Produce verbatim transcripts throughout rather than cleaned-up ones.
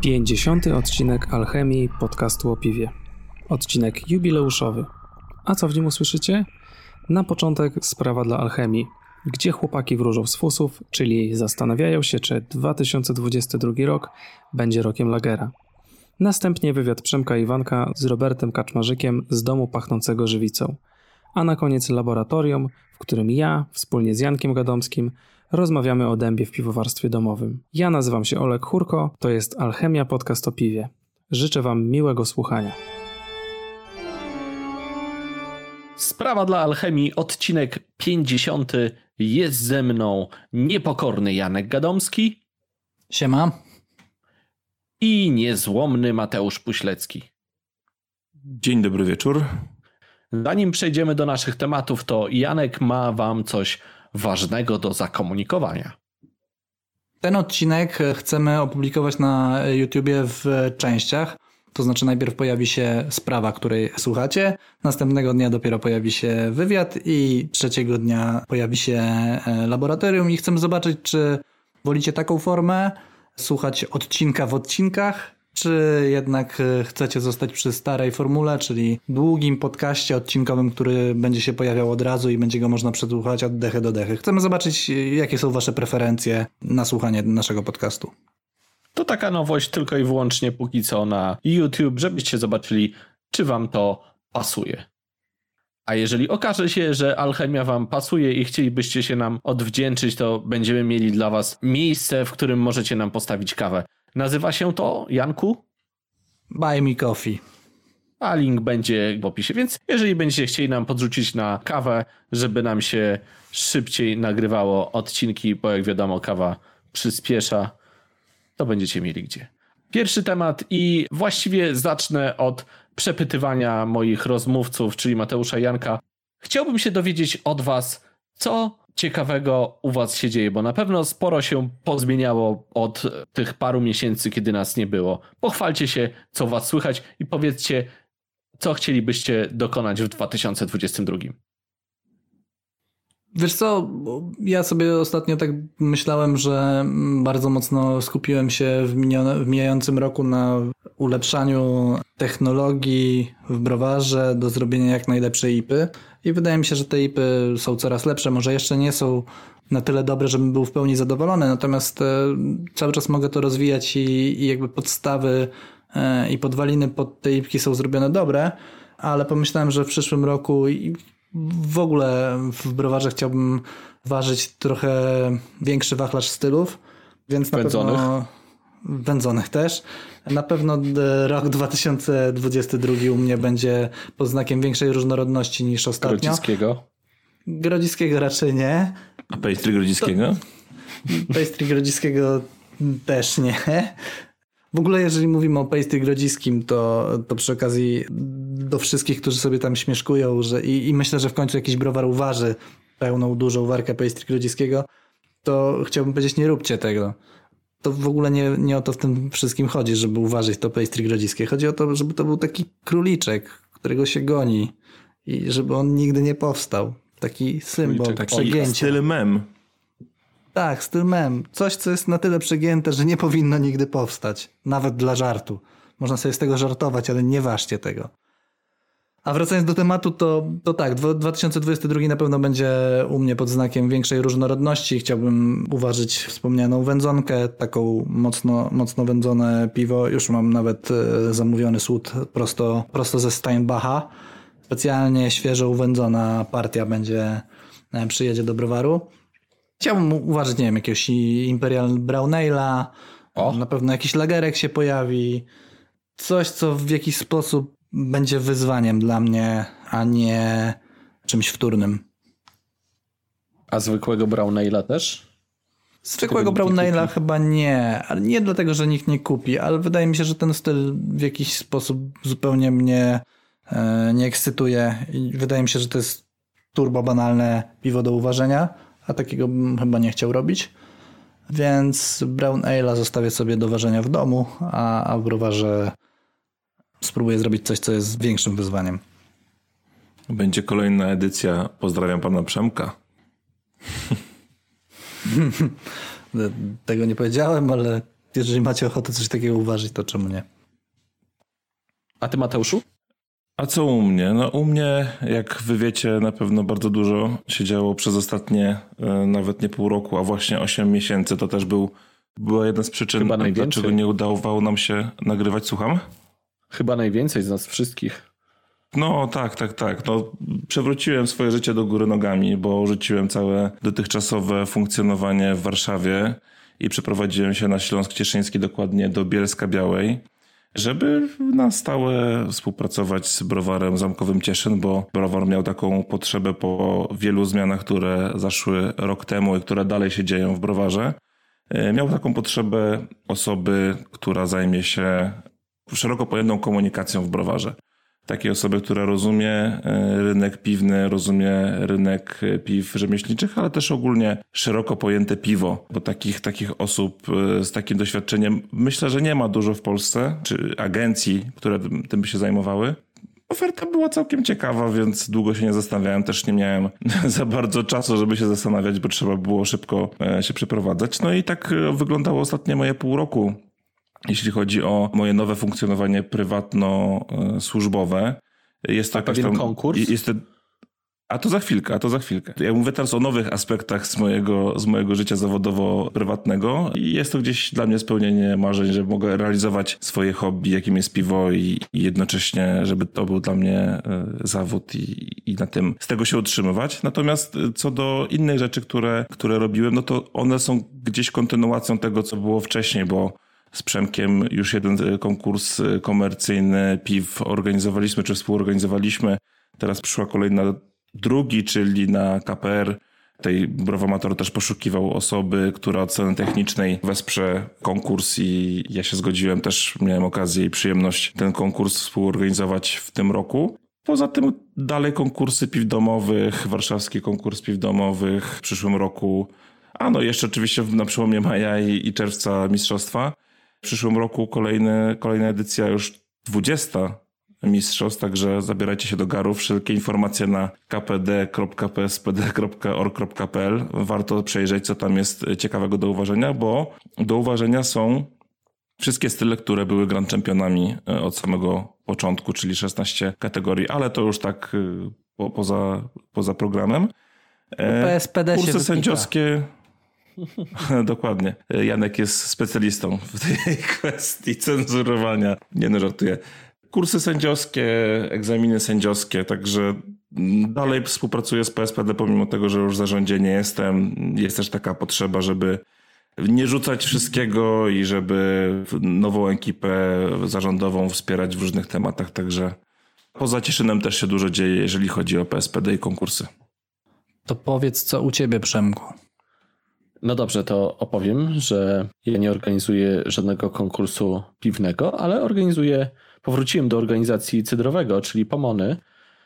pięćdziesiąty odcinek Alchemii podcastu o piwie. Odcinek jubileuszowy. A co w nim usłyszycie? Na początek sprawa dla Alchemii, gdzie chłopaki wróżą z fusów, czyli zastanawiają się, czy dwa tysiące dwudziesty drugi rok będzie rokiem lagera. Następnie wywiad Przemka i Iwanka z Robertem Kaczmarzykiem z domu pachnącego żywicą. A na koniec laboratorium, w którym ja, wspólnie z Jankiem Gadomskim, rozmawiamy o dębie w piwowarstwie domowym. Ja nazywam się Olek Hurko, to jest Alchemia podcast o piwie. Życzę wam miłego słuchania. Sprawa dla Alchemii, odcinek pięćdziesiąty. Jest ze mną niepokorny Janek Gadomski. Siema. I niezłomny Mateusz Puślecki. Dzień dobry wieczór. Zanim przejdziemy do naszych tematów, to Janek ma wam coś ważnego do zakomunikowania. Ten odcinek chcemy opublikować na YouTubie w częściach. To znaczy najpierw pojawi się sprawa, której słuchacie, następnego dnia dopiero pojawi się wywiad i trzeciego dnia pojawi się laboratorium i chcemy zobaczyć, czy wolicie taką formę, słuchać odcinka w odcinkach, czy jednak chcecie zostać przy starej formule, czyli długim podcaście odcinkowym, który będzie się pojawiał od razu i będzie go można przesłuchać od dechy do dechy. Chcemy zobaczyć, jakie są wasze preferencje na słuchanie naszego podcastu. To taka nowość tylko i wyłącznie póki co na YouTube, żebyście zobaczyli, czy wam to pasuje. A jeżeli okaże się, że Alchemia wam pasuje i chcielibyście się nam odwdzięczyć, to będziemy mieli dla was miejsce, w którym możecie nam postawić kawę. Nazywa się to, Janku? Buy me coffee. A link będzie w opisie, więc jeżeli będziecie chcieli nam podrzucić na kawę, żeby nam się szybciej nagrywało odcinki, bo jak wiadomo kawa przyspiesza, to będziecie mieli gdzie. Pierwszy temat i właściwie zacznę od przepytywania moich rozmówców, czyli Mateusza i Janka. Chciałbym się dowiedzieć od was, co ciekawego u was się dzieje, bo na pewno sporo się pozmieniało od tych paru miesięcy, kiedy nas nie było. Pochwalcie się, co was słychać i powiedzcie, co chcielibyście dokonać w dwa tysiące dwudziestym drugim. Wiesz co, ja sobie ostatnio tak myślałem, że bardzo mocno skupiłem się w, minione, w mijającym roku na ulepszaniu technologii w browarze do zrobienia jak najlepszej I P Y i wydaje mi się, że te I P Y są coraz lepsze, może jeszcze nie są na tyle dobre, żebym był w pełni zadowolony, natomiast cały czas mogę to rozwijać i, i jakby podstawy i podwaliny pod te I P ki są zrobione dobre, ale pomyślałem, że w przyszłym roku i w ogóle w browarze chciałbym ważyć trochę większy wachlarz stylów, więc na wędzonych. pewno wędzonych też. Na pewno rok dwa tysiące dwudziesty drugi u mnie będzie pod znakiem większej różnorodności niż ostatnio. Grodziskiego? Grodziskiego raczej nie. A pastry Grodziskiego? To, pastry Grodziskiego też nie. W ogóle jeżeli mówimy o pastry grodziskim, to, to przy okazji do wszystkich, którzy sobie tam śmieszkują, że i, i myślę, że w końcu jakiś browar uważy pełną, dużą warkę pastry grodziskiego, to chciałbym powiedzieć, nie róbcie tego. To w ogóle nie, nie o to w tym wszystkim chodzi, żeby uważać to pastry grodziskie. Chodzi o to, żeby to był taki króliczek, którego się goni i żeby on nigdy nie powstał. Taki symbol Króliczek, przegięcia. Styl mem. Tak, styl mem. Coś, co jest na tyle przegięte, że nie powinno nigdy powstać. Nawet dla żartu. Można sobie z tego żartować, ale nie ważcie tego. A wracając do tematu, to, to tak, dwa tysiące dwudziesty drugi na pewno będzie u mnie pod znakiem większej różnorodności. Chciałbym uważać wspomnianą wędzonkę, taką mocno, mocno wędzone piwo. Już mam nawet zamówiony słód prosto, prosto ze Steinbacha. Specjalnie świeżo uwędzona partia będzie, przyjedzie do browaru. Chciałbym uważać, nie wiem, jakiegoś Imperial Brown Ale'a, na pewno jakiś lagerek się pojawi. Coś, co w jakiś sposób będzie wyzwaniem dla mnie, a nie czymś wtórnym. A zwykłego Brown Ale'a też? Zwykłego Brown Ale'a chyba nie, ale nie dlatego, że nikt nie kupi, ale wydaje mi się, że ten styl w jakiś sposób zupełnie mnie e, nie ekscytuje i wydaje mi się, że to jest turbo banalne piwo do uważenia, a takiego bym chyba nie chciał robić. Więc Brown Ale'a zostawię sobie do ważenia w domu, a, a w browarze spróbuję zrobić coś, co jest większym wyzwaniem. Będzie kolejna edycja. Pozdrawiam pana Przemka. Tego nie powiedziałem, ale jeżeli macie ochotę coś takiego uważać, to czemu nie? A ty, Mateuszu? A co u mnie? No u mnie, jak wy wiecie, na pewno bardzo dużo się działo przez ostatnie e, nawet nie pół roku, a właśnie osiem miesięcy. To też był, była jedna z przyczyn, Chyba najwięcej. dlaczego nie udawało nam się nagrywać. Słucham? Chyba najwięcej z nas wszystkich. No tak, tak, tak. No, przewróciłem swoje życie do góry nogami, bo rzuciłem całe dotychczasowe funkcjonowanie w Warszawie i przeprowadziłem się na Śląsk Cieszyński, dokładnie do Bielska-Białej, żeby na stałe współpracować z browarem zamkowym Cieszyn, bo browar miał taką potrzebę po wielu zmianach, które zaszły rok temu i które dalej się dzieją w browarze. Miał taką potrzebę osoby, która zajmie się szeroko pojętą komunikacją w browarze. Takiej osoby, która rozumie rynek piwny, rozumie rynek piw rzemieślniczych, ale też ogólnie szeroko pojęte piwo, bo takich, takich osób z takim doświadczeniem myślę, że nie ma dużo w Polsce, czy agencji, które tym by się zajmowały. Oferta była całkiem ciekawa, więc długo się nie zastanawiałem. Też nie miałem za bardzo czasu, żeby się zastanawiać, bo trzeba było szybko się przeprowadzać. No i tak wyglądało ostatnie moje pół roku, jeśli chodzi o moje nowe funkcjonowanie prywatno-służbowe. Jest to A jakaś pewien tam... konkurs? Jest to, a to za chwilkę, a to za chwilkę. Ja mówię teraz o nowych aspektach z mojego, z mojego życia zawodowo-prywatnego i jest to gdzieś dla mnie spełnienie marzeń, że mogę realizować swoje hobby, jakim jest piwo i, i jednocześnie, żeby to był dla mnie zawód i, i na tym z tego się utrzymywać. Natomiast co do innych rzeczy, które, które robiłem, no to one są gdzieś kontynuacją tego, co było wcześniej, bo z Przemkiem już jeden konkurs komercyjny piw organizowaliśmy, czy współorganizowaliśmy. Teraz przyszła kolejna drugi, czyli na K P R. Tej Browomator też poszukiwał osoby, która od strony technicznej wesprze konkurs i ja się zgodziłem. Też miałem okazję i przyjemność ten konkurs współorganizować w tym roku. Poza tym dalej konkursy piw domowych, warszawski konkurs piw domowych w przyszłym roku. A no jeszcze oczywiście na przełomie maja i, i czerwca mistrzostwa. W przyszłym roku kolejny, kolejna edycja, już dwudziesta mistrzostw, także zabierajcie się do garu. Wszelkie informacje na k p d kropka p s p d kropka org kropka p l. Warto przejrzeć, co tam jest ciekawego do uważenia, bo do uważenia są wszystkie style, które były Grand Championami od samego początku, czyli szesnaście kategorii, ale to już tak po, poza, poza programem. P S P D Kursy się sędziowskie... Dokładnie. Janek jest specjalistą w tej kwestii cenzurowania. Nie no, żartuję. Kursy sędziowskie, egzaminy sędziowskie, także dalej współpracuję z P S P D, pomimo tego, że już w zarządzie nie jestem. Jest też taka potrzeba, żeby nie rzucać wszystkiego i żeby nową ekipę zarządową wspierać w różnych tematach, także poza Cieszynem też się dużo dzieje, jeżeli chodzi o P S P D i konkursy. To powiedz, co u ciebie, Przemku. No dobrze, to opowiem, że ja nie organizuję żadnego konkursu piwnego, ale organizuję, powróciłem do organizacji cydrowego, czyli Pomony.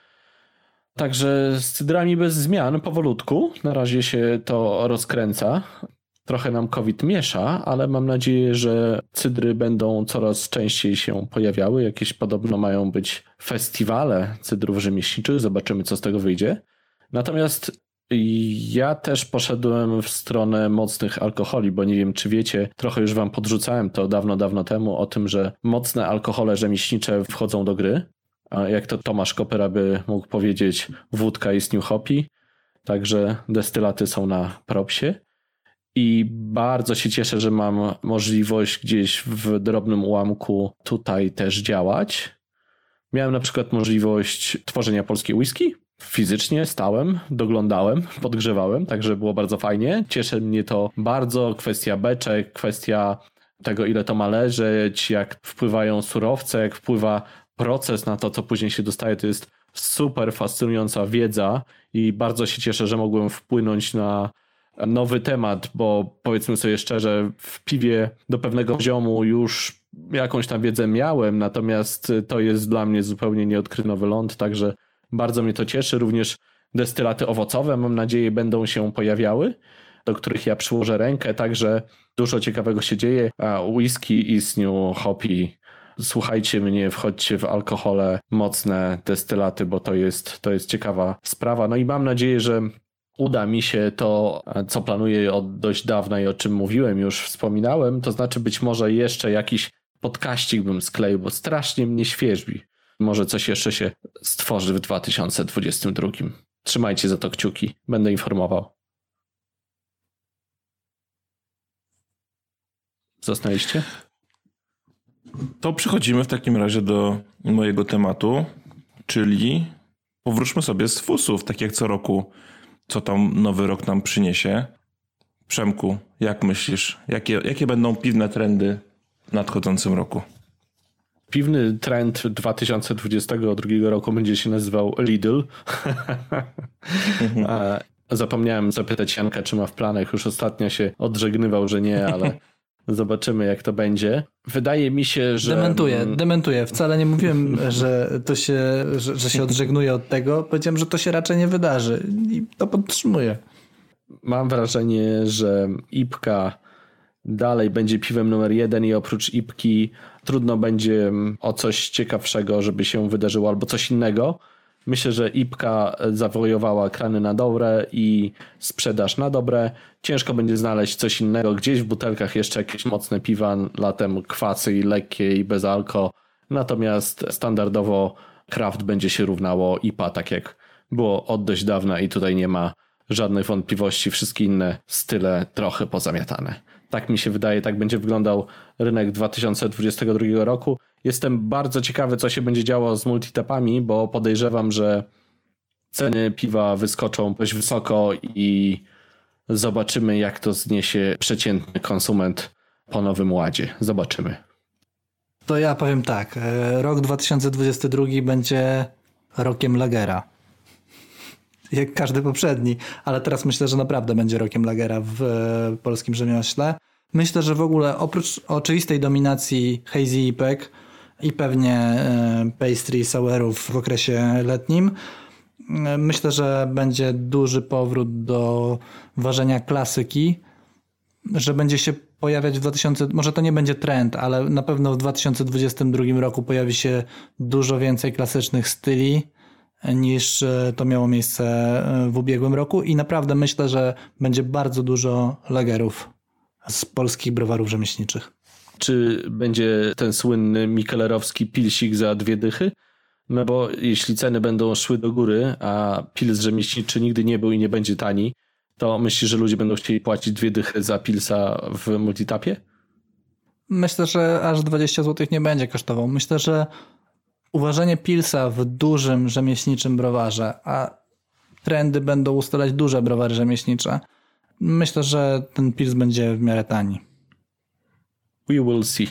Także z cydrami bez zmian, powolutku. Na razie się to rozkręca. Trochę nam COVID miesza, ale mam nadzieję, że cydry będą coraz częściej się pojawiały. Jakieś podobno mają być festiwale cydrów rzemieślniczych. Zobaczymy, co z tego wyjdzie. Natomiast ja też poszedłem w stronę mocnych alkoholi, bo nie wiem, czy wiecie, trochę już wam podrzucałem to dawno, dawno temu o tym, że mocne alkohole rzemieślnicze wchodzą do gry. A jak to Tomasz Kopera by mógł powiedzieć, wódka jest new hoppy, także destylaty są na propsie. I bardzo się cieszę, że mam możliwość gdzieś w drobnym ułamku tutaj też działać. Miałem na przykład możliwość tworzenia polskiej whisky. Fizycznie stałem, doglądałem, podgrzewałem, także było bardzo fajnie. Cieszy mnie to bardzo. Kwestia beczek, kwestia tego, ile to ma leżeć, jak wpływają surowce, jak wpływa proces na to, co później się dostaje. To jest super fascynująca wiedza i bardzo się cieszę, że mogłem wpłynąć na nowy temat, bo powiedzmy sobie szczerze, w piwie do pewnego poziomu już jakąś tam wiedzę miałem, natomiast to jest dla mnie zupełnie nieodkryty nowy ląd, także bardzo mnie to cieszy. Również destylaty owocowe, mam nadzieję, będą się pojawiały, do których ja przyłożę rękę, także dużo ciekawego się dzieje. A whisky is new hoppy. Słuchajcie mnie, wchodźcie w alkohole, mocne destylaty, bo to jest, to jest ciekawa sprawa. No i mam nadzieję, że uda mi się to, co planuję od dość dawna i o czym mówiłem, już wspominałem, to znaczy być może jeszcze jakiś podkaścik bym skleił, bo strasznie mnie świeżbi. Może coś jeszcze się stworzy w dwa tysiące dwudziestym drugim. Trzymajcie za to kciuki, będę informował. Zostaliście? To przechodzimy w takim razie do mojego tematu, czyli powróćmy sobie z fusów, tak jak co roku, co tam nowy rok nam przyniesie. Przemku, jak myślisz, jakie, jakie będą piwne trendy w nadchodzącym roku? Piwny trend dwa tysiące dwudziestego drugiego roku będzie się nazywał Lidl. Zapomniałem zapytać Janka, czy ma w planach. Już ostatnio się odżegnywał, że nie, ale zobaczymy, jak to będzie. Wydaje mi się, że... Dementuję, dementuję. Wcale nie mówiłem, że to się, że, że się odżegnuję od tego. Powiedziałem, że to się raczej nie wydarzy i to podtrzymuję. Mam wrażenie, że Ipka dalej będzie piwem numer jeden i oprócz Ipki trudno będzie o coś ciekawszego, żeby się wydarzyło, albo coś innego. Myślę, że Ipka zawojowała krany na dobre i sprzedaż na dobre. Ciężko będzie znaleźć coś innego. Gdzieś w butelkach jeszcze jakieś mocne piwa, latem kwasy i lekkie i bez alko. Natomiast standardowo craft będzie się równało I P A, tak jak było od dość dawna i tutaj nie ma żadnych wątpliwości. Wszystkie inne style trochę pozamiatane. Tak mi się wydaje, tak będzie wyglądał rynek dwa tysiące dwudziestego drugiego roku. Jestem bardzo ciekawy, co się będzie działo z multitapami, bo podejrzewam, że ceny piwa wyskoczą dość wysoko i zobaczymy, jak to zniesie przeciętny konsument po Nowym Ładzie. Zobaczymy. To ja powiem tak. Rok dwa tysiące dwudziesty drugi będzie rokiem lagera. Jak każdy poprzedni, ale teraz myślę, że naprawdę będzie rokiem lagera w polskim rzemiośle. Myślę, że w ogóle oprócz oczywistej dominacji hazy ipek i pewnie pastry sourów w okresie letnim, myślę, że będzie duży powrót do ważenia klasyki, że będzie się pojawiać w dwa tysiące, może to nie będzie trend, ale na pewno w dwa tysiące dwudziestym drugim roku pojawi się dużo więcej klasycznych styli niż to miało miejsce w ubiegłym roku i naprawdę myślę, że będzie bardzo dużo lagerów z polskich browarów rzemieślniczych. Czy będzie ten słynny mikelerowski pilsik za dwie dychy? No bo jeśli ceny będą szły do góry, a pils rzemieślniczy nigdy nie był i nie będzie tani, to myślisz, że ludzie będą chcieli płacić dwie dychy za pilsa w multitapie? Myślę, że aż dwadzieścia złotych nie będzie kosztował. Myślę, że uważanie pilsa w dużym rzemieślniczym browarze, a trendy będą ustalać duże browary rzemieślnicze, myślę, że ten pils będzie w miarę tani. We will see.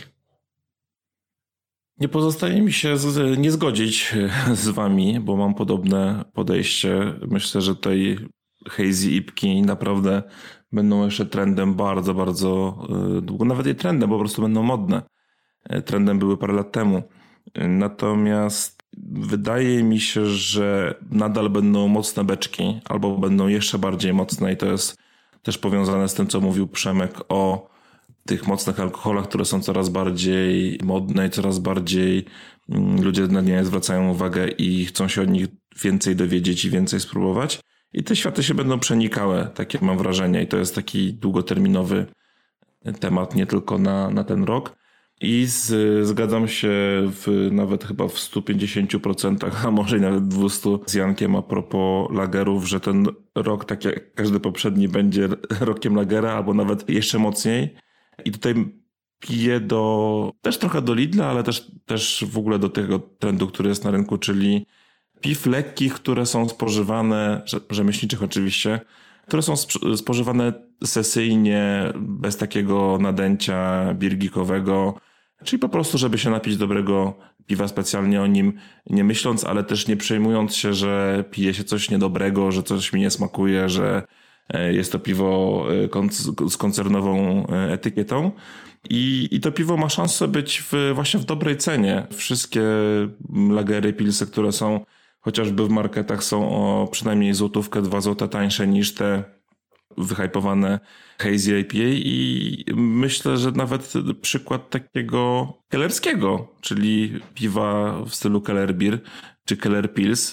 Nie pozostaje mi się z, nie zgodzić z wami, bo mam podobne podejście. Myślę, że tej hazy ipki naprawdę będą jeszcze trendem bardzo, bardzo długo. Nawet nie trendem, bo po prostu będą modne. Trendem były parę lat temu. Natomiast wydaje mi się, że nadal będą mocne beczki, albo będą jeszcze bardziej mocne i to jest też powiązane z tym, co mówił Przemek o tych mocnych alkoholach, które są coraz bardziej modne i coraz bardziej ludzie na nie zwracają uwagę i chcą się od nich więcej dowiedzieć i więcej spróbować. I te światy się będą przenikały, takie mam wrażenie. I to jest taki długoterminowy temat, nie tylko na, na ten rok. I z, zgadzam się w, nawet chyba w stu pięćdziesięciu procentach, a może i nawet dwustu procentach z Jankiem a propos lagerów, że ten rok, tak jak każdy poprzedni, będzie rokiem lagera, albo nawet jeszcze mocniej. I tutaj piję do, też trochę do Lidla, ale też, też w ogóle do tego trendu, który jest na rynku, czyli piw lekkich, które są spożywane, rzemieślniczych oczywiście, które są spożywane sesyjnie, bez takiego nadęcia birgikowego, czyli po prostu, żeby się napić dobrego piwa, specjalnie o nim nie myśląc, ale też nie przejmując się, że pije się coś niedobrego, że coś mi nie smakuje, że jest to piwo z koncernową etykietą. I, i to piwo ma szansę być w, właśnie w dobrej cenie. Wszystkie lagery, pilsy, które są chociażby w marketach, są o przynajmniej złotówkę, dwa złote tańsze niż te wyhypowane hazy I P A i myślę, że nawet przykład takiego kellerskiego, czyli piwa w stylu Keller Beer czy Keller Pils,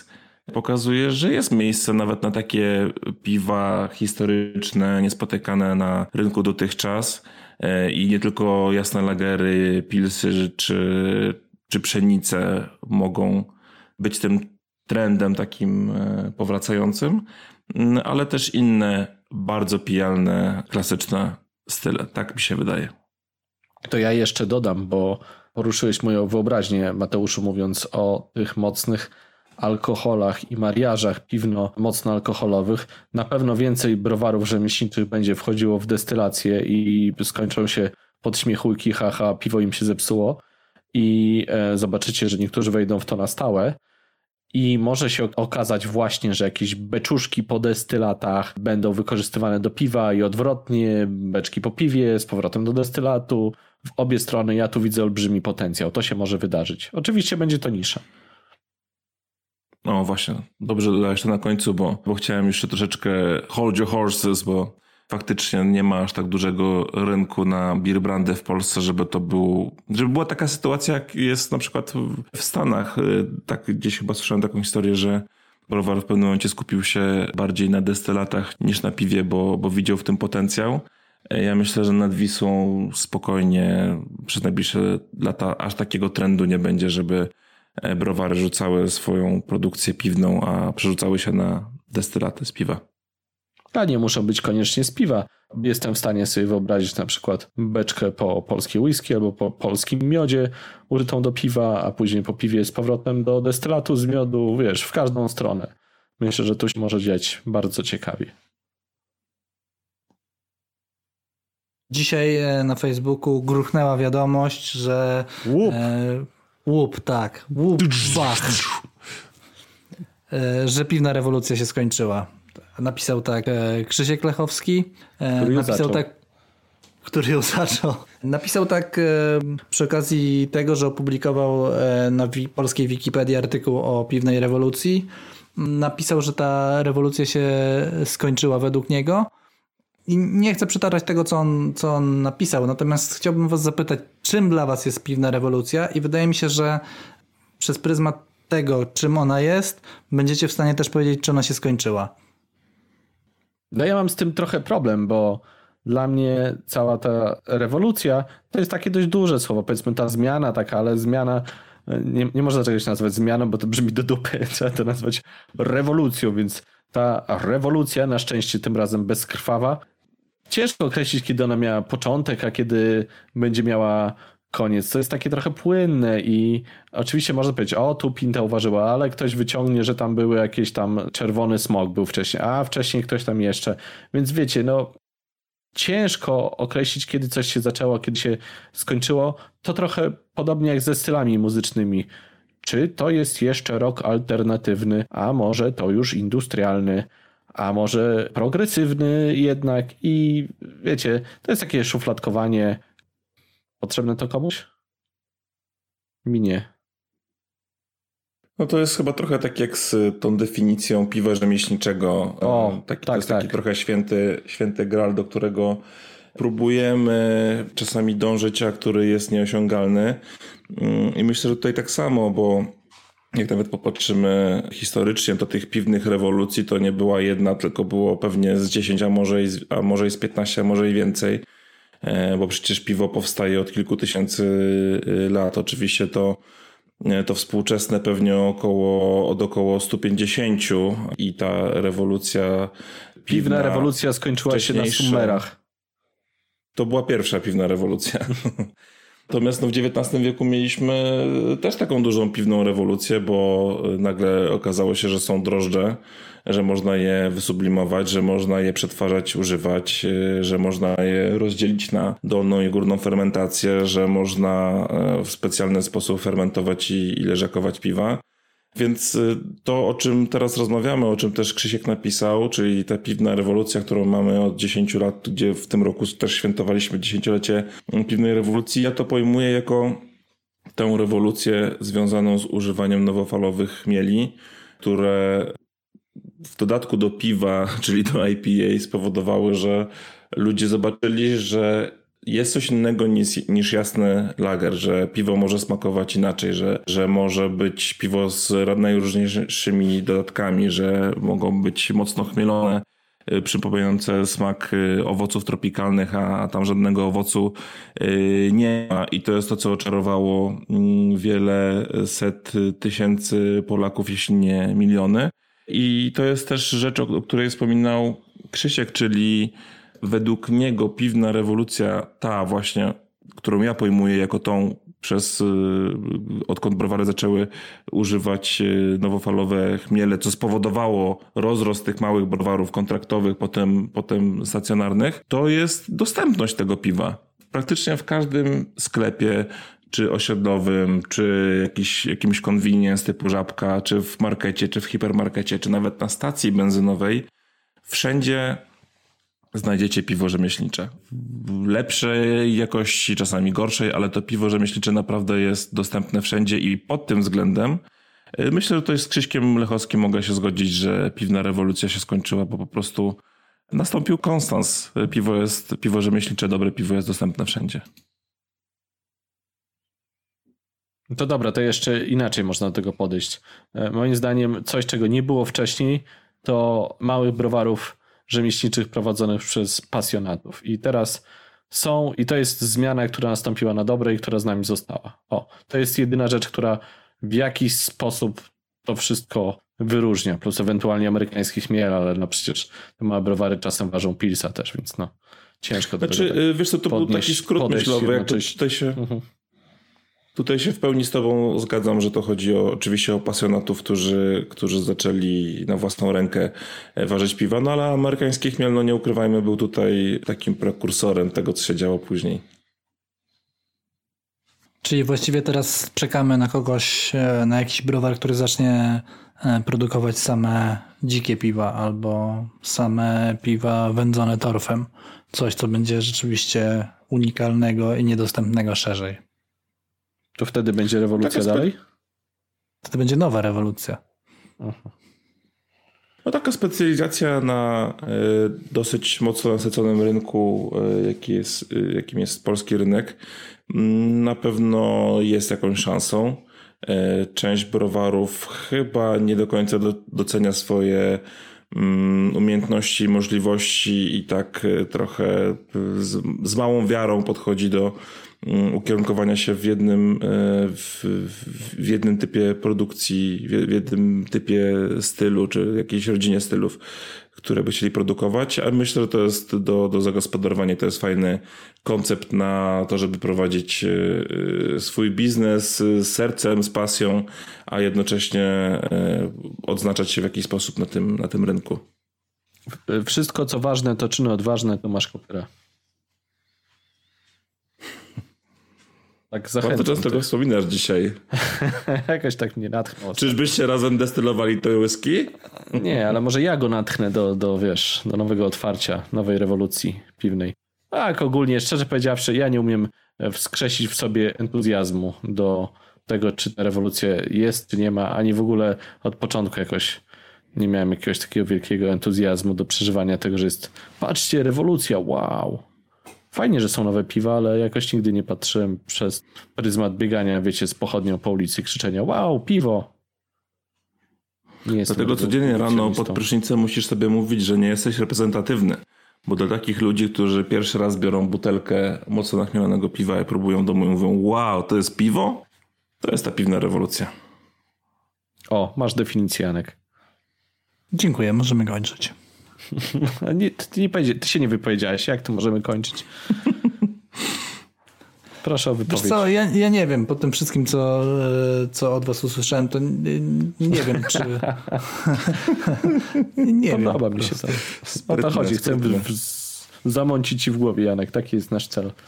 pokazuje, że jest miejsce nawet na takie piwa historyczne, niespotykane na rynku dotychczas i nie tylko jasne lagery, pilsy czy, czy pszenice mogą być tym trendem takim powracającym, ale też inne bardzo pijalne, klasyczne style. Tak mi się wydaje. To ja jeszcze dodam, bo poruszyłeś moją wyobraźnię, Mateuszu, mówiąc o tych mocnych alkoholach i mariażach piwno-mocno-alkoholowych. Na pewno więcej browarów rzemieślniczych będzie wchodziło w destylację i skończą się podśmiechujki, haha, piwo im się zepsuło i e, zobaczycie, że niektórzy wejdą w to na stałe. I może się okazać właśnie, że jakieś beczuszki po destylatach będą wykorzystywane do piwa i odwrotnie, beczki po piwie z powrotem do destylatu. W obie strony ja tu widzę olbrzymi potencjał. To się może wydarzyć. Oczywiście będzie to nisza. No właśnie, dobrze dodałeś to na końcu, bo, bo chciałem jeszcze troszeczkę hold your horses, bo faktycznie nie ma aż tak dużego rynku na beer brandy w Polsce, żeby to był, żeby była taka sytuacja, jak jest na przykład w Stanach. Tak gdzieś chyba słyszałem taką historię, że browar w pewnym momencie skupił się bardziej na destylatach niż na piwie, bo, bo widział w tym potencjał. Ja myślę, że nad Wisłą spokojnie przez najbliższe lata aż takiego trendu nie będzie, żeby browary rzucały swoją produkcję piwną, a przerzucały się na destylaty z piwa. A nie muszą być koniecznie z piwa. Jestem w stanie sobie wyobrazić na przykład beczkę po polskiej whisky albo po polskim miodzie użytą do piwa, a później po piwie z powrotem do destylatu z miodu, wiesz, w każdą stronę. Myślę, że tu się może dziać bardzo ciekawie. Dzisiaj na Facebooku gruchnęła wiadomość, że... Łup. E, łup, tak. Łup, bach. E, że piwna rewolucja się skończyła. Napisał tak e, Krzysiek Lechowski. E, który ją napisał zaczął. tak, który ją zaczął. Napisał tak e, przy okazji tego, że opublikował e, na wi- polskiej Wikipedii artykuł o piwnej rewolucji. Napisał, że ta rewolucja się skończyła według niego. I nie chcę przytaczać tego, co on, co on napisał, natomiast chciałbym was zapytać, czym dla was jest piwna rewolucja? I wydaje mi się, że przez pryzmat tego, czym ona jest, będziecie w stanie też powiedzieć, czy ona się skończyła. No ja mam z tym trochę problem, bo dla mnie cała ta rewolucja to jest takie dość duże słowo, powiedzmy ta zmiana taka, ale zmiana, nie, nie można czegoś nazwać zmianą, bo to brzmi do dupy, trzeba to nazwać rewolucją, więc ta rewolucja, na szczęście tym razem bezkrwawa, ciężko określić, kiedy ona miała początek, a kiedy będzie miała koniec. To jest takie trochę płynne i oczywiście można powiedzieć, o tu Pinta uważyła, ale ktoś wyciągnie, że tam były jakieś tam czerwony smog był wcześniej, a wcześniej ktoś tam jeszcze. Więc wiecie, no ciężko określić, kiedy coś się zaczęło, kiedy się skończyło. To trochę podobnie jak ze stylami muzycznymi. Czy to jest jeszcze rock alternatywny, a może to już industrialny, a może progresywny jednak i wiecie, to jest takie szufladkowanie. Potrzebne to komuś? Mi nie. No to jest chyba trochę tak jak z tą definicją piwa rzemieślniczego. O, taki, tak, to jest taki tak. trochę święty, święty gral, do którego próbujemy czasami dążyć, a który jest nieosiągalny. I myślę, że tutaj tak samo, bo jak nawet popatrzymy historycznie, to tych piwnych rewolucji to nie była jedna, tylko było pewnie z dziesięć, a może i z, a może i z piętnaście, a może i więcej. Bo przecież piwo powstaje od kilku tysięcy lat. Oczywiście to, to współczesne pewnie około, od około stu pięćdziesięciu i ta rewolucja piwna... Piwna rewolucja skończyła się na Sumerach. To była pierwsza piwna rewolucja. Natomiast no, w dziewiętnastym wieku mieliśmy też taką dużą piwną rewolucję, bo nagle okazało się, że są drożdże, że można je wysublimować, że można je przetwarzać, używać, że można je rozdzielić na dolną i górną fermentację, że można w specjalny sposób fermentować i, i leżakować piwa. Więc to, o czym teraz rozmawiamy, o czym też Krzysiek napisał, czyli ta piwna rewolucja, którą mamy od dziesięciu lat, gdzie w tym roku też świętowaliśmy dziesięciolecie piwnej rewolucji, ja to pojmuję jako tę rewolucję związaną z używaniem nowofalowych chmieli, które w dodatku do piwa, czyli do I P A, spowodowały, że ludzie zobaczyli, że jest coś innego niż, niż jasny lager, że piwo może smakować inaczej, że, że może być piwo z najróżniejszymi dodatkami, że mogą być mocno chmielone, przypominające smak owoców tropikalnych, a tam żadnego owocu nie ma. I to jest to, co oczarowało wiele set tysięcy Polaków, jeśli nie miliony. I to jest też rzecz, o której wspominał Krzysiek, czyli według niego piwna rewolucja, ta właśnie, którą ja pojmuję jako tą przez, odkąd browary zaczęły używać nowofalowe chmiele, co spowodowało rozrost tych małych browarów kontraktowych, potem, potem stacjonarnych, to jest dostępność tego piwa. Praktycznie w każdym sklepie, czy osiedlowym, czy jakiś, jakimś convenience typu Żabka, czy w markecie, czy w hipermarkecie, czy nawet na stacji benzynowej, wszędzie znajdziecie piwo rzemieślnicze. Lepszej jakości, czasami gorszej, ale to piwo rzemieślnicze naprawdę jest dostępne wszędzie i pod tym względem myślę, że to jest z Krzyśkiem Lechowskim mogę się zgodzić, że piwna rewolucja się skończyła, bo po prostu nastąpił konstans. Piwo jest, piwo rzemieślnicze, dobre piwo jest dostępne wszędzie. To dobra, to jeszcze inaczej można do tego podejść. Moim zdaniem coś, czego nie było wcześniej, to małych browarów rzemieślniczych prowadzonych przez pasjonatów. I teraz są, i to jest zmiana, która nastąpiła na dobre i która z nami została. O, to jest jedyna rzecz, która w jakiś sposób to wszystko wyróżnia, plus ewentualnie amerykański chmiel, ale no przecież te małe browary czasem ważą pilsa też, więc no ciężko do znaczy, tego tak wiesz co, to podnieść, był taki skrót myślowy, jak tutaj się... Mhm. Tutaj się w pełni z tobą zgadzam, że to chodzi o, oczywiście o pasjonatów, którzy, którzy zaczęli na własną rękę ważyć piwa, no ale amerykański chmiel, no nie ukrywajmy, był tutaj takim prekursorem tego, co się działo później. Czyli właściwie teraz czekamy na kogoś, na jakiś browar, który zacznie produkować same dzikie piwa albo same piwa wędzone torfem. Coś, co będzie rzeczywiście unikalnego i niedostępnego szerzej. To wtedy będzie rewolucja Taka dalej? spe... Wtedy będzie nowa rewolucja. Aha. No taka specjalizacja na y, dosyć mocno nasyconym rynku, y, jaki jest, y, jakim jest polski rynek, y, na pewno jest jakąś szansą. Y, część browarów chyba nie do końca do, docenia swoje y, umiejętności, możliwości i tak y, trochę z, z małą wiarą podchodzi do ukierunkowania się w jednym, w, w jednym typie produkcji, w jednym typie stylu, czy jakiejś rodzinie stylów, które by chcieli produkować, a myślę, że to jest do, do zagospodarowania, to jest fajny koncept na to, żeby prowadzić swój biznes z sercem, z pasją, a jednocześnie odznaczać się w jakiś sposób na tym, na tym rynku. Wszystko, co ważne, to czyny odważne, to masz kopera. Tak bardzo często go wspominasz dzisiaj. Jakoś tak mnie natchnął. Czyżbyście razem destylowali to whisky? Nie, ale może ja go natchnę do, do, wiesz, do nowego otwarcia, nowej rewolucji piwnej. Tak, ogólnie, szczerze powiedziawszy, ja nie umiem wskrzesić w sobie entuzjazmu do tego, czy ta rewolucja jest, czy nie ma, ani w ogóle od początku jakoś nie miałem jakiegoś takiego wielkiego entuzjazmu do przeżywania tego, że jest, patrzcie, rewolucja, wow. Fajnie, że są nowe piwa, ale jakoś nigdy nie patrzyłem przez pryzmat biegania, wiecie, z pochodnią po ulicy, krzyczenia wow, piwo. Nie Dlatego codziennie rano pod prysznicem musisz sobie mówić, że nie jesteś reprezentatywny. Bo dla takich ludzi, którzy pierwszy raz biorą butelkę mocno nachmielanego piwa i próbują domu i mówią wow, to jest piwo? To jest ta piwna rewolucja. O, masz definicję, Janek. Dziękuję, możemy kończyć. Nie, ty, nie ty się nie wypowiedziałeś. Jak to możemy kończyć? Proszę o wypowiedź. Wiesz co, ja, ja nie wiem, po tym wszystkim, co, co od was usłyszałem, to nie, nie wiem, czy... nie Podoba wiem. mi się to. O to chodzi. Chcę w, w, zamącić ci w głowie, Janek. Taki jest nasz cel.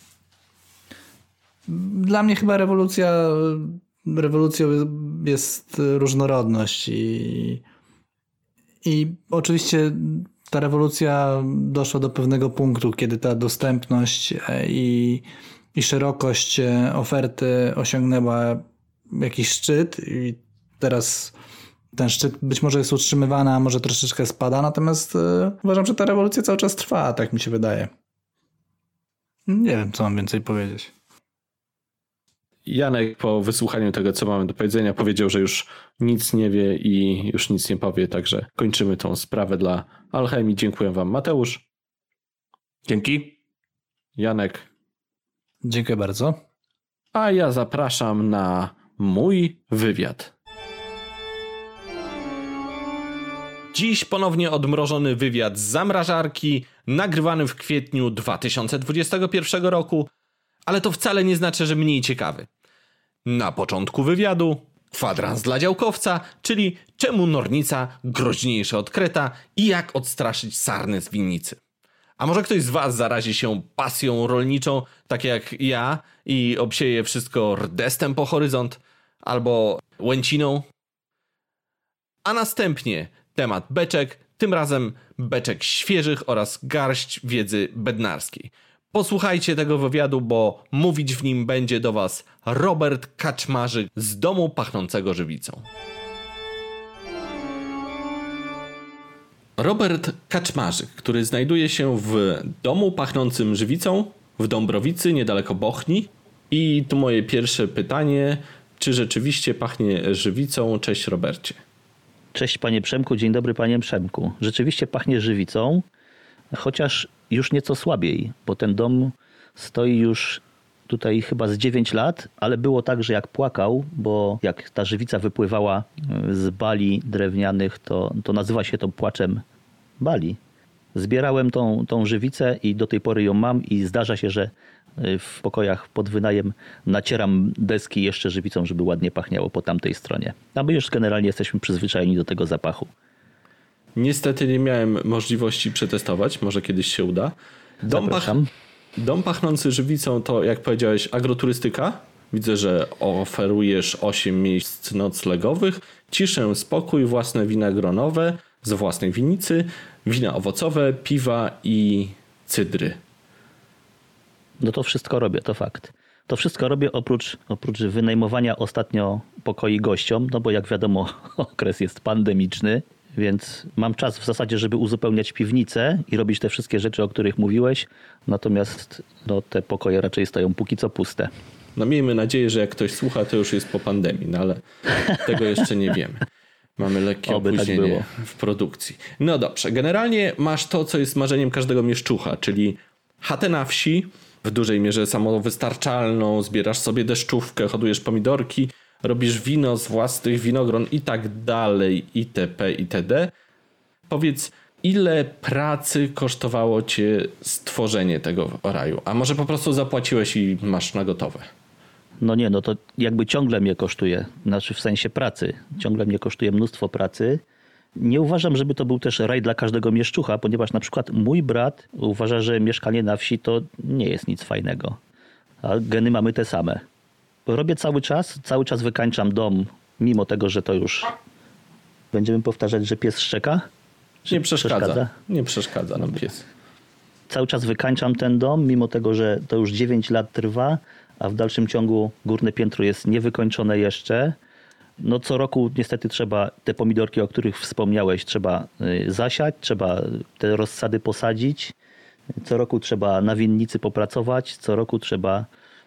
Dla mnie chyba rewolucja rewolucją jest różnorodność i I oczywiście ta rewolucja doszła do pewnego punktu, kiedy ta dostępność i, i szerokość oferty osiągnęła jakiś szczyt i teraz ten szczyt być może jest utrzymywany, a może troszeczkę spada, natomiast uważam, że ta rewolucja cały czas trwa, tak mi się wydaje. Nie wiem, co mam więcej powiedzieć. Janek po wysłuchaniu tego, co mamy do powiedzenia, powiedział, że już nic nie wie i już nic nie powie, także kończymy tą sprawę dla Alchemii. Dziękuję wam, Mateusz. Dzięki. Janek. Dziękuję bardzo. A ja zapraszam na mój wywiad. Dziś ponownie odmrożony wywiad z zamrażarki, nagrywany w kwietniu dwa tysiące dwudziestego pierwszego roku, ale to wcale nie znaczy, że mniej ciekawy. Na początku wywiadu kwadrans dla działkowca, czyli czemu nornica groźniejsza od kreta i jak odstraszyć sarny z winnicy. A może ktoś z was zarazi się pasją rolniczą, tak jak ja, i obsieje wszystko rdestem po horyzont, albo łęciną? A następnie temat beczek, tym razem beczek świeżych oraz garść wiedzy bednarskiej. Posłuchajcie tego wywiadu, bo mówić w nim będzie do was Robert Kaczmarzyk z domu pachnącego żywicą. Robert Kaczmarzyk, który znajduje się w domu pachnącym żywicą w Dąbrowicy, niedaleko Bochni. I tu moje pierwsze pytanie, czy rzeczywiście pachnie żywicą? Cześć, Robercie. Cześć panie Przemku, dzień dobry panie Przemku. Rzeczywiście pachnie żywicą, chociaż już nieco słabiej, bo ten dom stoi już tutaj chyba z dziewięć lat, ale było tak, że jak płakał, bo jak ta żywica wypływała z bali drewnianych, to, to nazywa się to płaczem bali. Zbierałem tą, tą żywicę i do tej pory ją mam i zdarza się, że w pokojach pod wynajem nacieram deski jeszcze żywicą, żeby ładnie pachniało po tamtej stronie. A my już generalnie jesteśmy przyzwyczajeni do tego zapachu. Niestety nie miałem możliwości przetestować, może kiedyś się uda. Dom, pach... Dom pachnący żywicą to, jak powiedziałeś, agroturystyka. Widzę, że oferujesz osiem miejsc noclegowych, ciszę, spokój, własne wina gronowe z własnej winnicy, wina owocowe, piwa i cydry. No to wszystko robię, to fakt. To wszystko robię oprócz, oprócz wynajmowania ostatnio pokoi gościom, no bo jak wiadomo okres jest pandemiczny, więc mam czas w zasadzie, żeby uzupełniać piwnicę i robić te wszystkie rzeczy, o których mówiłeś, natomiast no, te pokoje raczej stoją póki co puste. No miejmy nadzieję, że jak ktoś słucha, to już jest po pandemii, no ale tego jeszcze nie wiemy. Mamy lekkie Oby opóźnienie tak w produkcji. No dobrze, generalnie masz to, co jest marzeniem każdego mieszczucha, czyli chatę na wsi, w dużej mierze samowystarczalną, zbierasz sobie deszczówkę, hodujesz pomidorki, robisz wino z własnych winogron i tak dalej, itp., itd. Powiedz, ile pracy kosztowało cię stworzenie tego raju? A może po prostu zapłaciłeś i masz na gotowe? No nie, no to jakby ciągle mnie kosztuje, znaczy w sensie pracy. Ciągle mnie kosztuje mnóstwo pracy. Nie uważam, żeby to był też raj dla każdego mieszczucha, ponieważ na przykład mój brat uważa, że mieszkanie na wsi to nie jest nic fajnego. A geny mamy te same. Robię cały czas, cały czas wykańczam dom, mimo tego, że to już... Będziemy powtarzać, że pies szczeka? Czy nie przeszkadza. przeszkadza. Nie przeszkadza nam pies. Cały czas wykańczam ten dom, mimo tego, że to już dziewięć lat trwa, a w dalszym ciągu górne piętro jest niewykończone jeszcze. No co roku niestety trzeba te pomidorki, o których wspomniałeś, trzeba zasiać, trzeba te rozsady posadzić. Co roku trzeba na winnicy popracować, co roku trzeba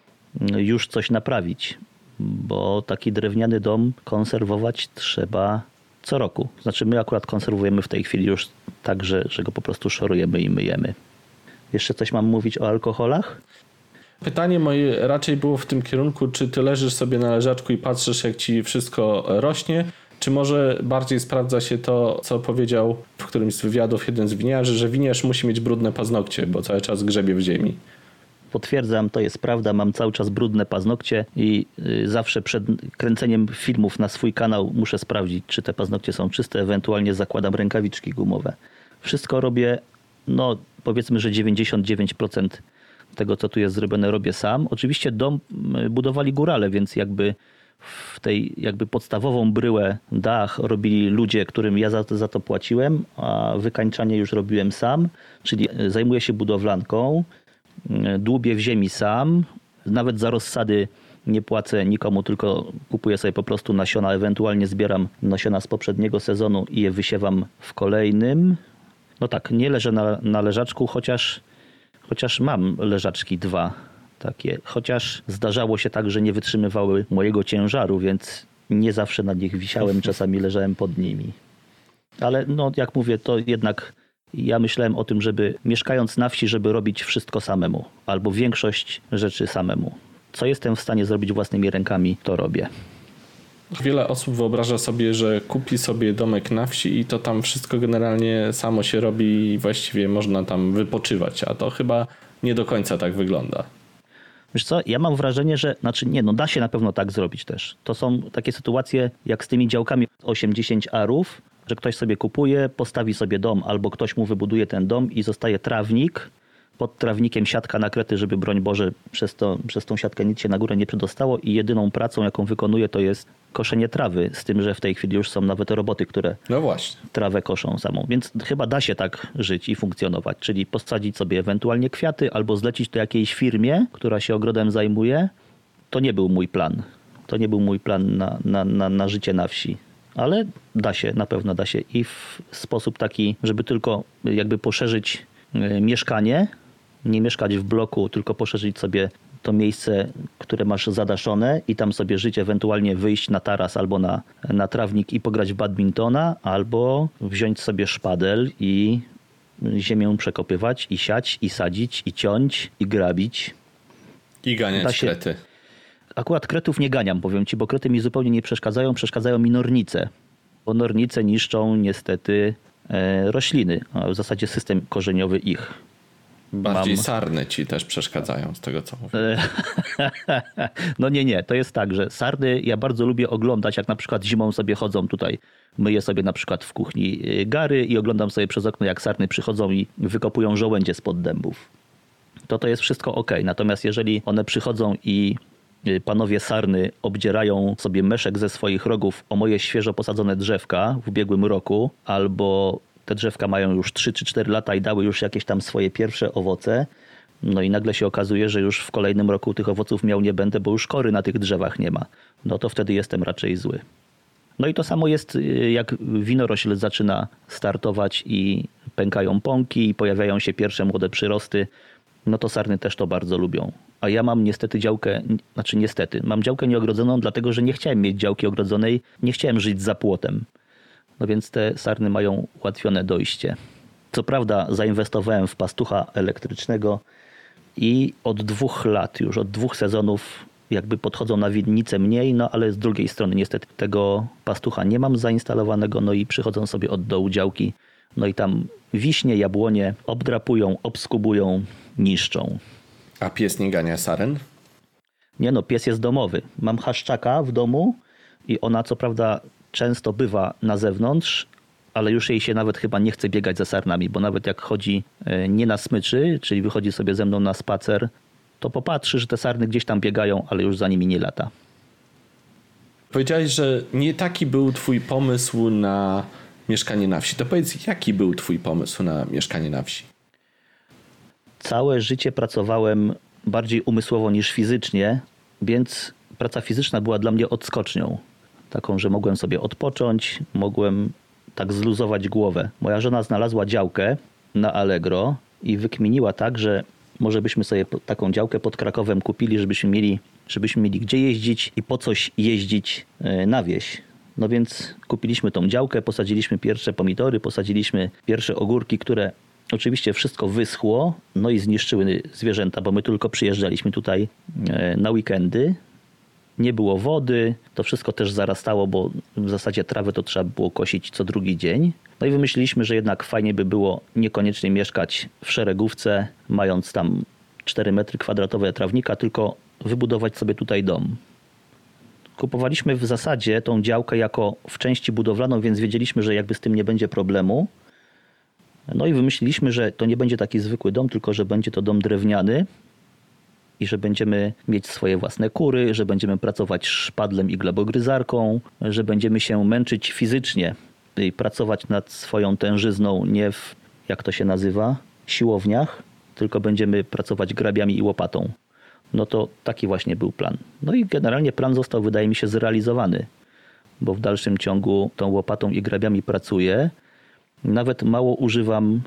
już coś naprawić, bo taki drewniany dom konserwować trzeba co roku. Znaczy my akurat konserwujemy w tej chwili już tak, że, że go po prostu szorujemy i myjemy. Jeszcze coś mam mówić o alkoholach? Pytanie moje raczej było w tym kierunku, czy ty leżysz sobie na leżaczku i patrzysz, jak ci wszystko rośnie, czy może bardziej sprawdza się to, co powiedział w którymś z wywiadów jeden z winiarzy, że winiarz musi mieć brudne paznokcie, bo cały czas grzebie w ziemi. Potwierdzam, to jest prawda, mam cały czas brudne paznokcie i zawsze przed kręceniem filmów na swój kanał muszę sprawdzić, czy te paznokcie są czyste, ewentualnie zakładam rękawiczki gumowe. Wszystko robię, no powiedzmy, że dziewięćdziesiąt dziewięć procent tego, co tu jest zrobione, robię sam. Oczywiście dom budowali górale, więc jakby w tej jakby podstawową bryłę, dach robili ludzie, którym ja za to, za to płaciłem, a wykańczanie już robiłem sam, czyli zajmuję się budowlanką, dłubię w ziemi sam, nawet za rozsady nie płacę nikomu, tylko kupuję sobie po prostu nasiona, ewentualnie zbieram nasiona z poprzedniego sezonu i je wysiewam w kolejnym. No tak, nie leżę na, na leżaczku, chociaż chociaż mam leżaczki dwa takie, chociaż zdarzało się tak, że nie wytrzymywały mojego ciężaru, więc nie zawsze na nich wisiałem, czasami leżałem pod nimi. Ale no, jak mówię, to jednak ja myślałem o tym, żeby mieszkając na wsi, żeby robić wszystko samemu, albo większość rzeczy samemu. Co jestem w stanie zrobić własnymi rękami, to robię. Wiele osób wyobraża sobie, że kupi sobie domek na wsi i to tam wszystko generalnie samo się robi i właściwie można tam wypoczywać, a to chyba nie do końca tak wygląda. Wiesz co, ja mam wrażenie, że, znaczy nie, no da się na pewno tak zrobić też. To są takie sytuacje jak z tymi działkami osiem dziesięć arów, że ktoś sobie kupuje, postawi sobie dom albo ktoś mu wybuduje ten dom i zostaje trawnik, pod trawnikiem siatka nakrety, żeby broń Boże przez, to, przez tą siatkę nic się na górę nie przedostało i jedyną pracą, jaką wykonuje, to jest koszenie trawy, z tym, że w tej chwili już są nawet roboty, które no właśnie. trawę koszą samą. Więc chyba da się tak żyć i funkcjonować, czyli posadzić sobie ewentualnie kwiaty albo zlecić to jakiejś firmie, która się ogrodem zajmuje. To nie był mój plan. To nie był mój plan na, na, na, na życie na wsi. Ale da się, na pewno da się i w sposób taki, żeby tylko jakby poszerzyć mieszkanie, nie mieszkać w bloku, tylko poszerzyć sobie to miejsce, które masz zadaszone i tam sobie żyć, ewentualnie wyjść na taras albo na, na trawnik i pograć w badmintona, albo wziąć sobie szpadel i ziemię przekopywać i siać, i sadzić, i ciąć, i grabić. I ganiać się... krety. Akurat kretów nie ganiam, powiem ci, bo krety mi zupełnie nie przeszkadzają, przeszkadzają mi nornice. Bo nornice niszczą niestety e, rośliny, a w zasadzie system korzeniowy ich. Bardziej Mam... sarny ci też przeszkadzają z tego, co mówię. No nie, nie. To jest tak, że sarny ja bardzo lubię oglądać, jak na przykład zimą sobie chodzą tutaj. Myję sobie na przykład w kuchni gary i oglądam sobie przez okno, jak sarny przychodzą i wykopują żołędzie spod dębów. To to jest wszystko ok. Natomiast jeżeli one przychodzą i panowie sarny obdzierają sobie meszek ze swoich rogów o moje świeżo posadzone drzewka w ubiegłym roku, albo te drzewka mają już trzy czy cztery lata i dały już jakieś tam swoje pierwsze owoce, no i nagle się okazuje, że już w kolejnym roku tych owoców miał nie będę, bo już kory na tych drzewach nie ma. No to wtedy jestem raczej zły. No i to samo jest, jak winorośl zaczyna startować i pękają pąki i pojawiają się pierwsze młode przyrosty, no to sarny też to bardzo lubią. A ja mam niestety działkę, znaczy niestety, mam działkę nieogrodzoną, dlatego że nie chciałem mieć działki ogrodzonej, nie chciałem żyć za płotem. No więc te sarny mają ułatwione dojście. Co prawda zainwestowałem w pastucha elektrycznego i od dwóch lat, już od dwóch sezonów jakby podchodzą na winnicę mniej, no ale z drugiej strony niestety tego pastucha nie mam zainstalowanego, no i przychodzą sobie od dołu działki, no i tam wiśnie, jabłonie obdrapują, obskubują, niszczą. A pies nie gania saren? Nie no, pies jest domowy. Mam chaszczaka w domu i ona co prawda często bywa na zewnątrz, ale już jej się nawet chyba nie chce biegać za sarnami, bo nawet jak chodzi nie na smyczy, czyli wychodzi sobie ze mną na spacer, to popatrzy, że te sarny gdzieś tam biegają, ale już za nimi nie lata. Powiedziałeś, że nie taki był twój pomysł na mieszkanie na wsi. To powiedz, jaki był twój pomysł na mieszkanie na wsi? Całe życie pracowałem bardziej umysłowo niż fizycznie, więc praca fizyczna była dla mnie odskocznią. Taką, że mogłem sobie odpocząć, mogłem tak zluzować głowę. Moja żona znalazła działkę na Allegro i wykminiła tak, że może byśmy sobie taką działkę pod Krakowem kupili, żebyśmy mieli, żebyśmy mieli gdzie jeździć i po coś jeździć na wieś. No więc kupiliśmy tą działkę, posadziliśmy pierwsze pomidory, posadziliśmy pierwsze ogórki, które oczywiście wszystko wyschło, no i zniszczyły zwierzęta, bo my tylko przyjeżdżaliśmy tutaj na weekendy. Nie było wody, to wszystko też zarastało, bo w zasadzie trawę to trzeba było kosić co drugi dzień. No i wymyśliliśmy, że jednak fajnie by było niekoniecznie mieszkać w szeregówce, mając tam cztery metry kwadratowe trawnika, tylko wybudować sobie tutaj dom. Kupowaliśmy w zasadzie tą działkę jako w części budowlaną, więc wiedzieliśmy, że jakby z tym nie będzie problemu. No i wymyśliliśmy, że to nie będzie taki zwykły dom, tylko że będzie to dom drewniany i że będziemy mieć swoje własne kury, że będziemy pracować szpadlem i glebogryzarką, że będziemy się męczyć fizycznie i pracować nad swoją tężyzną nie w, jak to się nazywa, siłowniach, tylko będziemy pracować grabiami i łopatą. No to taki właśnie był plan. No i generalnie plan został, wydaje mi się, zrealizowany, bo w dalszym ciągu tą łopatą i grabiami pracuję. Nawet mało używam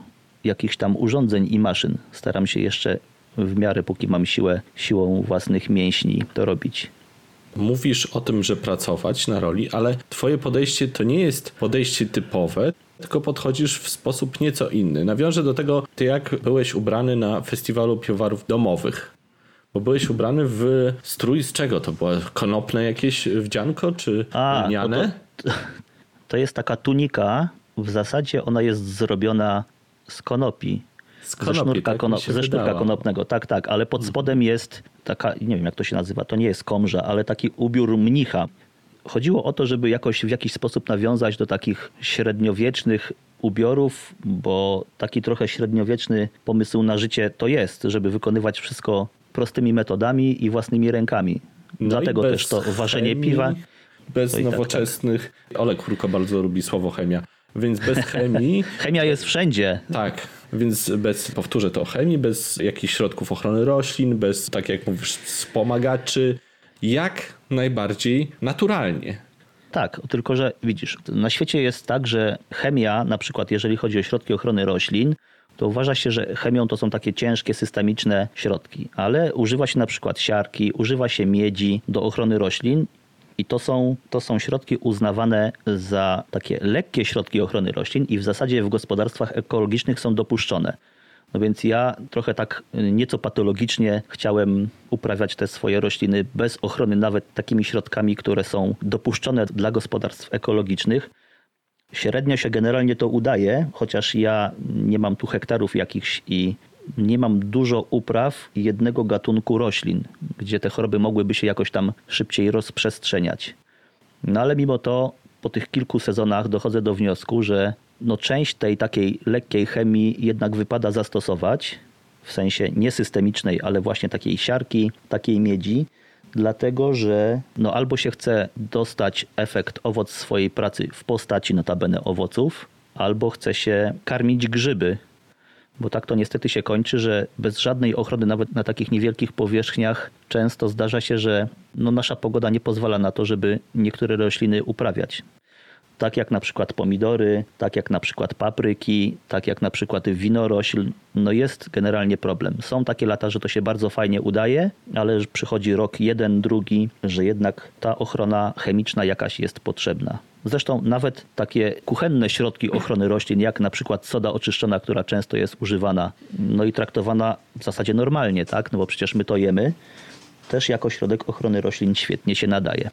jakichś tam urządzeń i maszyn. Staram się jeszcze w miarę, póki mam siłę, siłą własnych mięśni to robić. Mówisz o tym, że pracować na roli, ale twoje podejście to nie jest podejście typowe, tylko podchodzisz w sposób nieco inny. Nawiążę do tego, ty jak byłeś ubrany na festiwalu piwowarów domowych. Bo byłeś ubrany w strój z czego to było? Konopne jakieś wdzianko, czy A, lniane? To, to, to jest taka tunika, w zasadzie ona jest zrobiona z konopi. Z konopi, ze sznurka, tak kono, mi się ze sznurka wydało. konopnego, tak, tak, ale pod spodem jest taka, nie wiem jak to się nazywa, to nie jest komrza, ale taki ubiór mnicha. Chodziło o to, żeby jakoś w jakiś sposób nawiązać do takich średniowiecznych ubiorów, bo taki trochę średniowieczny pomysł na życie to jest, żeby wykonywać wszystko prostymi metodami i własnymi rękami. No Dlatego bez też to ważenie chemii, piwa. Bez To i tak, nowoczesnych. Olek Kurko bardzo lubi słowo chemia. Więc bez chemii. Chemia jest wszędzie. Tak, więc bez, powtórzę to, chemii, bez jakichś środków ochrony roślin, bez, tak jak mówisz, wspomagaczy, jak najbardziej naturalnie. Tak, tylko że widzisz, na świecie jest tak, że chemia, na przykład jeżeli chodzi o środki ochrony roślin, to uważa się, że chemią to są takie ciężkie, systemiczne środki, ale używa się na przykład siarki, używa się miedzi do ochrony roślin i to są, to są środki uznawane za takie lekkie środki ochrony roślin i w zasadzie w gospodarstwach ekologicznych są dopuszczone. No więc ja trochę tak nieco patologicznie chciałem uprawiać te swoje rośliny bez ochrony nawet takimi środkami, które są dopuszczone dla gospodarstw ekologicznych. Średnio się generalnie to udaje, chociaż ja nie mam tu hektarów jakichś i nie mam dużo upraw jednego gatunku roślin, gdzie te choroby mogłyby się jakoś tam szybciej rozprzestrzeniać. No ale mimo to po tych kilku sezonach dochodzę do wniosku, że no część tej takiej lekkiej chemii jednak wypada zastosować, w sensie nie systemicznej, ale właśnie takiej siarki, takiej miedzi, dlatego że no albo się chce dostać efekt, owoc swojej pracy w postaci notabene owoców, albo chce się karmić grzyby, bo tak to niestety się kończy, że bez żadnej ochrony nawet na takich niewielkich powierzchniach często zdarza się, że no nasza pogoda nie pozwala na to, żeby niektóre rośliny uprawiać. Tak jak na przykład pomidory, tak jak na przykład papryki, tak jak na przykład winorośl, no jest generalnie problem. Są takie lata, że to się bardzo fajnie udaje, ale przychodzi rok jeden, drugi, że jednak ta ochrona chemiczna jakaś jest potrzebna. Zresztą nawet takie kuchenne środki ochrony roślin, jak na przykład soda oczyszczona, która często jest używana, no i traktowana w zasadzie normalnie, tak, no bo przecież my to jemy, też jako środek ochrony roślin świetnie się nadaje.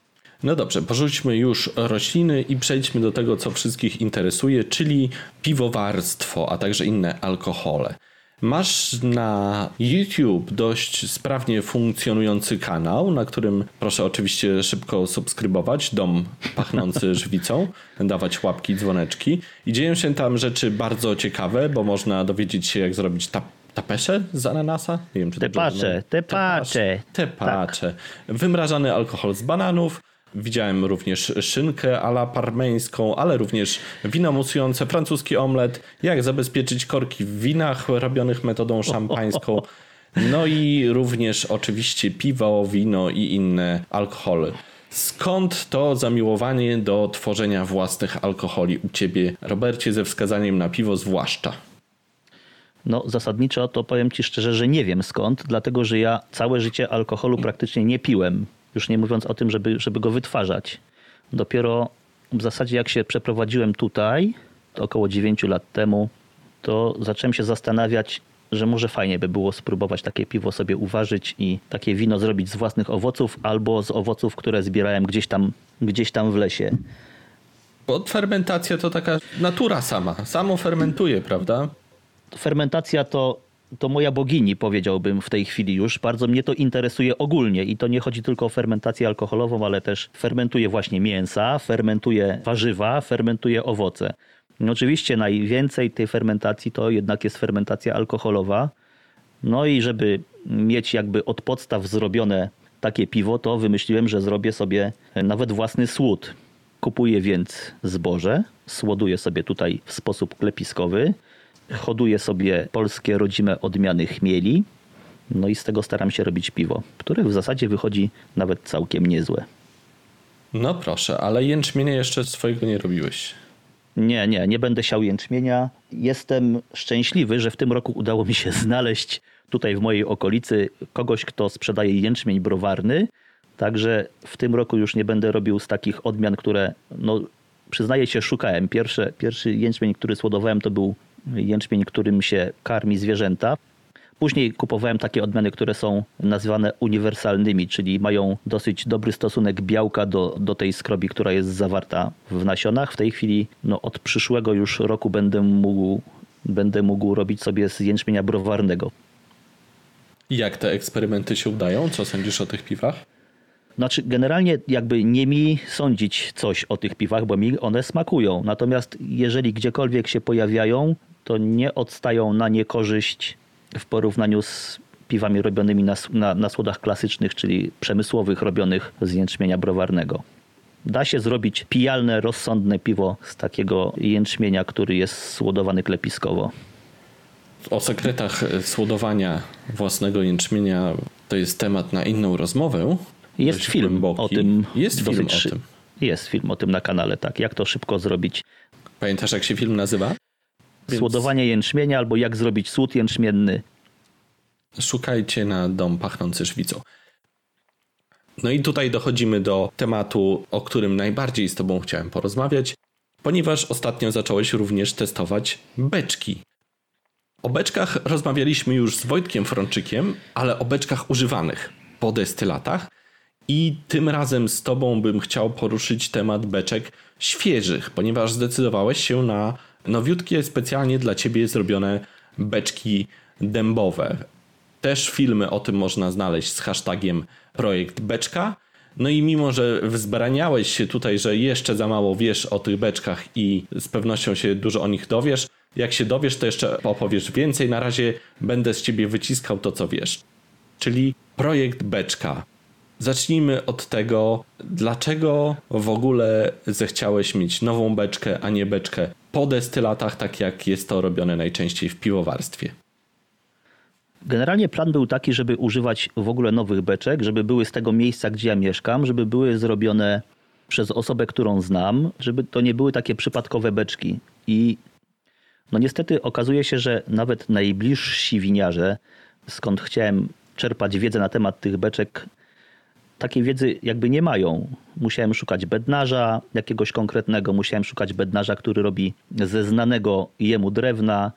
No dobrze, porzućmy już rośliny i przejdźmy do tego, co wszystkich interesuje, czyli piwowarstwo, a także inne alkohole. Masz na YouTube dość sprawnie funkcjonujący kanał, na którym proszę oczywiście szybko subskrybować, Dom Pachnący Żywicą, dawać łapki, dzwoneczki i dzieją się tam rzeczy bardzo ciekawe, bo można dowiedzieć się, jak zrobić tap tapesze z ananasa? Nie wiem, czy Tepacze, tepacze. Tepacze. Wymrażany alkohol z bananów. Widziałem również szynkę a la parmeńską, ale również wino musujące, francuski omlet, jak zabezpieczyć korki w winach robionych metodą szampańską, no i również oczywiście piwo, wino i inne alkohole. Skąd to zamiłowanie do tworzenia własnych alkoholi u ciebie, Robercie, ze wskazaniem na piwo zwłaszcza? No zasadniczo to powiem ci szczerze, że nie wiem skąd, dlatego że ja całe życie alkoholu praktycznie nie piłem. Już nie mówiąc o tym, żeby, żeby go wytwarzać. Dopiero w zasadzie jak się przeprowadziłem tutaj, około dziewięć lat temu, to zacząłem się zastanawiać, że może fajnie by było spróbować takie piwo sobie uważać i takie wino zrobić z własnych owoców albo z owoców, które zbierałem gdzieś tam, gdzieś tam w lesie. Bo fermentacja to taka natura sama. Samo fermentuje, prawda? Fermentacja to, to moja bogini, powiedziałbym w tej chwili już. Bardzo mnie to interesuje ogólnie i to nie chodzi tylko o fermentację alkoholową, ale też fermentuje właśnie mięsa, fermentuje warzywa, fermentuje owoce. No oczywiście najwięcej tej fermentacji to jednak jest fermentacja alkoholowa. No i żeby mieć jakby od podstaw zrobione takie piwo, to wymyśliłem, że zrobię sobie nawet własny słód. Kupuję więc zboże, słoduję sobie tutaj w sposób klepiskowy, hoduję sobie polskie rodzime odmiany chmieli, no i z tego staram się robić piwo, które w zasadzie wychodzi nawet całkiem niezłe. No proszę, ale jęczmienia jeszcze swojego nie robiłeś. Nie, nie, nie będę siał jęczmienia. Jestem szczęśliwy, że w tym roku udało mi się znaleźć tutaj w mojej okolicy kogoś, kto sprzedaje jęczmień browarny. Także w tym roku już nie będę robił z takich odmian, które, no przyznaję się, szukałem. Pierwszy, pierwszy jęczmień, który słodowałem, to był jęczmień, którym się karmi zwierzęta. Później kupowałem takie odmiany, które są nazywane uniwersalnymi, czyli mają dosyć dobry stosunek białka do, do tej skrobi, która jest zawarta w nasionach. W tej chwili no, od przyszłego już roku będę mógł, będę mógł robić sobie z jęczmienia browarnego. Jak te eksperymenty się udają? Co sądzisz o tych piwach? Znaczy generalnie jakby nie mi sądzić coś o tych piwach, bo mi one smakują. Natomiast jeżeli gdziekolwiek się pojawiają, to nie odstają na niekorzyść w porównaniu z piwami robionymi na, na, na słodach klasycznych, czyli przemysłowych, robionych z jęczmienia browarnego. Da się zrobić pijalne, rozsądne piwo z takiego jęczmienia, który jest słodowany klepiskowo. O sekretach słodowania własnego jęczmienia to jest temat na inną rozmowę. Jest film głęboki. o tym. Jest film dosyć, o tym. Jest film o tym na kanale, tak. Jak to szybko zrobić. Pamiętasz, jak się film nazywa? Słodowanie Więc... jęczmienia albo jak zrobić słód jęczmienny. Szukajcie na Dom Pachnący Żwicą. No i tutaj dochodzimy do tematu, o którym najbardziej z tobą chciałem porozmawiać, ponieważ ostatnio zacząłeś również testować beczki. O beczkach rozmawialiśmy już z Wojtkiem Frączykiem, ale o beczkach używanych po destylatach. I tym razem z tobą bym chciał poruszyć temat beczek świeżych, ponieważ zdecydowałeś się na nowiutkie, specjalnie dla ciebie zrobione beczki dębowe. Też filmy o tym można znaleźć z hashtagiem projekt beczka. No i mimo, że wzbraniałeś się tutaj, że jeszcze za mało wiesz o tych beczkach i z pewnością się dużo o nich dowiesz, jak się dowiesz, to jeszcze opowiesz więcej. Na razie będę z ciebie wyciskał to, co wiesz. Czyli projekt beczka. Zacznijmy od tego, dlaczego w ogóle zechciałeś mieć nową beczkę, a nie beczkę po destylatach, tak jak jest to robione najczęściej w piwowarstwie. Generalnie plan był taki, żeby używać w ogóle nowych beczek, żeby były z tego miejsca, gdzie ja mieszkam, żeby były zrobione przez osobę, którą znam, żeby to nie były takie przypadkowe beczki. I no niestety okazuje się, że nawet najbliżsi winiarze, skąd chciałem czerpać wiedzę na temat tych beczek, takiej wiedzy jakby nie mają. Musiałem szukać bednarza jakiegoś konkretnego, musiałem szukać bednarza, który robi ze znanego jemu drewna.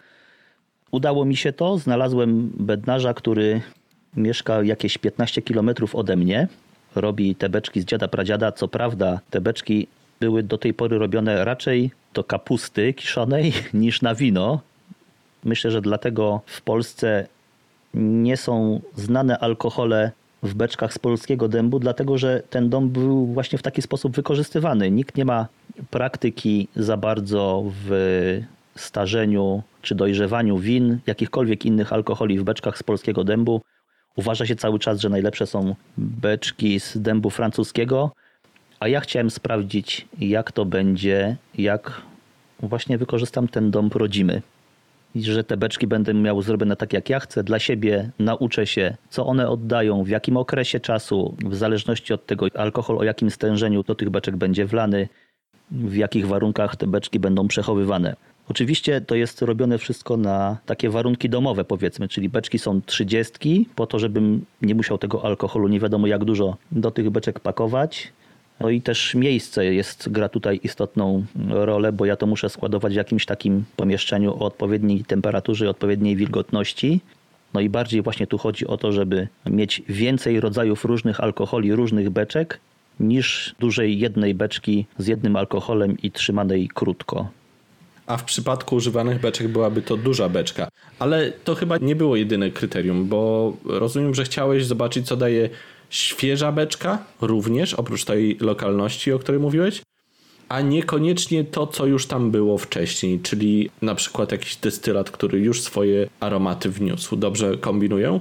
Udało mi się to, znalazłem bednarza, który mieszka jakieś piętnaście kilometrów ode mnie. Robi te beczki z dziada pradziada. Co prawda te beczki były do tej pory robione raczej do kapusty kiszonej niż na wino. Myślę, że dlatego w Polsce nie są znane alkohole w beczkach z polskiego dębu, dlatego że ten dąb był właśnie w taki sposób wykorzystywany. Nikt nie ma praktyki za bardzo w starzeniu czy dojrzewaniu win, jakichkolwiek innych alkoholi w beczkach z polskiego dębu. Uważa się cały czas, że najlepsze są beczki z dębu francuskiego, a ja chciałem sprawdzić, jak to będzie, jak właśnie wykorzystam ten dąb rodzimy. I że te beczki będę miał zrobione tak, jak ja chcę, dla siebie, nauczę się, co one oddają, w jakim okresie czasu, w zależności od tego alkohol, o jakim stężeniu do tych beczek będzie wlany, w jakich warunkach te beczki będą przechowywane. Oczywiście to jest robione wszystko na takie warunki domowe, powiedzmy, czyli beczki są trzydziestki, po to, żebym nie musiał tego alkoholu nie wiadomo jak dużo do tych beczek pakować. No i też miejsce jest, gra tutaj istotną rolę, bo ja to muszę składować w jakimś takim pomieszczeniu o odpowiedniej temperaturze i odpowiedniej wilgotności. No i bardziej właśnie tu chodzi o to, żeby mieć więcej rodzajów różnych alkoholi, różnych beczek, niż dużej jednej beczki z jednym alkoholem i trzymanej krótko. A w przypadku używanych beczek byłaby to duża beczka. Ale to chyba nie było jedyne kryterium, bo rozumiem, że chciałeś zobaczyć, co daje świeża beczka również, oprócz tej lokalności, o której mówiłeś, a niekoniecznie to, co już tam było wcześniej, czyli na przykład jakiś destylat, który już swoje aromaty wniósł. Dobrze kombinuję?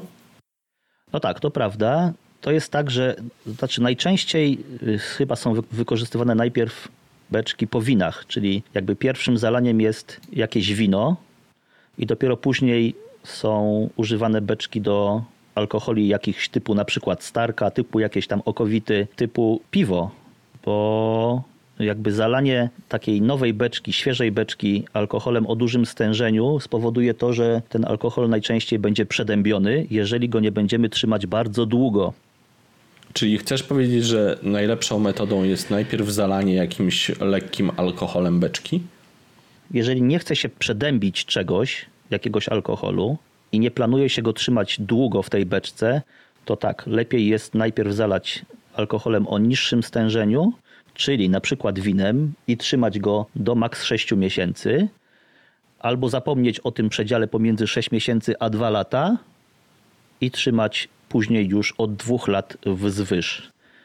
No tak, to prawda. To jest tak, że znaczy najczęściej chyba są wykorzystywane najpierw beczki po winach, czyli jakby pierwszym zalaniem jest jakieś wino i dopiero później są używane beczki do alkoholi jakichś typu na przykład starka, typu jakieś tam okowity, typu piwo, bo jakby zalanie takiej nowej beczki, świeżej beczki alkoholem o dużym stężeniu spowoduje to, że ten alkohol najczęściej będzie przedębiony, jeżeli go nie będziemy trzymać bardzo długo. Czyli chcesz powiedzieć, że najlepszą metodą jest najpierw zalanie jakimś lekkim alkoholem beczki? Jeżeli nie chce się przedębić czegoś, jakiegoś alkoholu i nie planuje się go trzymać długo w tej beczce, to tak, lepiej jest najpierw zalać alkoholem o niższym stężeniu, czyli na przykład winem i trzymać go do maks sześć miesięcy, albo zapomnieć o tym przedziale pomiędzy sześć miesięcy a dwa lata i trzymać później już od dwóch lat wzwyż.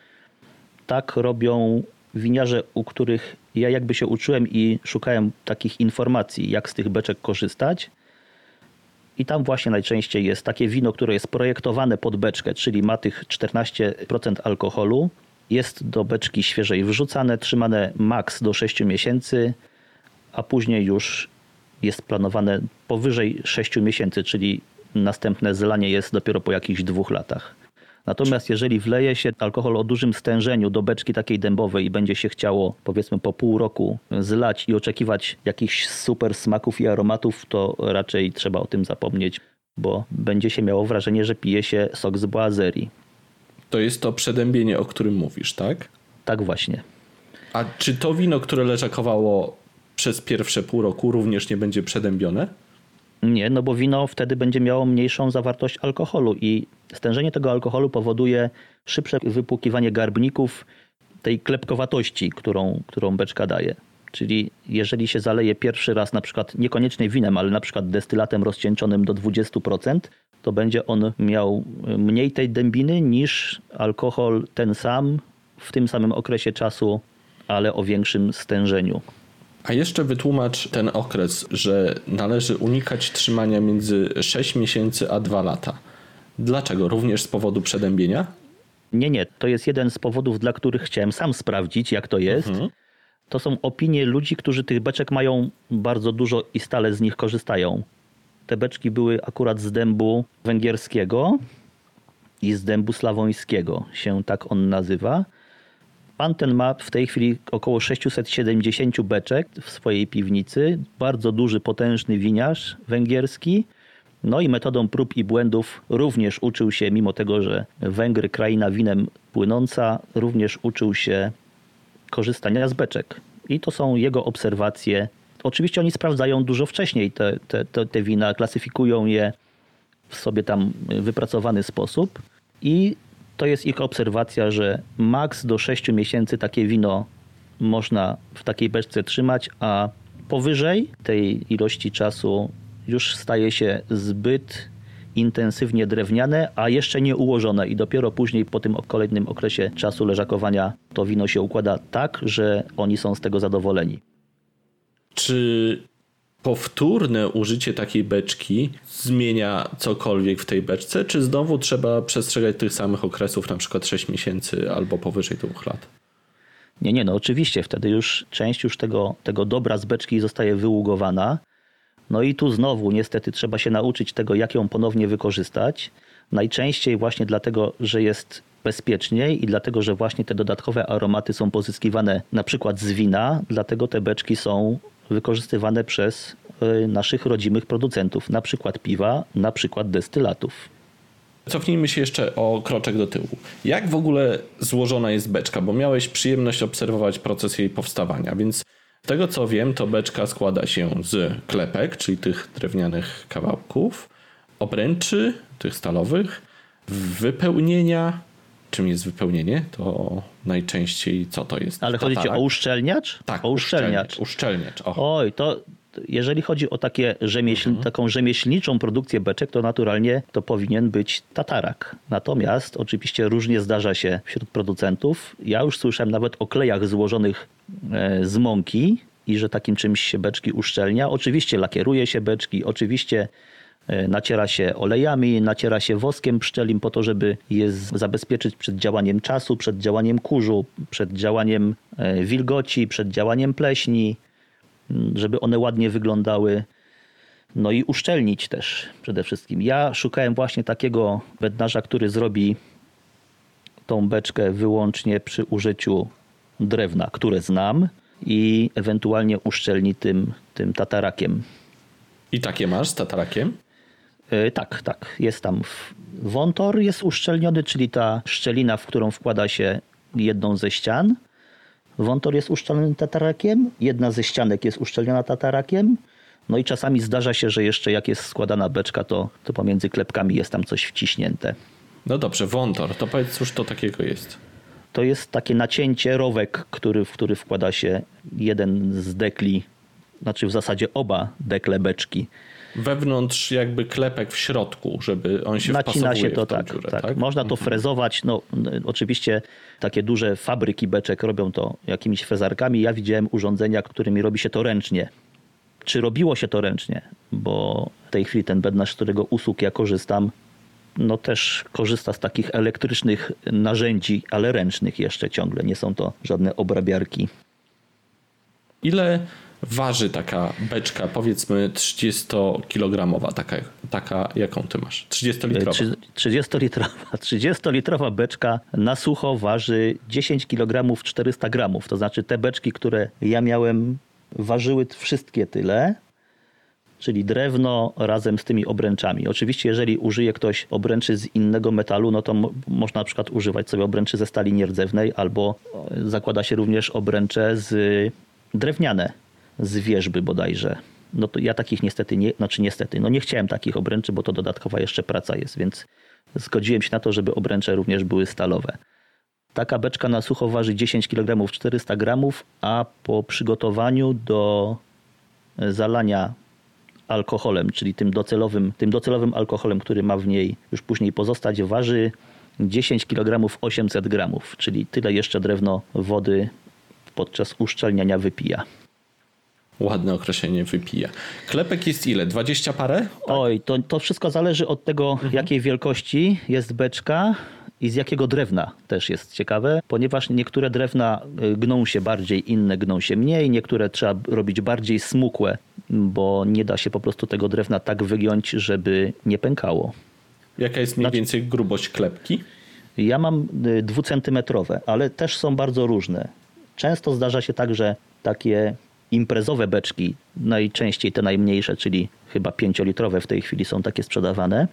Tak robią winiarze, u których ja jakby się uczyłem i szukałem takich informacji, jak z tych beczek korzystać. I tam właśnie najczęściej jest takie wino, które jest projektowane pod beczkę, czyli ma tych czternaście procent alkoholu. Jest do beczki świeżej wrzucane, trzymane maks do sześć miesięcy, a później już jest planowane powyżej sześć miesięcy, czyli następne zlanie jest dopiero po jakichś dwóch latach. Natomiast jeżeli wleje się alkohol o dużym stężeniu do beczki takiej dębowej i będzie się chciało powiedzmy po pół roku zlać i oczekiwać jakichś super smaków i aromatów, to raczej trzeba o tym zapomnieć, bo będzie się miało wrażenie, że pije się sok z boazerii. To jest to przedębienie, o którym mówisz, tak? Tak właśnie. A czy to wino, które leżakowało przez pierwsze pół roku, również nie będzie przedębione? Nie, no bo wino wtedy będzie miało mniejszą zawartość alkoholu i stężenie tego alkoholu powoduje szybsze wypłukiwanie garbników tej klepkowatości, którą, którą beczka daje. Czyli jeżeli się zaleje pierwszy raz na przykład niekoniecznie winem, ale na przykład destylatem rozcieńczonym do dwadzieścia procent, to będzie on miał mniej tej dębiny niż alkohol ten sam w tym samym okresie czasu, ale o większym stężeniu. A jeszcze wytłumacz ten okres, że należy unikać trzymania między sześć miesięcy a dwa lata. Dlaczego? Również z powodu przedębienia? Nie, nie. To jest jeden z powodów, dla których chciałem sam sprawdzić, jak to jest. Mhm. To są opinie ludzi, którzy tych beczek mają bardzo dużo i stale z nich korzystają. Te beczki były akurat z dębu węgierskiego i z dębu slawońskiego, się tak on nazywa. Pan ten ma w tej chwili około sześćset siedemdziesiąt beczek w swojej piwnicy. Bardzo duży, potężny winiarz węgierski. No i metodą prób i błędów również uczył się, mimo tego, że Węgry, kraina winem płynąca, również uczył się korzystania z beczek. I to są jego obserwacje. Oczywiście oni sprawdzają dużo wcześniej te, te, te, te wina, klasyfikują je w sobie tam wypracowany sposób i to jest ich obserwacja, że maks do sześciu miesięcy takie wino można w takiej beczce trzymać, a powyżej tej ilości czasu już staje się zbyt intensywnie drewniane, a jeszcze nie ułożone i dopiero później po tym kolejnym okresie czasu leżakowania to wino się układa tak, że oni są z tego zadowoleni. Czy powtórne użycie takiej beczki zmienia cokolwiek w tej beczce, czy znowu trzeba przestrzegać tych samych okresów, na przykład sześć miesięcy albo powyżej dwóch lat? Nie, nie, no oczywiście, wtedy już część już tego, tego dobra z beczki zostaje wyługowana. No i tu znowu niestety trzeba się nauczyć tego, jak ją ponownie wykorzystać. Najczęściej właśnie dlatego, że jest bezpieczniej i dlatego, że właśnie te dodatkowe aromaty są pozyskiwane na przykład z wina, dlatego te beczki są wykorzystywane przez naszych rodzimych producentów, na przykład piwa, na przykład destylatów. Cofnijmy się jeszcze o kroczek do tyłu. Jak w ogóle złożona jest beczka? Bo miałeś przyjemność obserwować proces jej powstawania, więc z tego co wiem, to beczka składa się z klepek, czyli tych drewnianych kawałków, obręczy, tych stalowych, wypełnienia. Czym jest wypełnienie? To najczęściej co to jest? Ale chodzi ci o uszczelniacz? Tak, o uszczelniacz. Uszczelniacz. O. Oj, to jeżeli chodzi o takie rzemieśl... mhm. taką rzemieślniczą produkcję beczek, to naturalnie to powinien być tatarak. Natomiast oczywiście różnie zdarza się wśród producentów. Ja już słyszałem nawet o klejach złożonych z mąki i że takim czymś się beczki uszczelnia. Oczywiście lakieruje się beczki, oczywiście naciera się olejami, naciera się woskiem pszczelim po to, żeby je zabezpieczyć przed działaniem czasu, przed działaniem kurzu, przed działaniem wilgoci, przed działaniem pleśni, żeby one ładnie wyglądały. No i uszczelnić też przede wszystkim. Ja szukałem właśnie takiego wędnarza, który zrobi tą beczkę wyłącznie przy użyciu drewna, które znam i ewentualnie uszczelni tym, tym tatarakiem. I takie masz z tatarakiem? Yy, tak, tak. Jest tam w... wątor jest uszczelniony, czyli ta szczelina, w którą wkłada się jedną ze ścian. Wątor jest uszczelniony tatarakiem, jedna ze ścianek jest uszczelniona tatarakiem. No i czasami zdarza się, że jeszcze jak jest składana beczka, to, to pomiędzy klepkami jest tam coś wciśnięte. No dobrze, wątor. To powiedz, cóż to takiego jest? To jest takie nacięcie, rowek, który, w który wkłada się jeden z dekli, znaczy w zasadzie oba dekle beczki. Wewnątrz jakby klepek w środku, żeby on się Nacina wpasowuje się to w tą tak, dziurę, tak. tak? Można to frezować. No, oczywiście takie duże fabryki beczek robią to jakimiś frezarkami. Ja widziałem urządzenia, którymi robi się to ręcznie. Czy robiło się to ręcznie? Bo w tej chwili ten bednarz, z którego usług ja korzystam, no też korzysta z takich elektrycznych narzędzi, ale ręcznych jeszcze ciągle. Nie są to żadne obrabiarki. Ile waży taka beczka, powiedzmy trzydziestokilogramowa, taka, taka jaką ty masz? trzydziestolitrowa. trzydziestolitrowa. trzydziestolitrowa beczka na sucho waży dziesięć kilogramów czterysta gramów. To znaczy te beczki, które ja miałem, ważyły wszystkie tyle, czyli drewno razem z tymi obręczami. Oczywiście jeżeli użyje ktoś obręczy z innego metalu, no to mo- można na przykład używać sobie obręczy ze stali nierdzewnej, albo zakłada się również obręcze z drewniane, z wierzby bodajże. No to ja takich niestety nie, znaczy niestety, no nie chciałem takich obręczy, bo to dodatkowa jeszcze praca jest, więc zgodziłem się na to, żeby obręcze również były stalowe. Taka beczka na sucho waży dziesięć kilogramów czterysta gramów, a po przygotowaniu do zalania alkoholem, czyli tym docelowym, tym docelowym alkoholem, który ma w niej już później pozostać, waży dziesięć kilogramów osiemset gramów, czyli tyle jeszcze drewno wody podczas uszczelniania wypija. Ładne określenie, wypija. Klepek jest ile? dwadzieścia parę? Oj, to, to wszystko zależy od tego, mhm. jakiej wielkości jest beczka i z jakiego drewna też jest ciekawe, ponieważ niektóre drewna gną się bardziej, inne gną się mniej, niektóre trzeba robić bardziej smukłe, bo nie da się po prostu tego drewna tak wygiąć, żeby nie pękało. Jaka jest mniej znaczy, więcej grubość klepki? Ja mam dwucentymetrowe, ale też są bardzo różne. Często zdarza się tak, że takie imprezowe beczki, najczęściej te najmniejsze, czyli chyba pięciolitrowe w tej chwili są takie sprzedawane,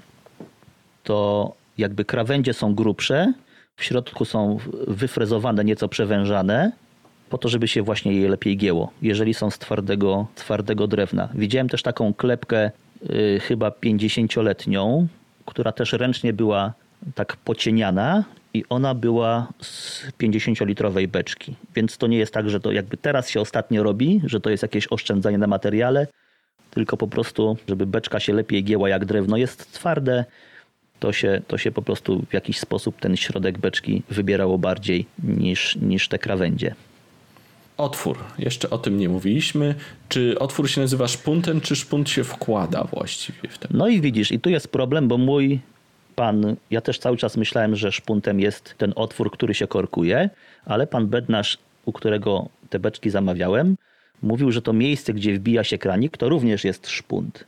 to jakby krawędzie są grubsze, w środku są wyfrezowane, nieco przewężane, po to, żeby się właśnie je lepiej gięło, jeżeli są z twardego, twardego drewna. Widziałem też taką klepkę yy, chyba pięćdziesięcioletnią, która też ręcznie była tak pocieniana i ona była z pięćdziesięciolitrowej beczki. Więc to nie jest tak, że to jakby teraz się ostatnio robi, że to jest jakieś oszczędzanie na materiale, tylko po prostu, żeby beczka się lepiej gięła, jak drewno jest twarde, to się, to się po prostu w jakiś sposób ten środek beczki wybierało bardziej niż, niż te krawędzie. Otwór. Jeszcze o tym nie mówiliśmy. Czy otwór się nazywa szpuntem, czy szpunt się wkłada właściwie w ten? No i widzisz, i tu jest problem, bo mój pan, ja też cały czas myślałem, że szpuntem jest ten otwór, który się korkuje, ale pan bednarz, u którego te beczki zamawiałem, mówił, że to miejsce, gdzie wbija się kranik, to również jest szpunt.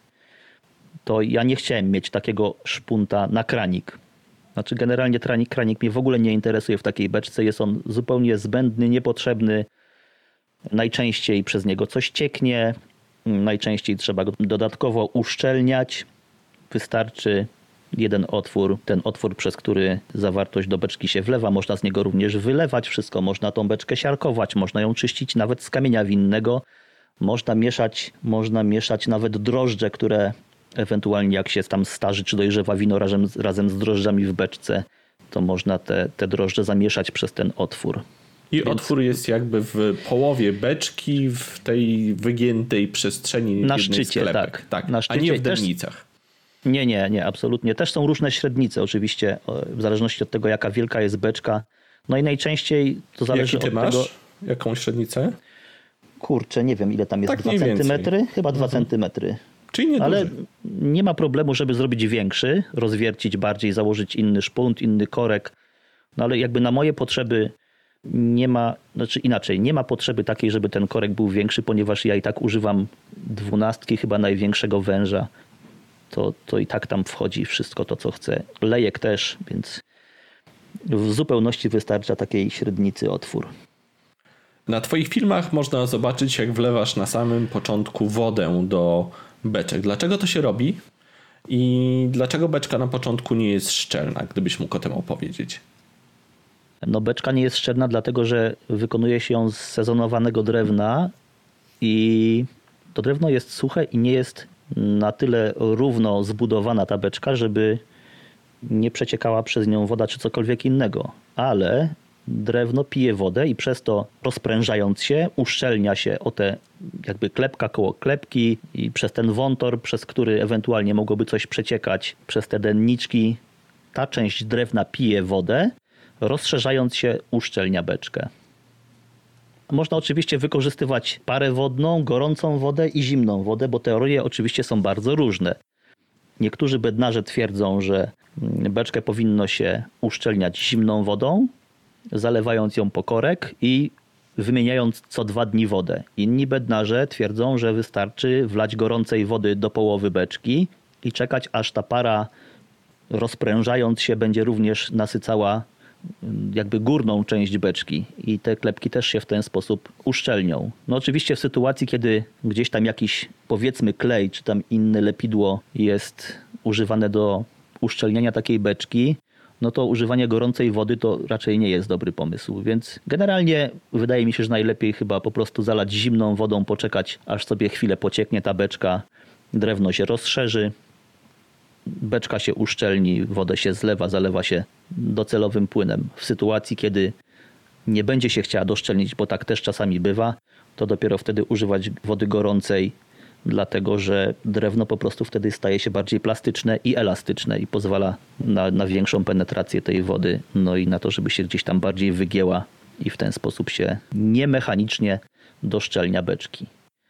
To ja nie chciałem mieć takiego szpunta na kranik. Znaczy generalnie kranik, kranik mnie w ogóle nie interesuje w takiej beczce. Jest on zupełnie zbędny, niepotrzebny. Najczęściej przez niego coś cieknie. Najczęściej trzeba go dodatkowo uszczelniać. Wystarczy jeden otwór, ten otwór, przez który zawartość do beczki się wlewa. Można z niego również wylewać wszystko. Można tą beczkę siarkować, można ją czyścić nawet z kamienia winnego. Można mieszać, można mieszać nawet drożdże, które ewentualnie jak się tam starzy czy dojrzewa wino razem, razem z drożdżami w beczce, to można te, te drożdże zamieszać przez ten otwór. I Więc otwór jest jakby w połowie beczki, w tej wygiętej przestrzeni na szczycie, szczycie, tak, tak. na A szczycie nie w też, dębnicach. Nie, nie, nie, absolutnie. Też są różne średnice oczywiście, w zależności od tego, jaka wielka jest beczka. No i najczęściej to zależy Jaki ty od masz? tego... Jaką średnicę? Kurczę, nie wiem ile tam jest, Tak dwa mniej centymetry? więcej. Chyba dwa Mhm. centymetry. Czyli nie Ale duży. nie ma problemu, żeby zrobić większy, rozwiercić bardziej, założyć inny szpunt, inny korek. No ale jakby na moje potrzeby nie ma, znaczy inaczej, nie ma potrzeby takiej, żeby ten korek był większy, ponieważ ja i tak używam dwunastki, chyba największego węża. To, to i tak tam wchodzi wszystko to, co chcę. Lejek też, więc w zupełności wystarcza takiej średnicy otwór. Na twoich filmach można zobaczyć, jak wlewasz na samym początku wodę do beczek. Dlaczego to się robi? I dlaczego beczka na początku nie jest szczelna, gdybyś mógł o tym opowiedzieć? No beczka nie jest szczelna, dlatego że wykonuje się ją z sezonowanego drewna i to drewno jest suche i nie jest na tyle równo zbudowana ta beczka, żeby nie przeciekała przez nią woda czy cokolwiek innego. Ale drewno pije wodę i przez to rozprężając się uszczelnia się o te jakby klepka koło klepki i przez ten wątor, przez który ewentualnie mogłoby coś przeciekać, przez te denniczki. Ta część drewna pije wodę, rozszerzając się uszczelnia beczkę. Można oczywiście wykorzystywać parę wodną, gorącą wodę i zimną wodę, bo teorie oczywiście są bardzo różne. Niektórzy bednarze twierdzą, że beczkę powinno się uszczelniać zimną wodą, zalewając ją po korek i wymieniając co dwa dni wodę. Inni bednarze twierdzą, że wystarczy wlać gorącej wody do połowy beczki i czekać, aż ta para rozprężając się będzie również nasycała jakby górną część beczki i te klepki też się w ten sposób uszczelnią. No oczywiście w sytuacji, kiedy gdzieś tam jakiś powiedzmy klej czy tam inne lepidło jest używane do uszczelniania takiej beczki, no to używanie gorącej wody to raczej nie jest dobry pomysł. Więc generalnie wydaje mi się, że najlepiej chyba po prostu zalać zimną wodą, poczekać aż sobie chwilę pocieknie ta beczka, drewno się rozszerzy, beczka się uszczelni, wodę się zlewa, zalewa się docelowym płynem. W sytuacji, kiedy nie będzie się chciała doszczelnić, bo tak też czasami bywa, to dopiero wtedy używać wody gorącej, dlatego że drewno po prostu wtedy staje się bardziej plastyczne i elastyczne i pozwala na, na większą penetrację tej wody, no i na to, żeby się gdzieś tam bardziej wygięła i w ten sposób się niemechanicznie doszczelnia beczki.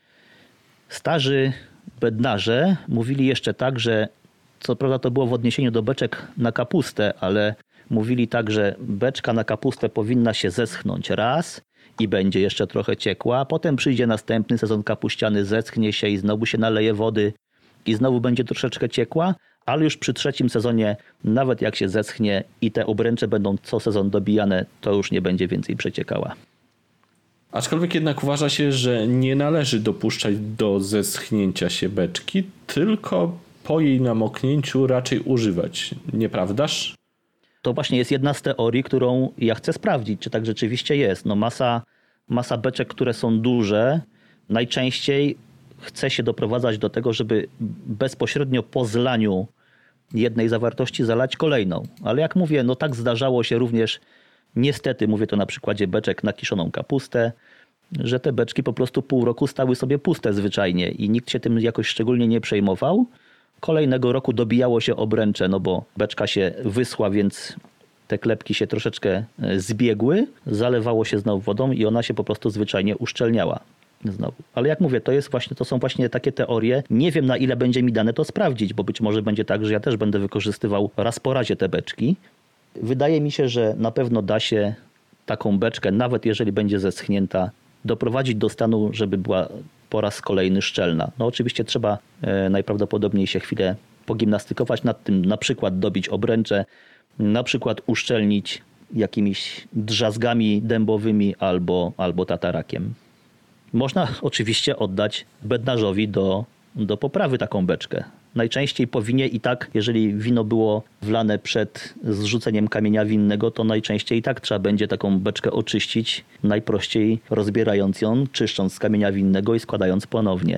Starzy bednarze mówili jeszcze tak, że co prawda to było w odniesieniu do beczek na kapustę, ale mówili tak, że beczka na kapustę powinna się zeschnąć raz i będzie jeszcze trochę ciekła, a potem przyjdzie następny sezon kapuściany, zeschnie się i znowu się naleje wody i znowu będzie troszeczkę ciekła, ale już przy trzecim sezonie, nawet jak się zeschnie i te obręcze będą co sezon dobijane, to już nie będzie więcej przeciekała. Aczkolwiek jednak uważa się, że nie należy dopuszczać do zeschnięcia się beczki, tylko po jej namoknięciu raczej używać, nieprawdaż? To właśnie jest jedna z teorii, którą ja chcę sprawdzić, czy tak rzeczywiście jest. No masa, masa beczek, które są duże, najczęściej chce się doprowadzać do tego, żeby bezpośrednio po zlaniu jednej zawartości zalać kolejną. Ale jak mówię, no tak zdarzało się również, niestety, mówię to na przykładzie beczek na kiszoną kapustę, że te beczki po prostu pół roku stały sobie puste zwyczajnie i nikt się tym jakoś szczególnie nie przejmował. Kolejnego roku dobijało się obręcze, no bo beczka się wyschła, więc te klepki się troszeczkę zbiegły, zalewało się znowu wodą i ona się po prostu zwyczajnie uszczelniała znowu. Ale jak mówię, to jest właśnie, to są właśnie takie teorie. Nie wiem, na ile będzie mi dane to sprawdzić, bo być może będzie tak, że ja też będę wykorzystywał raz po razie te beczki. Wydaje mi się, że na pewno da się taką beczkę, nawet jeżeli będzie zeschnięta, doprowadzić do stanu, żeby była po raz kolejny szczelna. No oczywiście trzeba e, najprawdopodobniej się chwilę pogimnastykować nad tym, na przykład dobić obręcze, na przykład uszczelnić jakimiś drzazgami dębowymi albo, albo tatarakiem. Można oczywiście oddać bednarzowi do, do poprawy taką beczkę. Najczęściej powinie i tak, jeżeli wino było wlane przed zrzuceniem kamienia winnego, to najczęściej i tak trzeba będzie taką beczkę oczyścić, najprościej rozbierając ją, czyszcząc z kamienia winnego i składając ponownie.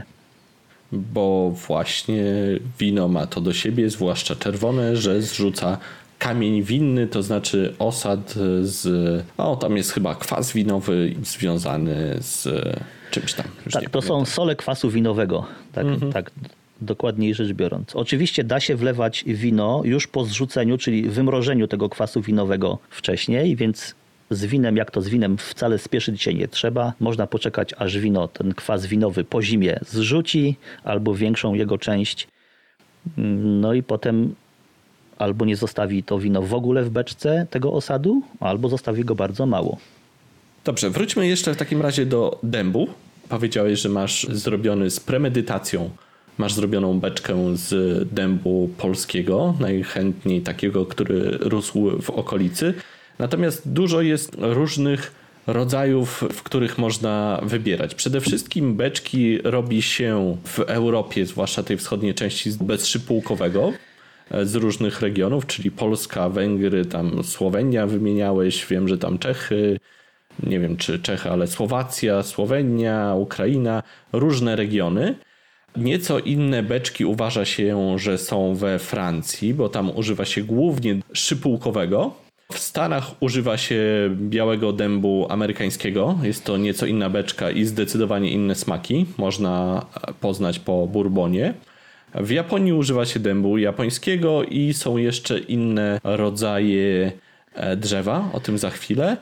Bo właśnie wino ma to do siebie, zwłaszcza czerwone, że zrzuca kamień winny, to znaczy osad z... O, tam jest chyba kwas winowy związany z czymś tam. Już tak, to są sole kwasu winowego. Tak, mhm. tak. Dokładniej rzecz biorąc. Oczywiście da się wlewać wino już po zrzuceniu, czyli wymrożeniu tego kwasu winowego wcześniej, więc z winem, jak to z winem, wcale spieszyć się nie trzeba. Można poczekać, aż wino, ten kwas winowy po zimie zrzuci, albo większą jego część. No i potem albo nie zostawi to wino w ogóle w beczce tego osadu, albo zostawi go bardzo mało. Dobrze, wróćmy jeszcze w takim razie do dębu. Powiedziałeś, że masz zrobiony z premedytacją Masz zrobioną beczkę z dębu polskiego, najchętniej takiego, który rósł w okolicy. Natomiast dużo jest różnych rodzajów, w których można wybierać. Przede wszystkim beczki robi się w Europie, zwłaszcza tej wschodniej części, bez szypułkowego, z różnych regionów, czyli Polska, Węgry, tam Słowenia wymieniałeś, wiem, że tam Czechy, nie wiem czy Czechy, ale Słowacja, Słowenia, Ukraina, różne regiony. Nieco inne beczki uważa się, że są we Francji, bo tam używa się głównie szypułkowego. W Stanach używa się białego dębu amerykańskiego. Jest to nieco inna beczka i zdecydowanie inne smaki. Można poznać po bourbonie. W Japonii używa się dębu japońskiego i są jeszcze inne rodzaje drzewa. O tym za chwilę.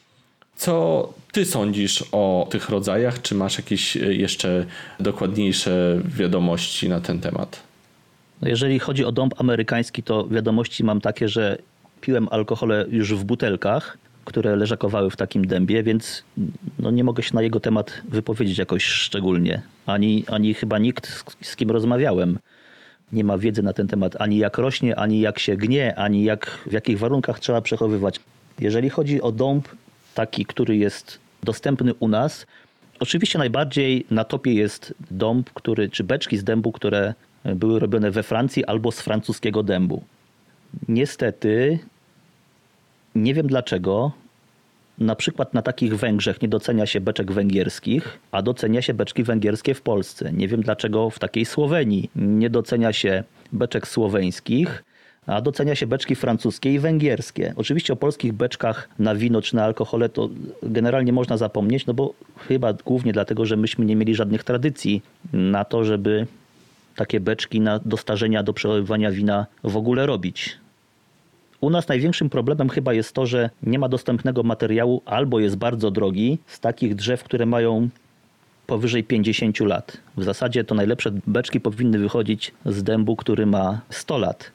Co ty sądzisz o tych rodzajach? Czy masz jakieś jeszcze dokładniejsze wiadomości na ten temat? No jeżeli chodzi o dąb amerykański, to wiadomości mam takie, że piłem alkohole już w butelkach, które leżakowały w takim dębie, więc no nie mogę się na jego temat wypowiedzieć jakoś szczególnie. Ani, ani chyba nikt, z, z kim rozmawiałem, nie ma wiedzy na ten temat, ani jak rośnie, ani jak się gnie, ani jak, w jakich warunkach trzeba przechowywać. Jeżeli chodzi o dąb taki, który jest dostępny u nas, oczywiście najbardziej na topie jest dąb, który, czy beczki z dębu, które były robione we Francji albo z francuskiego dębu. Niestety, nie wiem dlaczego, na przykład na takich Węgrzech nie docenia się beczek węgierskich, a docenia się beczki węgierskie w Polsce. Nie wiem dlaczego w takiej Słowenii nie docenia się beczek słoweńskich, a docenia się beczki francuskie i węgierskie. Oczywiście o polskich beczkach na wino czy na alkohole to generalnie można zapomnieć, no bo chyba głównie dlatego, że myśmy nie mieli żadnych tradycji na to, żeby takie beczki na, do starzenia, do przechowywania wina w ogóle robić. U nas największym problemem chyba jest to, że nie ma dostępnego materiału albo jest bardzo drogi z takich drzew, które mają powyżej pięćdziesiąt lat. W zasadzie to najlepsze beczki powinny wychodzić z dębu, który ma sto lat.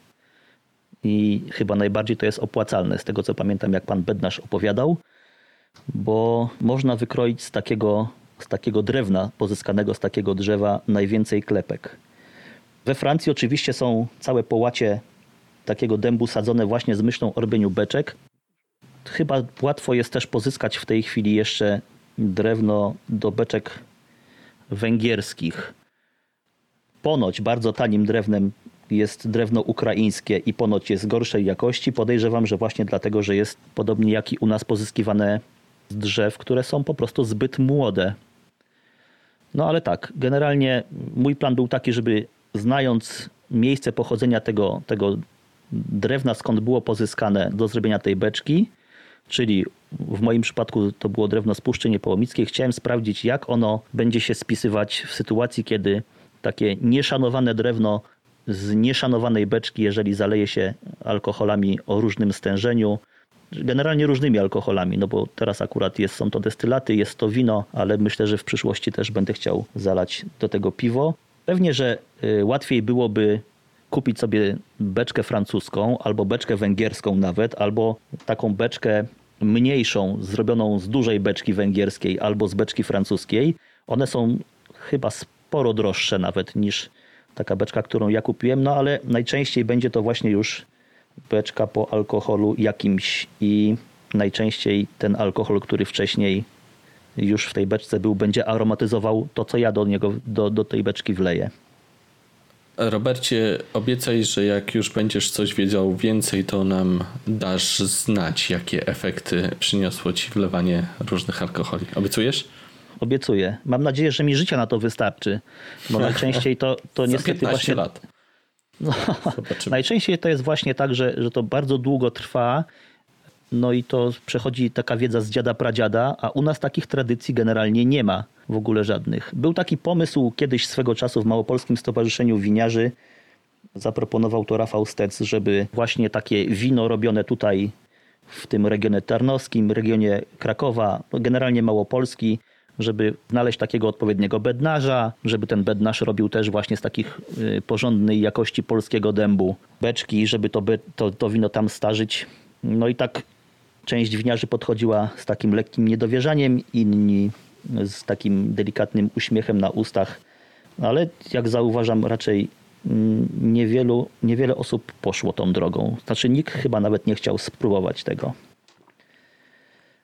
I chyba najbardziej to jest opłacalne, z tego co pamiętam, jak pan Bednarz opowiadał, bo można wykroić z takiego, z takiego drewna, pozyskanego z takiego drzewa, najwięcej klepek. We Francji oczywiście są całe połacie takiego dębu sadzone właśnie z myślą o robieniu beczek. Chyba łatwo jest też pozyskać w tej chwili jeszcze drewno do beczek węgierskich. Ponoć bardzo tanim drewnem jest drewno ukraińskie i ponoć jest gorszej jakości. Podejrzewam, że właśnie dlatego, że jest podobnie jak i u nas pozyskiwane z drzew, które są po prostu zbyt młode. No ale tak, generalnie mój plan był taki, żeby znając miejsce pochodzenia tego, tego drewna, skąd było pozyskane do zrobienia tej beczki, czyli w moim przypadku to było drewno z Puszczy Niepołomickiej, chciałem sprawdzić, jak ono będzie się spisywać w sytuacji, kiedy takie nieszanowane drewno z nieszanowanej beczki, jeżeli zaleje się alkoholami o różnym stężeniu, generalnie różnymi alkoholami, no bo teraz akurat jest, są to destylaty, jest to wino, ale myślę, że w przyszłości też będę chciał zalać do tego piwo. Pewnie, że łatwiej byłoby kupić sobie beczkę francuską albo beczkę węgierską nawet, albo taką beczkę mniejszą, zrobioną z dużej beczki węgierskiej albo z beczki francuskiej. One są chyba sporo droższe nawet niż taka beczka, którą ja kupiłem, no ale najczęściej będzie to właśnie już beczka po alkoholu jakimś i najczęściej ten alkohol, który wcześniej już w tej beczce był, będzie aromatyzował to, co ja do niego, do, do tej beczki wleję. Robercie, obiecaj, że jak już będziesz coś wiedział więcej, to nam dasz znać, jakie efekty przyniosło ci wlewanie różnych alkoholi. Obiecujesz? Obiecuję. Mam nadzieję, że mi życia na to wystarczy, bo najczęściej to, to niestety piętnaście właśnie... lat. No, najczęściej to jest właśnie tak, że, że to bardzo długo trwa, no i to przechodzi taka wiedza z dziada pradziada, a u nas takich tradycji generalnie nie ma w ogóle żadnych. Był taki pomysł kiedyś swego czasu w Małopolskim Stowarzyszeniu Winiarzy, zaproponował to Rafał Stec, żeby właśnie takie wino robione tutaj w tym regionie tarnowskim, regionie Krakowa, no generalnie Małopolski, żeby znaleźć takiego odpowiedniego bednarza, żeby ten bednarz robił też właśnie z takich y, porządnej jakości polskiego dębu beczki, żeby to, be, to, to wino tam starzyć. No i tak część winiarzy podchodziła z takim lekkim niedowierzaniem, inni z takim delikatnym uśmiechem na ustach, ale jak zauważam, raczej niewielu, niewiele osób poszło tą drogą. Znaczy nikt chyba nawet nie chciał spróbować tego.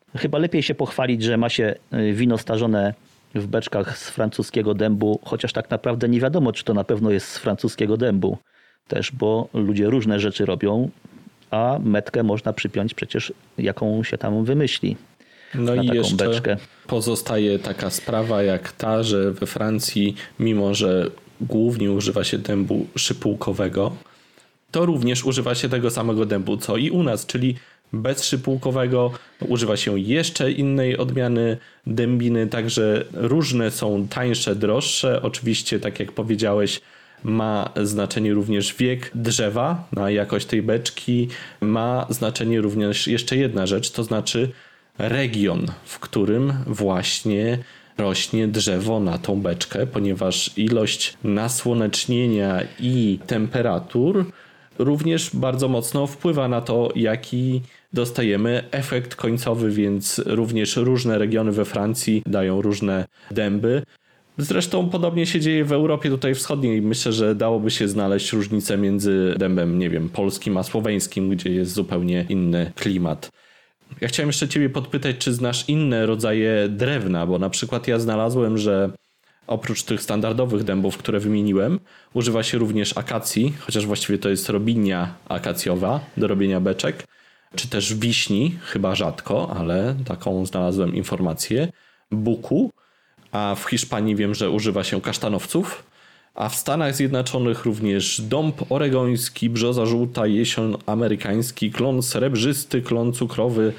Chyba lepiej się pochwalić, że ma się wino starzone w beczkach z francuskiego dębu, chociaż tak naprawdę nie wiadomo, czy to na pewno jest z francuskiego dębu też, bo ludzie różne rzeczy robią, a metkę można przypiąć przecież jaką się tam wymyśli. No na i taką jeszcze beczkę. Pozostaje taka sprawa jak ta, że we Francji, mimo że głównie używa się dębu szypułkowego, to również używa się tego samego dębu co i u nas, czyli bez szypułkowego używa się jeszcze innej odmiany dębiny, także różne są tańsze, droższe. Oczywiście, tak jak powiedziałeś, ma znaczenie również wiek drzewa na jakość tej beczki. Ma znaczenie również jeszcze jedna rzecz, to znaczy region, w którym właśnie rośnie drzewo na tą beczkę, ponieważ ilość nasłonecznienia i temperatur również bardzo mocno wpływa na to, jaki dostajemy efekt końcowy, więc również różne regiony we Francji dają różne dęby. Zresztą podobnie się dzieje w Europie tutaj wschodniej. Myślę, że dałoby się znaleźć różnicę między dębem, nie wiem, polskim a słoweńskim, gdzie jest zupełnie inny klimat. Ja chciałem jeszcze ciebie podpytać, czy znasz inne rodzaje drewna, bo na przykład ja znalazłem, że oprócz tych standardowych dębów, które wymieniłem, używa się również akacji, chociaż właściwie to jest robinia akacjowa do robienia beczek, czy też wiśni, chyba rzadko, ale taką znalazłem informację, buku, a w Hiszpanii wiem, że używa się kasztanowców, a w Stanach Zjednoczonych również dąb oregoński, brzoza żółta, jesion amerykański, klon srebrzysty, klon cukrowy,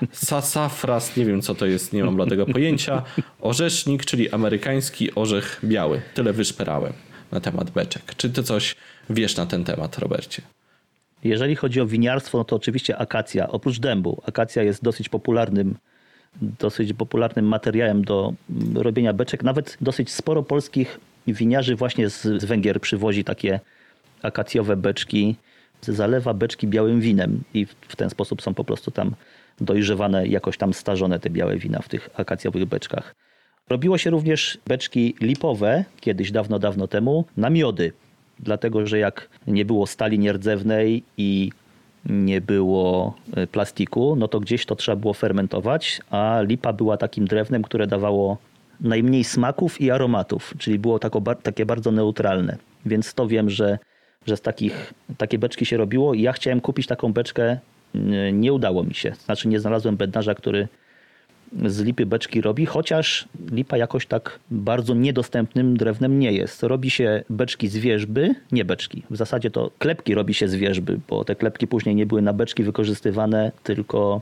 sasafras, nie wiem co to jest, nie mam bladego pojęcia, orzesznik, czyli amerykański orzech biały. Tyle wyszperałem na temat beczek. Czy ty coś wiesz na ten temat, Robercie? Jeżeli chodzi o winiarstwo, no to oczywiście akacja, oprócz dębu. Akacja jest dosyć popularnym, dosyć popularnym materiałem do robienia beczek. Nawet dosyć sporo polskich winiarzy właśnie z, z Węgier przywozi takie akacjowe beczki, zalewa beczki białym winem i w, w ten sposób są po prostu tam dojrzewane, jakoś tam starzone te białe wina w tych akacjowych beczkach. Robiło się również beczki lipowe, kiedyś dawno, dawno temu, na miody. Dlatego, że jak nie było stali nierdzewnej i nie było plastiku, no to gdzieś to trzeba było fermentować, a lipa była takim drewnem, które dawało najmniej smaków i aromatów, czyli było tako, takie bardzo neutralne. Więc to wiem, że, że z takich, takie beczki się robiło i ja chciałem kupić taką beczkę, nie udało mi się. Znaczy nie znalazłem bednarza, który z lipy beczki robi, chociaż lipa jakoś tak bardzo niedostępnym drewnem nie jest. Robi się beczki z wierzby, nie beczki. W zasadzie to klepki robi się z wierzby, bo te klepki później nie były na beczki wykorzystywane, tylko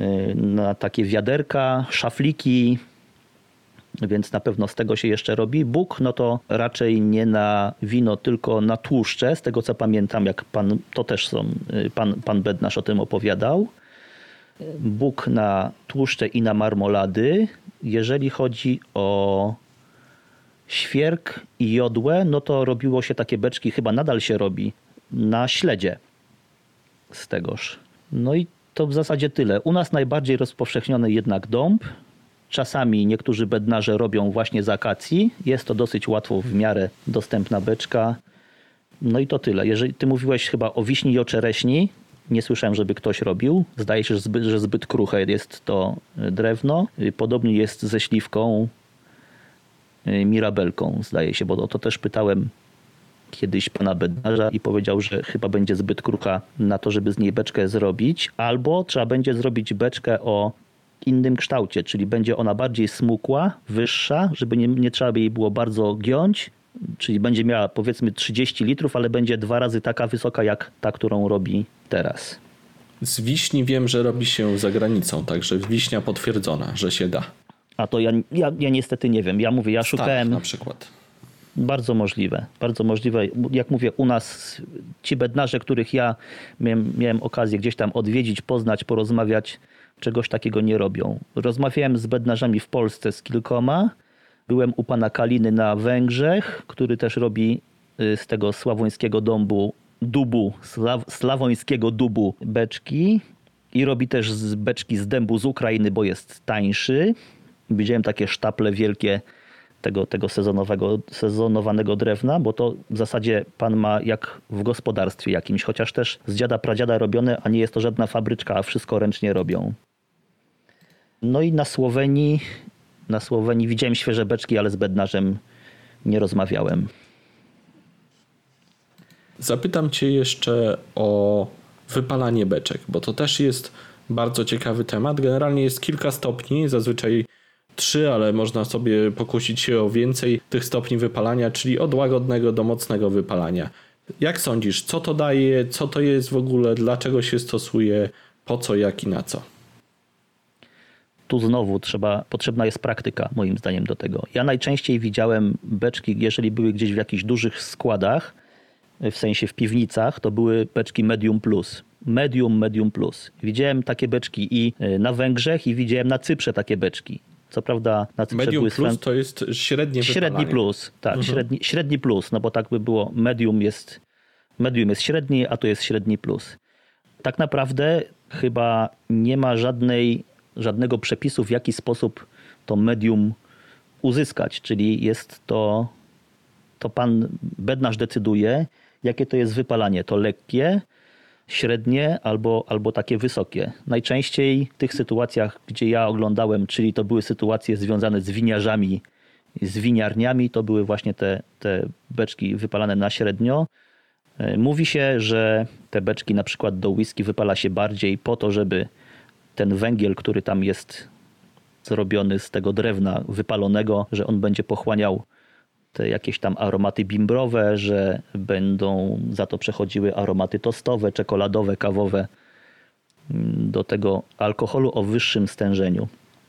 na takie wiaderka, szafliki, więc na pewno z tego się jeszcze robi. Bóg, no to raczej nie na wino, tylko na tłuszcze. Z tego co pamiętam, jak pan, to też są, pan, pan bednarz o tym opowiadał. Bóg na tłuszcze i na marmolady. Jeżeli chodzi o świerk i jodłę, no to robiło się takie beczki, chyba nadal się robi, na śledzie z tegoż. No i to w zasadzie tyle. U nas najbardziej rozpowszechniony jednak dąb. Czasami niektórzy bednarze robią właśnie z akacji. Jest to dosyć łatwo w miarę dostępna beczka. No i to tyle. Jeżeli ty mówiłeś chyba o wiśni i o czereśni, nie słyszałem, żeby ktoś robił. Zdaje się, że zbyt, że zbyt kruche jest to drewno. Podobnie jest ze śliwką mirabelką, zdaje się, bo o to też pytałem kiedyś pana bednarza i powiedział, że chyba będzie zbyt krucha na to, żeby z niej beczkę zrobić. Albo trzeba będzie zrobić beczkę o innym kształcie, czyli będzie ona bardziej smukła, wyższa, żeby nie, nie trzeba by jej było bardzo giąć, czyli będzie miała powiedzmy trzydzieści litrów, ale będzie dwa razy taka wysoka jak ta, którą robi teraz. Z wiśni wiem, że robi się za granicą, także wiśnia potwierdzona, że się da. A to ja, ja, ja niestety nie wiem. Ja mówię, ja Stach szukałem... na przykład. Bardzo możliwe, bardzo możliwe. Jak mówię, u nas ci bednarze, których ja miałem, miałem okazję gdzieś tam odwiedzić, poznać, porozmawiać, czegoś takiego nie robią. Rozmawiałem z bednarzami w Polsce z kilkoma. Byłem u pana Kaliny na Węgrzech, który też robi z tego sławońskiego dąbu, dubu, sla, slawońskiego dubu beczki i robi też z beczki z dębu z Ukrainy, bo jest tańszy. Widziałem takie sztaple wielkie tego, tego sezonowego, sezonowanego drewna, bo to w zasadzie pan ma jak w gospodarstwie jakimś, chociaż też z dziada pradziada robione, a nie jest to żadna fabryczka, a wszystko ręcznie robią. No i na Słowenii, na Słowenii widziałem świeże beczki, ale z bednarzem nie rozmawiałem. Zapytam cię jeszcze o wypalanie beczek, bo to też jest bardzo ciekawy temat. Generalnie jest kilka stopni, zazwyczaj trzy, ale można sobie pokusić się o więcej tych stopni wypalania, czyli od łagodnego do mocnego wypalania. Jak sądzisz, co to daje, co to jest w ogóle, dlaczego się stosuje, po co, jak i na co? Tu znowu trzeba, potrzebna jest praktyka, moim zdaniem, do tego. Ja najczęściej widziałem beczki, jeżeli były gdzieś w jakichś dużych składach, w sensie w piwnicach, to były beczki medium plus. Medium, medium plus. Widziałem takie beczki i na Węgrzech i widziałem na Cyprze takie beczki. Co prawda na Cyprze medium były plus stan... to jest średnie wypalanie. Średni plus, tak, mhm. średni, średni plus, no bo tak by było, medium jest, medium jest średni, a to jest średni plus. Tak naprawdę chyba nie ma żadnej, żadnego przepisu, w jaki sposób to medium uzyskać, czyli jest to, to pan bednarz decyduje, jakie to jest wypalanie, to lekkie, średnie albo, albo takie wysokie. Najczęściej w tych sytuacjach, gdzie ja oglądałem, czyli to były sytuacje związane z winiarzami, z winiarniami, to były właśnie te, te beczki wypalane na średnio. Mówi się, że te beczki na przykład do whisky wypala się bardziej po to, żeby ten węgiel, który tam jest zrobiony z tego drewna wypalonego, że on będzie pochłaniał te jakieś tam aromaty bimbrowe, że będą za to przechodziły aromaty tostowe, czekoladowe, kawowe do tego alkoholu o wyższym stężeniu.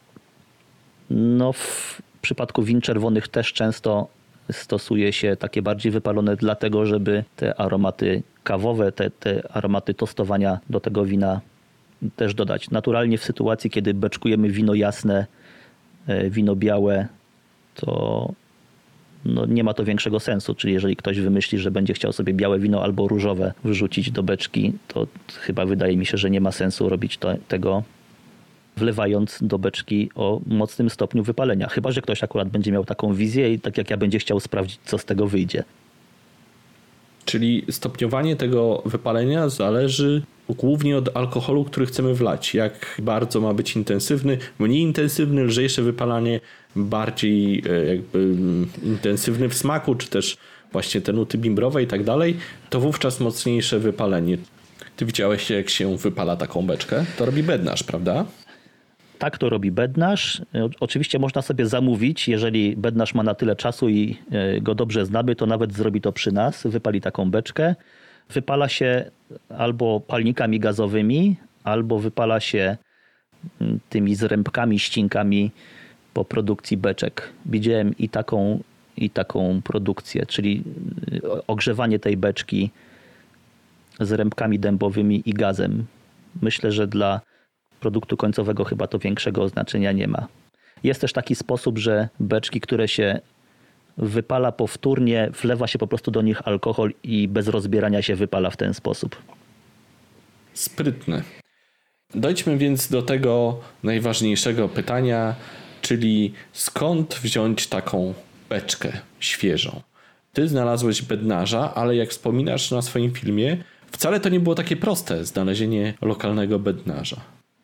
No w przypadku win czerwonych też często stosuje się takie bardziej wypalone dlatego, żeby te aromaty kawowe, te, te aromaty tostowania do tego wina też dodać. Naturalnie w sytuacji, kiedy beczkujemy wino jasne, wino białe, to no nie ma to większego sensu, czyli jeżeli ktoś wymyśli, że będzie chciał sobie białe wino albo różowe wrzucić do beczki, to chyba wydaje mi się, że nie ma sensu robić to, tego wlewając do beczki o mocnym stopniu wypalenia. Chyba że ktoś akurat będzie miał taką wizję i tak jak ja będzie chciał sprawdzić, co z tego wyjdzie. Czyli stopniowanie tego wypalenia zależy głównie od alkoholu, który chcemy wlać. Jak bardzo ma być intensywny, mniej intensywny, lżejsze wypalanie, bardziej jakby intensywny w smaku, czy też właśnie te nuty bimbrowe i tak dalej, to wówczas mocniejsze wypalenie. Ty widziałeś, jak się wypala taką beczkę? To robi bednarz, prawda? Tak, to robi bednarz. Oczywiście można sobie zamówić, jeżeli bednarz ma na tyle czasu i go dobrze znamy, to nawet zrobi to przy nas, wypali taką beczkę. Wypala się albo palnikami gazowymi, albo wypala się tymi zrębkami, ścinkami po produkcji beczek. Widziałem i taką, i taką produkcję, czyli ogrzewanie tej beczki zrębkami dębowymi i gazem. Myślę, że dla produktu końcowego chyba to większego znaczenia nie ma. Jest też taki sposób, że beczki, które się wypala powtórnie, wlewa się po prostu do nich alkohol i bez rozbierania się wypala w ten sposób. Sprytne. Dojdźmy więc do tego najważniejszego pytania, czyli skąd wziąć taką beczkę świeżą? Ty znalazłeś bednarza, ale jak wspominasz na swoim filmie, wcale to nie było takie proste znalezienie lokalnego bednarza.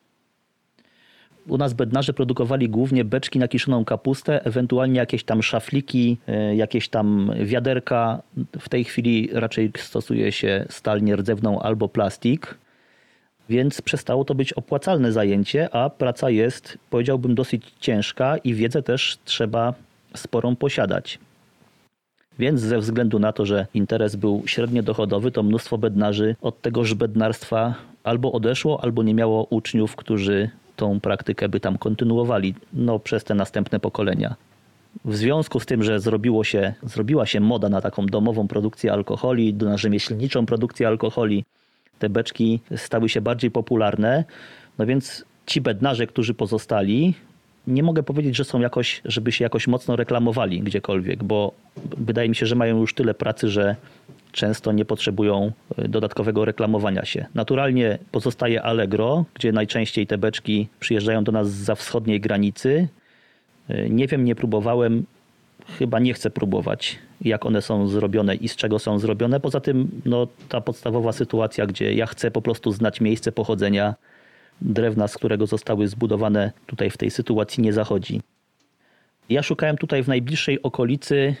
U nas bednarze produkowali głównie beczki na kiszoną kapustę, ewentualnie jakieś tam szafliki, jakieś tam wiaderka. W tej chwili raczej stosuje się stal nierdzewną albo plastik, więc przestało to być opłacalne zajęcie, a praca jest, powiedziałbym, dosyć ciężka i wiedzę też trzeba sporą posiadać. Więc ze względu na to, że interes był średnio dochodowy, to mnóstwo bednarzy od tegoż bednarstwa albo odeszło, albo nie miało uczniów, którzy tą praktykę by tam kontynuowali no, przez te następne pokolenia. W związku z tym, że zrobiło się, zrobiła się moda na taką domową produkcję alkoholi, na rzemieślniczą produkcję alkoholi, te beczki stały się bardziej popularne, no więc ci bednarze, którzy pozostali, nie mogę powiedzieć, że są jakoś, żeby się jakoś mocno reklamowali gdziekolwiek, bo wydaje mi się, że mają już tyle pracy, że często nie potrzebują dodatkowego reklamowania się. Naturalnie pozostaje Allegro, gdzie najczęściej te beczki przyjeżdżają do nas zza wschodniej granicy. Nie wiem, nie próbowałem, chyba nie chcę próbować, jak one są zrobione i z czego są zrobione. Poza tym no, ta podstawowa sytuacja, gdzie ja chcę po prostu znać miejsce pochodzenia drewna, z którego zostały zbudowane, tutaj w tej sytuacji nie zachodzi. Ja szukałem tutaj w najbliższej okolicy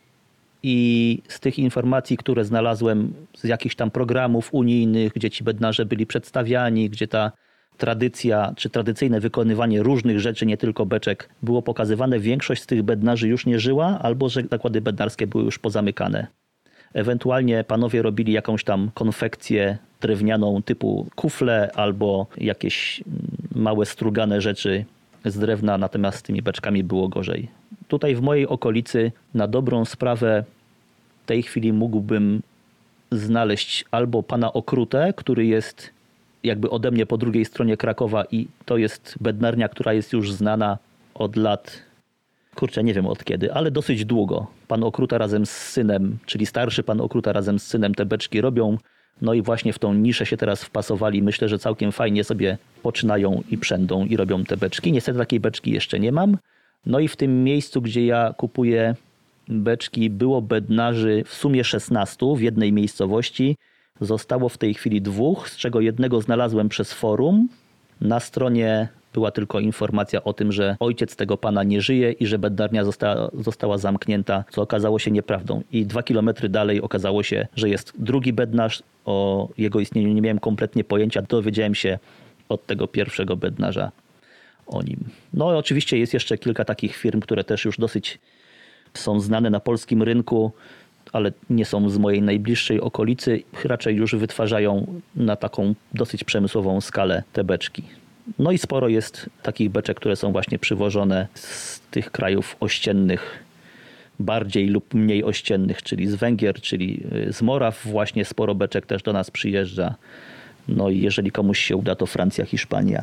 i z tych informacji, które znalazłem z jakichś tam programów unijnych, gdzie ci bednarze byli przedstawiani, gdzie ta tradycja czy tradycyjne wykonywanie różnych rzeczy, nie tylko beczek, było pokazywane, większość z tych bednarzy już nie żyła, albo że zakłady bednarskie były już pozamykane. Ewentualnie panowie robili jakąś tam konfekcję drewnianą typu kufle albo jakieś małe strugane rzeczy z drewna, natomiast z tymi beczkami było gorzej. Tutaj w mojej okolicy na dobrą sprawę w tej chwili mógłbym znaleźć albo pana Okrutę, który jest jakby ode mnie po drugiej stronie Krakowa i to jest bednarnia, która jest już znana od lat, kurczę, nie wiem od kiedy, ale dosyć długo. Pan Okruta razem z synem, czyli starszy pan Okruta razem z synem te beczki robią. No i właśnie w tą niszę się teraz wpasowali. Myślę, że całkiem fajnie sobie poczynają i przędą i robią te beczki. Niestety takiej beczki jeszcze nie mam. No i w tym miejscu, gdzie ja kupuję beczki, było bednarzy w sumie szesnastu w jednej miejscowości. Zostało w tej chwili dwóch, z czego jednego znalazłem przez forum. Na stronie była tylko informacja o tym, że ojciec tego pana nie żyje i że bednarnia została, została zamknięta, co okazało się nieprawdą. I dwa kilometry dalej okazało się, że jest drugi bednarz. O jego istnieniu nie miałem kompletnie pojęcia. Dowiedziałem się od tego pierwszego bednarza o nim. No i oczywiście jest jeszcze kilka takich firm, które też już dosyć są znane na polskim rynku, ale nie są z mojej najbliższej okolicy. Raczej już wytwarzają na taką dosyć przemysłową skalę te beczki. No i sporo jest takich beczek, które są właśnie przywożone z tych krajów ościennych, bardziej lub mniej ościennych, czyli z Węgier, czyli z Moraw. Właśnie sporo beczek też do nas przyjeżdża. No i jeżeli komuś się uda, to Francja, Hiszpania.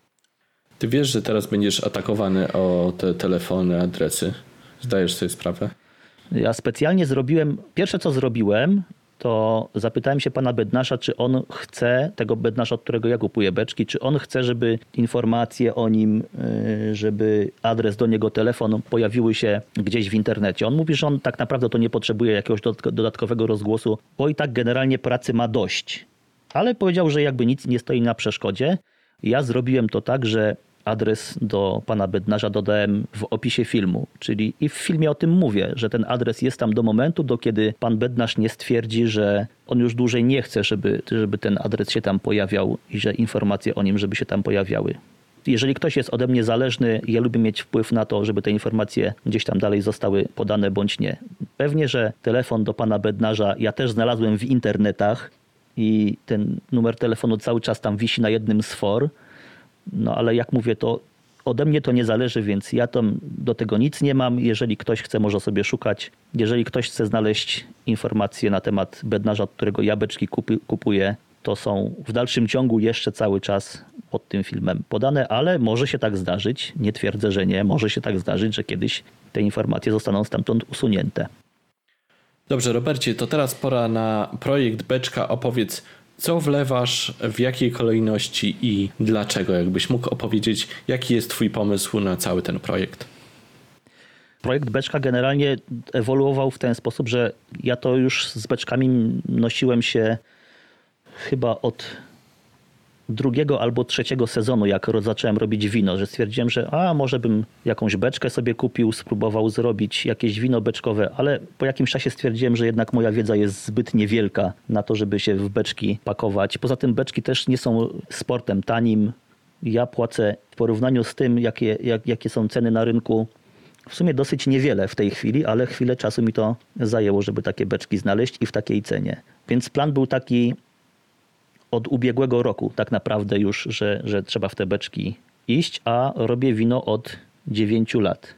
Ty wiesz, że teraz będziesz atakowany o te telefony, adresy? Zdajesz sobie sprawę? Ja specjalnie zrobiłem, pierwsze co zrobiłem, to zapytałem się pana bednarza, czy on chce, tego bednarza, od którego ja kupuję beczki, czy on chce, żeby informacje o nim, żeby adres do niego, telefon pojawiły się gdzieś w internecie. On mówi, że on tak naprawdę to nie potrzebuje jakiegoś dodatkowego rozgłosu, bo i tak generalnie pracy ma dość. Ale powiedział, że jakby nic nie stoi na przeszkodzie. Ja zrobiłem to tak, że adres do pana bednarza dodałem w opisie filmu, czyli i w filmie o tym mówię, że ten adres jest tam do momentu, do kiedy pan bednarz nie stwierdzi, że on już dłużej nie chce, żeby, żeby ten adres się tam pojawiał i że informacje o nim, żeby się tam pojawiały. Jeżeli ktoś jest ode mnie zależny, ja lubię mieć wpływ na to, żeby te informacje gdzieś tam dalej zostały podane bądź nie. Pewnie, że telefon do pana bednarza ja też znalazłem w internetach i ten numer telefonu cały czas tam wisi na jednym z for. No ale jak mówię, to ode mnie to nie zależy, więc ja tam do tego nic nie mam. Jeżeli ktoś chce, może sobie szukać. Jeżeli ktoś chce znaleźć informacje na temat bednarza, od którego ja beczki kupuję, to są w dalszym ciągu jeszcze cały czas pod tym filmem podane, ale może się tak zdarzyć, nie twierdzę, że nie, może się tak zdarzyć, że kiedyś te informacje zostaną stamtąd usunięte. Dobrze, Robercie, to teraz pora na projekt Beczka. Opowiedz, co wlewasz, w jakiej kolejności i dlaczego? Jakbyś mógł opowiedzieć, jaki jest twój pomysł na cały ten projekt? Projekt Beczka generalnie ewoluował w ten sposób, że ja to już z beczkami nosiłem się chyba od drugiego albo trzeciego sezonu, jak zacząłem robić wino, że stwierdziłem, że a może bym jakąś beczkę sobie kupił, spróbował zrobić jakieś wino beczkowe, ale po jakimś czasie stwierdziłem, że jednak moja wiedza jest zbyt niewielka na to, żeby się w beczki pakować. Poza tym beczki też nie są sportem tanim. Ja płacę w porównaniu z tym, jakie, jak, jakie są ceny na rynku, w sumie dosyć niewiele w tej chwili, ale chwilę czasu mi to zajęło, żeby takie beczki znaleźć i w takiej cenie. Więc plan był taki od ubiegłego roku tak naprawdę już, że, że trzeba w te beczki iść, a robię wino od dziewięciu lat.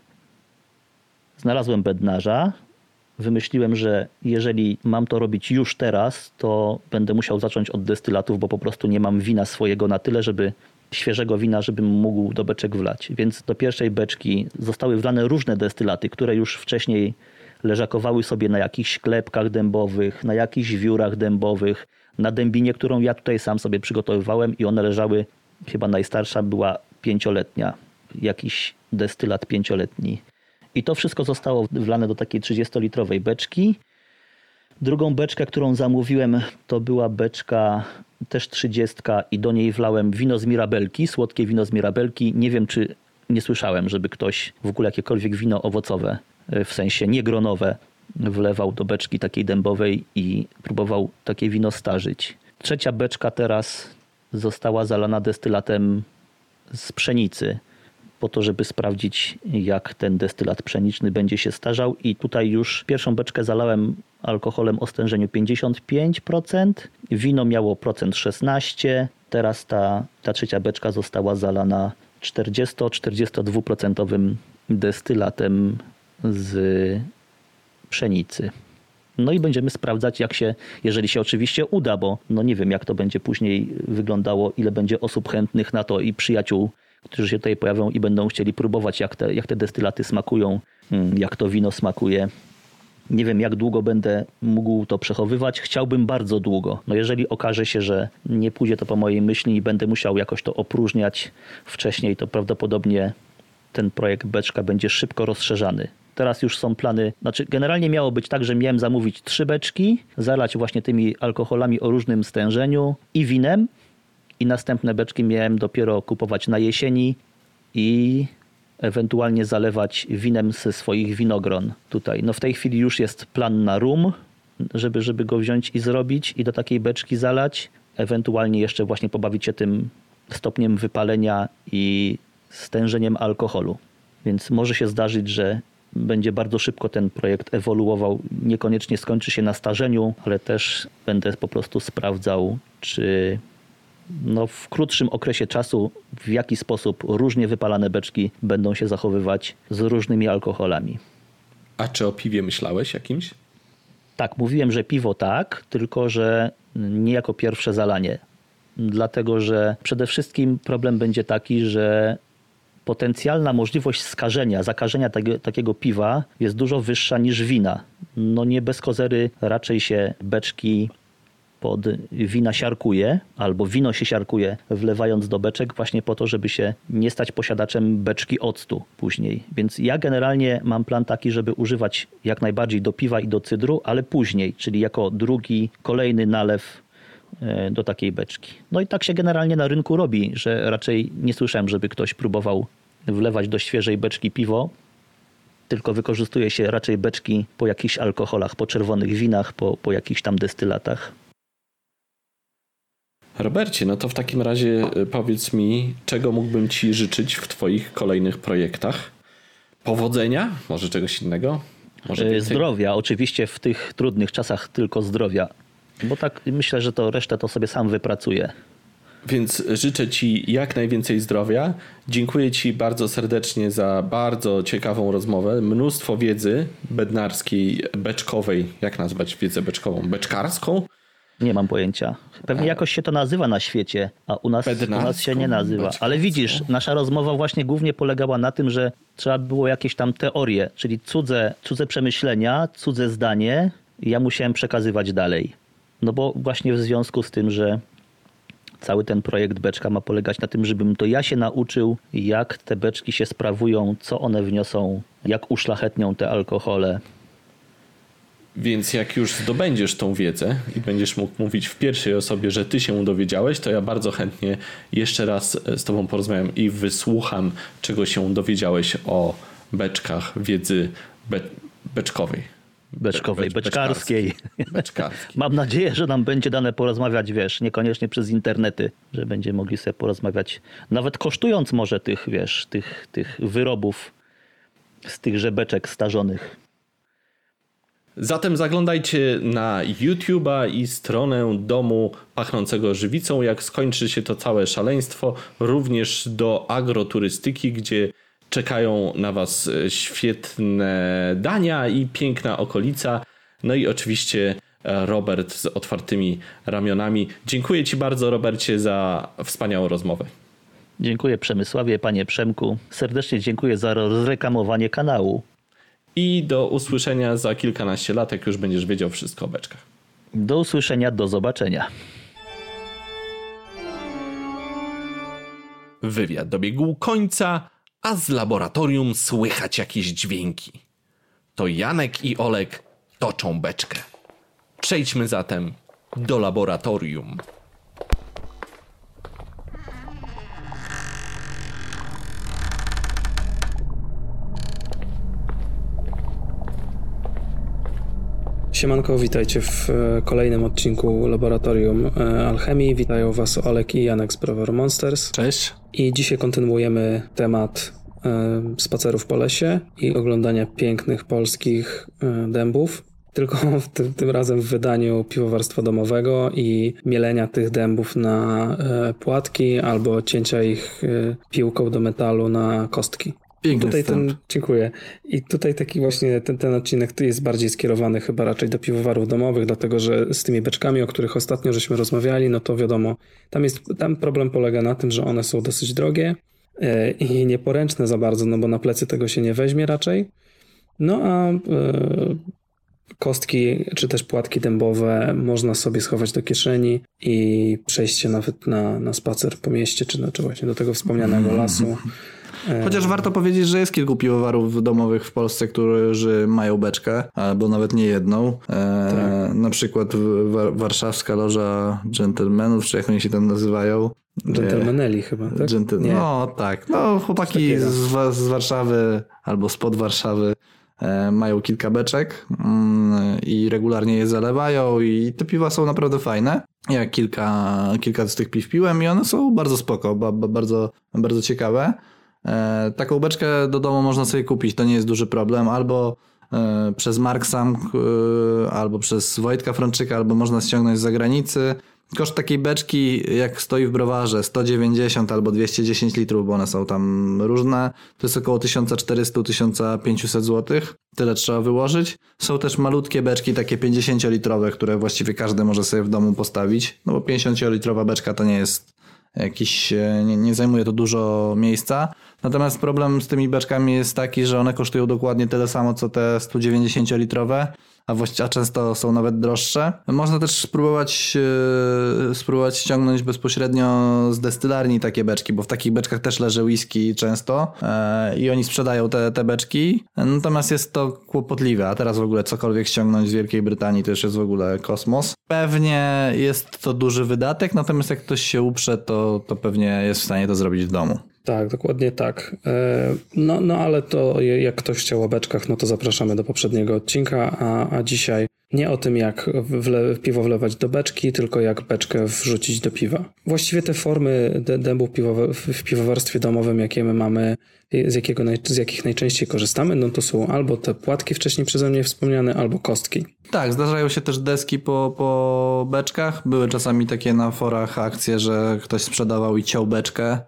Znalazłem bednarza, wymyśliłem, że jeżeli mam to robić już teraz, to będę musiał zacząć od destylatów, bo po prostu nie mam wina swojego na tyle, żeby świeżego wina, żebym mógł do beczek wlać. Więc do pierwszej beczki zostały wlane różne destylaty, które już wcześniej leżakowały sobie na jakichś klepkach dębowych, na jakichś wiórach dębowych, na dębinie, którą ja tutaj sam sobie przygotowywałem i one leżały, chyba najstarsza była pięcioletnia, jakiś destylat pięcioletni. I to wszystko zostało wlane do takiej trzydziestolitrowej beczki. Drugą beczkę, którą zamówiłem, to była beczka też trzydziestka i do niej wlałem wino z Mirabelki, słodkie wino z Mirabelki. Nie wiem, czy nie słyszałem, żeby ktoś w ogóle jakiekolwiek wino owocowe, w sensie niegronowe, wlewał do beczki takiej dębowej i próbował takie wino starzyć. Trzecia beczka teraz została zalana destylatem z pszenicy, po to, żeby sprawdzić, jak ten destylat pszeniczny będzie się starzał. I tutaj już pierwszą beczkę zalałem alkoholem o stężeniu pięćdziesiąt pięć procent. Wino miało procent szesnaście. Teraz ta, ta trzecia beczka została zalana czterdzieści do czterdziestu dwóch procent destylatem z pszenicy. No i będziemy sprawdzać, jak się, jeżeli się oczywiście uda, bo no nie wiem, jak to będzie później wyglądało, ile będzie osób chętnych na to i przyjaciół, którzy się tutaj pojawią i będą chcieli próbować, jak te, jak te destylaty smakują, jak to wino smakuje. Nie wiem, jak długo będę mógł to przechowywać. Chciałbym bardzo długo. No jeżeli okaże się, że nie pójdzie to po mojej myśli i będę musiał jakoś to opróżniać wcześniej, to prawdopodobnie ten projekt beczka będzie szybko rozszerzany. Teraz już są plany, znaczy generalnie miało być tak, że miałem zamówić trzy beczki, zalać właśnie tymi alkoholami o różnym stężeniu i winem i następne beczki miałem dopiero kupować na jesieni i ewentualnie zalewać winem ze swoich winogron tutaj. No w tej chwili już jest plan na rum, żeby, żeby go wziąć i zrobić i do takiej beczki zalać. Ewentualnie jeszcze właśnie pobawić się tym stopniem wypalenia i stężeniem alkoholu. Więc może się zdarzyć, że będzie bardzo szybko ten projekt ewoluował. Niekoniecznie skończy się na starzeniu, ale też będę po prostu sprawdzał, czy no w krótszym okresie czasu w jaki sposób różnie wypalane beczki będą się zachowywać z różnymi alkoholami. A czy o piwie myślałeś jakimś? Tak, mówiłem, że piwo tak, tylko że nie jako pierwsze zalanie. Dlatego, że przede wszystkim problem będzie taki, że potencjalna możliwość skażenia, zakażenia takiego, takiego piwa jest dużo wyższa niż wina. No nie bez kozery raczej się beczki pod wina siarkuje, albo wino się siarkuje, wlewając do beczek właśnie po to, żeby się nie stać posiadaczem beczki octu później. Więc ja generalnie mam plan taki, żeby używać jak najbardziej do piwa i do cydru, ale później, czyli jako drugi, kolejny nalew do takiej beczki. No i tak się generalnie na rynku robi, że raczej nie słyszałem, żeby ktoś próbował wlewać do świeżej beczki piwo, tylko wykorzystuje się raczej beczki po jakichś alkoholach, po czerwonych winach, po, po jakichś tam destylatach. Robercie, no to w takim razie powiedz mi, czego mógłbym ci życzyć w twoich kolejnych projektach? Powodzenia? Może czegoś innego? Może więcej? Zdrowia, oczywiście w tych trudnych czasach tylko zdrowia, bo tak myślę, że to resztę to sobie sam wypracuję. Więc życzę ci jak najwięcej zdrowia. Dziękuję ci bardzo serdecznie za bardzo ciekawą rozmowę. Mnóstwo wiedzy bednarskiej, beczkowej. Jak nazwać wiedzę beczkową? Beczkarską? Nie mam pojęcia. Pewnie jakoś się to nazywa na świecie, a u nas, u nas się nie nazywa. Ale widzisz, nasza rozmowa właśnie głównie polegała na tym, że trzeba było jakieś tam teorie, czyli cudze, cudze przemyślenia, cudze zdanie ja musiałem przekazywać dalej. No bo właśnie w związku z tym, że cały ten projekt beczka ma polegać na tym, żebym to ja się nauczył, jak te beczki się sprawują, co one wniosą, jak uszlachetnią te alkohole. Więc jak już zdobędziesz tą wiedzę i będziesz mógł mówić w pierwszej osobie, że ty się dowiedziałeś, to ja bardzo chętnie jeszcze raz z tobą porozmawiam i wysłucham, czego się dowiedziałeś o beczkach wiedzy be- beczkowej. Beczkowej, Becz, beczkarskiej. Beczkarskiej. Mam nadzieję, że nam będzie dane porozmawiać, wiesz, niekoniecznie przez internety, że będziemy mogli sobie porozmawiać, nawet kosztując może tych, wiesz, tych, tych wyrobów z tychże beczek starzonych. Zatem zaglądajcie na YouTube'a i stronę Domu Pachnącego Żywicą. Jak skończy się to całe szaleństwo, również do agroturystyki, gdzie czekają na was świetne dania i piękna okolica. No i oczywiście Robert z otwartymi ramionami. Dziękuję ci bardzo, Robercie, za wspaniałą rozmowę. Dziękuję Przemysławie, panie Przemku. Serdecznie dziękuję za rozreklamowanie kanału. I do usłyszenia za kilkanaście lat, jak już będziesz wiedział wszystko o beczkach. Do usłyszenia, do zobaczenia. Wywiad dobiegł końca, a z laboratorium słychać jakieś dźwięki. To Janek i Olek toczą beczkę. Przejdźmy zatem do laboratorium. Siemanko, witajcie w kolejnym odcinku Laboratorium Alchemii. Witają Was Olek i Janek z Browar Monsters. Cześć. I dzisiaj kontynuujemy temat spacerów po lesie i oglądania pięknych polskich dębów. Tylko tym, tym razem w wydaniu piwowarstwa domowego i mielenia tych dębów na płatki albo cięcia ich piłką do metalu na kostki. Piękny tutaj wstęp. ten, dziękuję. I tutaj taki właśnie ten, ten odcinek tu jest bardziej skierowany chyba raczej do piwowarów domowych, dlatego że z tymi beczkami, o których ostatnio żeśmy rozmawiali, no to wiadomo, tam jest tam problem polega na tym, że one są dosyć drogie yy, i nieporęczne za bardzo, no bo na plecy tego się nie weźmie raczej. No a yy, kostki czy też płatki dębowe można sobie schować do kieszeni i przejść się nawet na, na spacer po mieście, czy, czy właśnie do tego wspomnianego lasu. Chociaż warto powiedzieć, że jest kilku piwowarów domowych w Polsce, którzy mają beczkę, albo nawet nie jedną. E, tak. Na przykład wa- warszawska loża dżentelmenów, czy jak oni się tam nazywają. Dżentelmeneli chyba, tak? Gentle- no tak, no chłopaki z, z, z Warszawy albo spod Warszawy e, mają kilka beczek mm, i regularnie je zalewają i te piwa są naprawdę fajne. Ja kilka, kilka z tych piw piłem i one są bardzo spoko, ba, ba, bardzo, bardzo ciekawe. E, taką beczkę do domu można sobie kupić, to nie jest duży problem, albo e, przez Marksam, e, albo przez Wojtka Frączyka, albo można ściągnąć z zagranicy. Koszt takiej beczki, jak stoi w browarze, sto dziewięćdziesiąt albo dwieście dziesięć litrów, bo one są tam różne, to jest około tysiąc czterysta do tysiąc pięćset złotych. Tyle trzeba wyłożyć. Są też malutkie beczki, takie pięćdziesięciolitrowe, które właściwie każdy może sobie w domu postawić, no bo pięćdziesięciolitrowa beczka to nie jest jakiś, nie, nie zajmuje to dużo miejsca. Natomiast problem z tymi beczkami jest taki, że one kosztują dokładnie tyle samo, co te sto dziewięćdziesięciolitrowe, a, właści- a często są nawet droższe. Można też spróbować, yy, spróbować ściągnąć bezpośrednio z destylarni takie beczki, bo w takich beczkach też leży whisky często yy, i oni sprzedają te, te beczki. Natomiast jest to kłopotliwe, a teraz w ogóle cokolwiek ściągnąć z Wielkiej Brytanii to już jest w ogóle kosmos. Pewnie jest to duży wydatek, natomiast jak ktoś się uprze, to, to pewnie jest w stanie to zrobić w domu. Tak, dokładnie tak. No, no ale to jak ktoś chciał o beczkach, no to zapraszamy do poprzedniego odcinka, a, a dzisiaj nie o tym, jak wle, piwo wlewać do beczki, tylko jak beczkę wrzucić do piwa. Właściwie te formy dębów piwowe, w piwowarstwie domowym, jakie my mamy, z, jakiego, z jakich najczęściej korzystamy, no to są albo te płatki wcześniej przeze mnie wspomniane, albo kostki. Tak, zdarzają się też deski po, po beczkach. Były czasami takie na forach akcje, że ktoś sprzedawał i ciął beczkę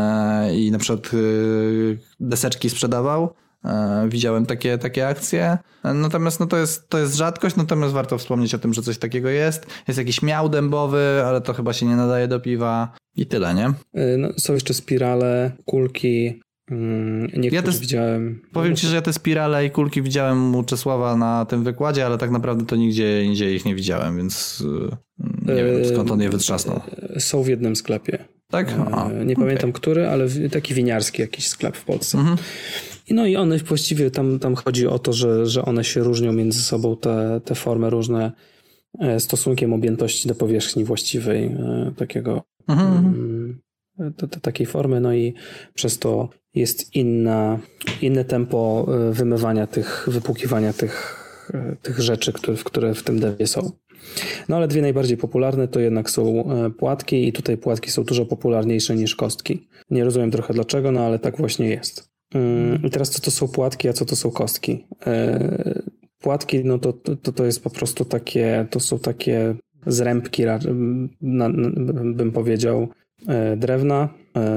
e, i na przykład e, deseczki sprzedawał. E, widziałem takie, takie akcje. E, natomiast no to, jest, to jest rzadkość, natomiast warto wspomnieć o tym, że coś takiego jest. Jest jakiś miał dębowy, ale to chyba się nie nadaje do piwa i tyle, nie? E, no, są jeszcze spirale, kulki. Niektórzy ja też widziałem. Powiem ci, że ja te spirale i kulki widziałem u Czesława na tym wykładzie, ale tak naprawdę to nigdzie indziej ich nie widziałem, więc nie wiem skąd on je wytrzasnął. Są w jednym sklepie. Tak? Aha, nie okay. pamiętam który, ale taki winiarski jakiś sklep w Polsce. Mhm. I no i one właściwie tam, tam chodzi o to, że, że one się różnią między sobą, te, te formy różne stosunkiem objętości do powierzchni właściwej takiego mhm. t, t, takiej formy, no i przez to jest inna, inne tempo wymywania tych, wypłukiwania tych, tych rzeczy, które, które w tym dębie są. No ale dwie najbardziej popularne to jednak są płatki i tutaj płatki są dużo popularniejsze niż kostki. Nie rozumiem trochę dlaczego, no ale tak właśnie jest. I teraz co to są płatki, a co to są kostki? Płatki, no to, to, to jest po prostu takie, to są takie zrębki, na, na, bym powiedział, drewna,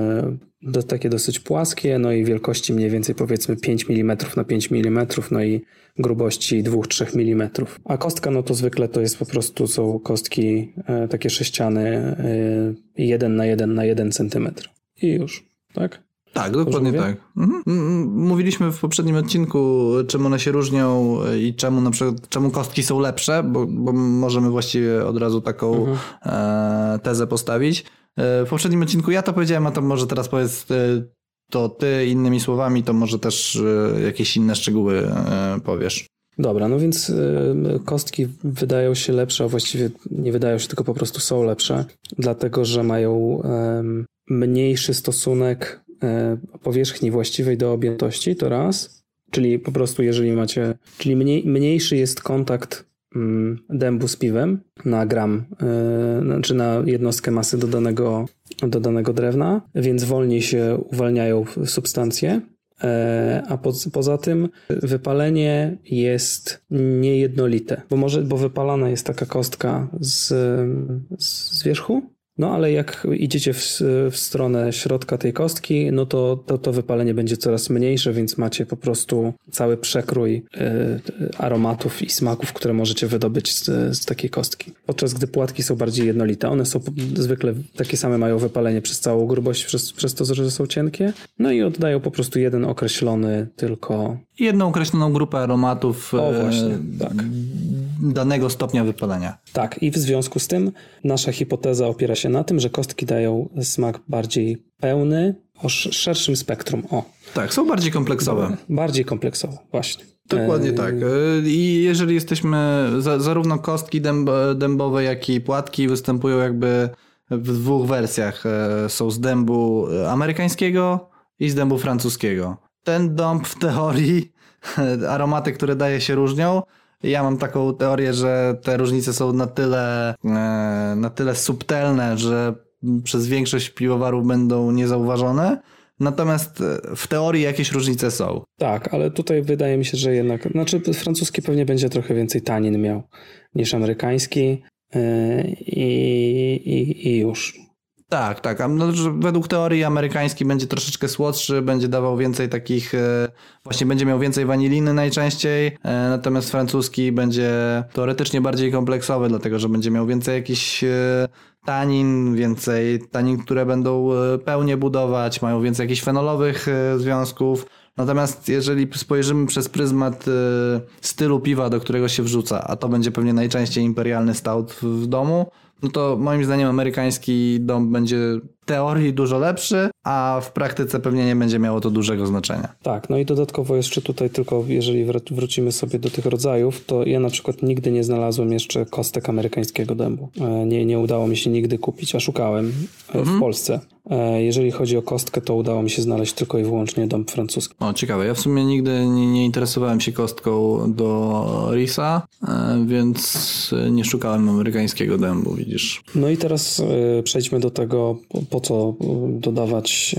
do, takie dosyć płaskie, no i wielkości mniej więcej powiedzmy pięć milimetrów na pięć milimetrów, no i grubości dwa do trzech milimetrów. A kostka, no to zwykle to jest po prostu, są kostki e, takie sześciany e, jeden na jeden na jeden centymetr. I już, tak? Tak, dokładnie tak. Mhm. Mówiliśmy w poprzednim odcinku, czym one się różnią i czemu na przykład, czemu kostki są lepsze, bo, bo możemy właściwie od razu taką mhm. e, tezę postawić. E, w poprzednim odcinku ja to powiedziałem, a to może teraz powiedz e, to ty innymi słowami, to może też e, jakieś inne szczegóły e, powiesz. Dobra, no więc y, kostki wydają się lepsze, a właściwie nie wydają się, tylko po prostu są lepsze, dlatego że mają y, mniejszy stosunek y, powierzchni właściwej do objętości, to raz, czyli po prostu jeżeli macie, czyli mniej, mniejszy jest kontakt dębu z piwem na gram, yy, znaczy na jednostkę masy dodanego, dodanego drewna, więc wolniej się uwalniają substancje. A po, poza tym wypalenie jest niejednolite, bo może, bo wypalana jest taka kostka z, z wierzchu, no ale jak idziecie w, w stronę środka tej kostki, no to, to to wypalenie będzie coraz mniejsze, więc macie po prostu cały przekrój y, aromatów i smaków, które możecie wydobyć z, z takiej kostki. Podczas gdy płatki są bardziej jednolite. One są zwykle takie same, mają wypalenie przez całą grubość, przez, przez to, że są cienkie, no i oddają po prostu jeden określony tylko... Jedną określoną grupę aromatów o, właśnie, tak. danego stopnia wypalenia. Tak, i w związku z tym nasza hipoteza opiera się na tym, że kostki dają smak bardziej pełny, o szerszym spektrum. O. Tak, są bardziej kompleksowe. Bardziej kompleksowe, właśnie. Dokładnie tak. I jeżeli jesteśmy, zarówno kostki dęb, dębowe, jak i płatki występują jakby w dwóch wersjach. Są z dębu amerykańskiego i z dębu francuskiego. Ten dąb w teorii, aromaty, które daje, się różnią. Ja mam taką teorię, że te różnice są na tyle, na tyle subtelne, że przez większość piwowarów będą niezauważone. Natomiast w teorii jakieś różnice są. Tak, ale tutaj wydaje mi się, że jednak, znaczy francuski pewnie będzie trochę więcej tanin miał niż amerykański yy, i, i już. Tak, tak. No, według teorii amerykański będzie troszeczkę słodszy, będzie dawał więcej takich, właśnie będzie miał więcej waniliny najczęściej, natomiast francuski będzie teoretycznie bardziej kompleksowy, dlatego że będzie miał więcej jakichś tanin, więcej tanin, które będą pełnię budować, mają więcej jakichś fenolowych związków. Natomiast jeżeli spojrzymy przez pryzmat stylu piwa, do którego się wrzuca, a to będzie pewnie najczęściej imperialny stout w domu, no to moim zdaniem amerykański dom będzie w teorii dużo lepszy, a w praktyce pewnie nie będzie miało to dużego znaczenia. Tak, no i dodatkowo jeszcze tutaj tylko, jeżeli wrócimy sobie do tych rodzajów, to ja na przykład nigdy nie znalazłem jeszcze kostek amerykańskiego dębu. Nie, nie udało mi się nigdy kupić, a szukałem mhm. w Polsce. Jeżeli chodzi o kostkę, to udało mi się znaleźć tylko i wyłącznie dąb francuski. O, ciekawe. Ja w sumie nigdy nie, nie interesowałem się kostką do Risa, więc nie szukałem amerykańskiego dębu, widzisz. No i teraz przejdźmy do tego, po co dodawać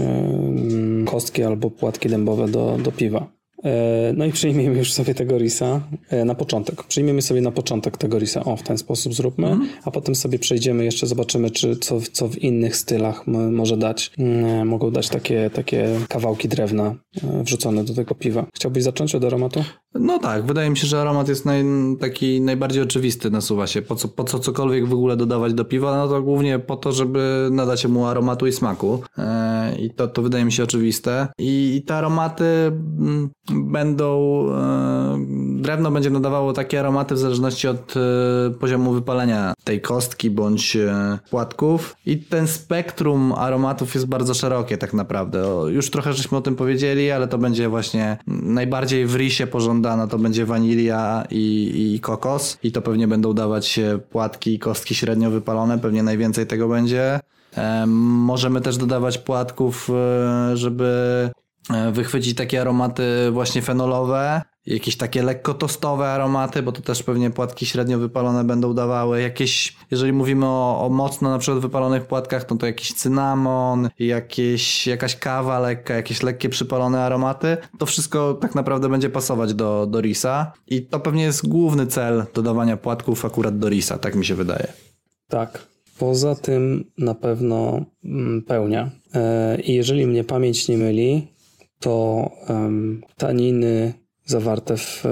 kostki albo płatki dębowe do, do piwa. No i przyjmiemy już sobie tego Risa na początek. Przyjmiemy sobie na początek tego Risa. O, w ten sposób zróbmy. Mm. A potem sobie przejdziemy, jeszcze zobaczymy, czy co, co w innych stylach m- może dać. M- mogą dać takie, takie kawałki drewna wrzucone do tego piwa. Chciałbyś zacząć od aromatu? No tak, wydaje mi się, że aromat jest naj, taki najbardziej oczywisty, nasuwa się. Po co, po co cokolwiek w ogóle dodawać do piwa? No to głównie po to, żeby nadać mu aromatu i smaku. Yy, I to, to wydaje mi się oczywiste. I, i te aromaty mm, będą... Yy, drewno będzie nadawało takie aromaty w zależności od yy, poziomu wypalenia tej kostki bądź yy, płatków. I ten spektrum aromatów jest bardzo szerokie tak naprawdę. O, już trochę żeśmy o tym powiedzieli, ale to będzie właśnie najbardziej w risie pożądane. No to będzie wanilia i, i kokos i to pewnie będą dawać się płatki i kostki średnio wypalone, pewnie najwięcej tego będzie. E, możemy też dodawać płatków, e, żeby wychwycić takie aromaty właśnie fenolowe, jakieś takie lekko tostowe aromaty, bo to też pewnie płatki średnio wypalone będą dawały. Jakieś, jeżeli mówimy o, o mocno na przykład wypalonych płatkach, no to jakiś cynamon, jakieś, jakaś kawa lekka, jakieś lekkie przypalone aromaty. To wszystko tak naprawdę będzie pasować do, do Risa i to pewnie jest główny cel dodawania płatków akurat do Risa, tak mi się wydaje. Tak. Poza tym na pewno pełnia. I jeżeli mnie pamięć nie myli, to um, taniny zawarte w,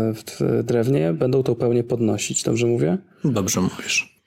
w drewnie będą tą pełnię podnosić. Dobrze mówię? Dobrze mówisz.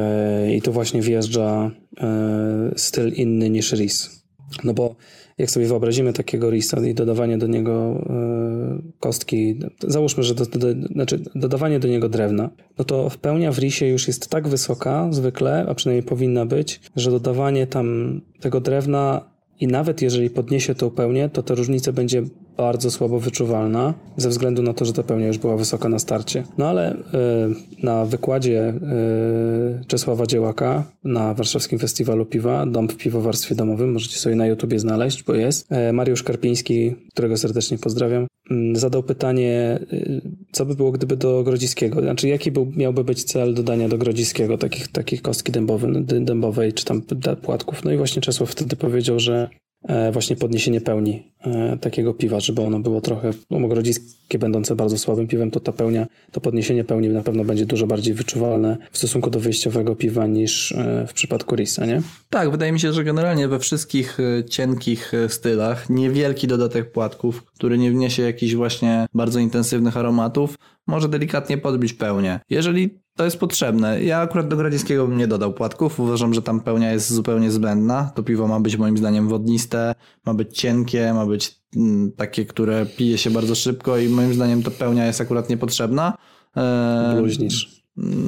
I to właśnie wjeżdża styl inny niż ris. No bo jak sobie wyobrazimy takiego risa i dodawanie do niego kostki, załóżmy, że do, do, znaczy dodawanie do niego drewna, no to pełnia w risie już jest tak wysoka zwykle, a przynajmniej powinna być, że dodawanie tam tego drewna i nawet jeżeli podniesie tą pełnię, to ta różnica będzie bardzo słabo wyczuwalna, ze względu na to, że ta pełnia już była wysoka na starcie. No ale y, na wykładzie y, Czesława Dziełaka na Warszawskim Festiwalu Piwa, Dom w piwowarstwie domowym, możecie sobie na YouTubie znaleźć, bo jest, y, Mariusz Karpiński, którego serdecznie pozdrawiam, y, zadał pytanie, y, co by było, gdyby do Grodziskiego, znaczy jaki był, miałby być cel dodania do Grodziskiego takich, takich kostki dębowej, dębowej czy tam płatków. No i właśnie Czesław wtedy powiedział, że właśnie podniesienie pełni e, takiego piwa, żeby ono było trochę, no grodziskie będące bardzo słabym piwem, to ta pełnia, to podniesienie pełni na pewno będzie dużo bardziej wyczuwalne w stosunku do wyjściowego piwa niż e, w przypadku Risa, nie? Tak, wydaje mi się, że generalnie we wszystkich cienkich stylach niewielki dodatek płatków, który nie wniesie jakichś właśnie bardzo intensywnych aromatów, może delikatnie podbić pełnię. Jeżeli to jest potrzebne. Ja akurat do Grodziskiego bym nie dodał płatków. Uważam, że tam pełnia jest zupełnie zbędna. To piwo ma być moim zdaniem wodniste, ma być cienkie, ma być mm, takie, które pije się bardzo szybko i moim zdaniem to pełnia jest akurat niepotrzebna. Eee... Bluźnisz.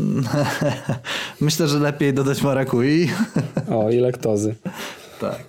Myślę, że lepiej dodać marakui. O, i laktozy. Tak.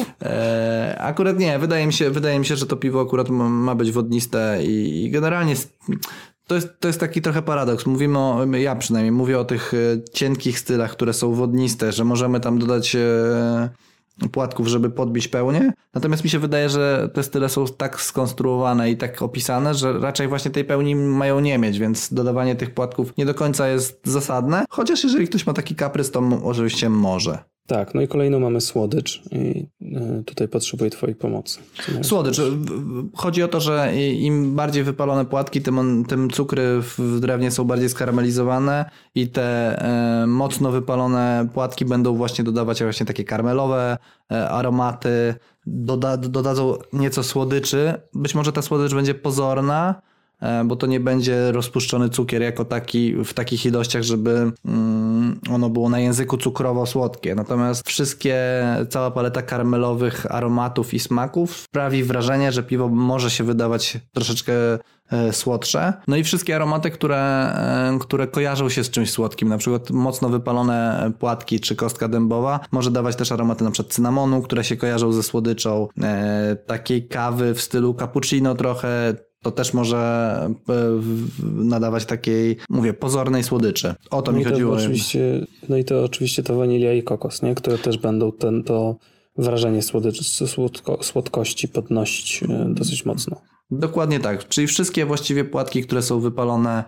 E, akurat nie, wydaje mi się, wydaje mi się, że to piwo akurat ma, ma być wodniste i, i generalnie to jest, to jest taki trochę paradoks. Mówimy o, ja przynajmniej mówię o tych cienkich stylach, które są wodniste, że możemy tam dodać e, płatków, żeby podbić pełnię. Natomiast mi się wydaje, że te style są tak skonstruowane i tak opisane, że raczej właśnie tej pełni mają nie mieć, więc dodawanie tych płatków nie do końca jest zasadne. Chociaż jeżeli ktoś ma taki kaprys, to oczywiście może. Tak, no i kolejną mamy słodycz i tutaj potrzebuję twojej pomocy. Słodycz. Chodzi o to, że im bardziej wypalone płatki, tym, on, tym cukry w drewnie są bardziej skarmelizowane i te e, mocno wypalone płatki będą właśnie dodawać właśnie takie karmelowe e, aromaty, doda, dodadzą nieco słodyczy. Być może ta słodycz będzie pozorna, bo to nie będzie rozpuszczony cukier jako taki w takich ilościach, żeby mm, ono było na języku cukrowo-słodkie. Natomiast wszystkie, cała paleta karmelowych aromatów i smaków sprawi wrażenie, że piwo może się wydawać troszeczkę e, słodsze. No i wszystkie aromaty, które, e, które kojarzą się z czymś słodkim, na przykład mocno wypalone płatki czy kostka dębowa, może dawać też aromaty na przykład cynamonu, które się kojarzą ze słodyczą, e, takiej kawy w stylu cappuccino trochę, to też może nadawać takiej, mówię, pozornej słodyczy. O to no mi to chodziło. Oczywiście, no i to oczywiście to wanilia i kokos, nie? Które też będą ten, to wrażenie słodyczy, słodko, słodkości podnosić dosyć mocno. Dokładnie tak. Czyli wszystkie właściwie płatki, które są wypalone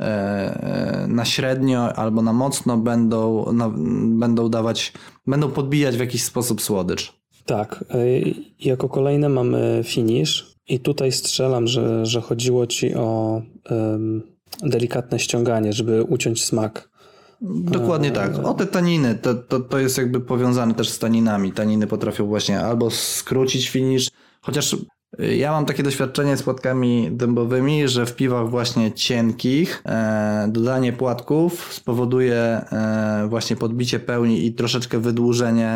na średnio albo na mocno będą, na, będą dawać, będą podbijać w jakiś sposób słodycz. Tak. Jako kolejne mamy finish. I tutaj strzelam, że, że chodziło ci o um, delikatne ściąganie, żeby uciąć smak. Dokładnie tak. O te taniny, to, to, to jest jakby powiązane też z taninami. Taniny potrafią właśnie albo skrócić finish, chociaż ja mam takie doświadczenie z płatkami dębowymi, że w piwach właśnie cienkich e, dodanie płatków spowoduje e, właśnie podbicie pełni i troszeczkę wydłużenie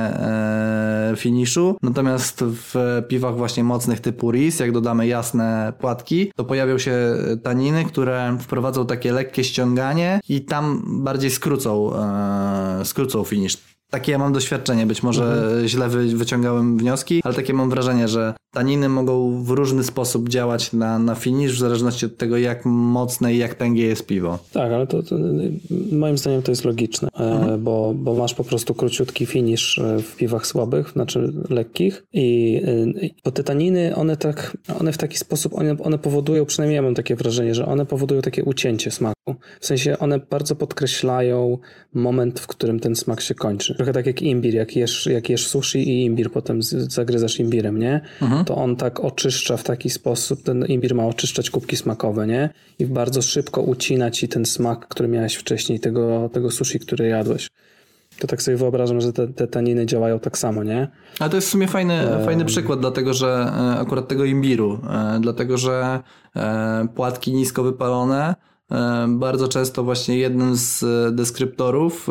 e, finiszu. Natomiast w piwach właśnie mocnych typu Ris, jak dodamy jasne płatki, to pojawią się taniny, które wprowadzą takie lekkie ściąganie i tam bardziej skrócą, e, skrócą finisz. Takie ja mam doświadczenie, być może mhm. źle wy, wyciągałem wnioski, ale takie mam wrażenie, że taniny mogą w różny sposób działać na, na finish, w zależności od tego, jak mocne i jak tęgie jest piwo. Tak, ale to, to moim zdaniem to jest logiczne, mhm. bo, bo masz po prostu króciutki finish w piwach słabych, znaczy lekkich i bo te taniny, one tak, one w taki sposób, one, one powodują, przynajmniej ja mam takie wrażenie, że one powodują takie ucięcie smaku. W sensie one bardzo podkreślają moment, w którym ten smak się kończy. Trochę tak jak imbir, jak jesz, jak jesz sushi i imbir potem zagryzasz imbirem, nie? Mhm. To on tak oczyszcza w taki sposób, ten imbir ma oczyszczać kubki smakowe, nie? I bardzo szybko ucina ci ten smak, który miałeś wcześniej, tego, tego sushi, który jadłeś. To tak sobie wyobrażam, że te, te taniny działają tak samo, nie? Ale to jest w sumie fajny, e... fajny przykład, dlatego że akurat tego imbiru, e, dlatego że e, płatki nisko wypalone bardzo często właśnie jednym z deskryptorów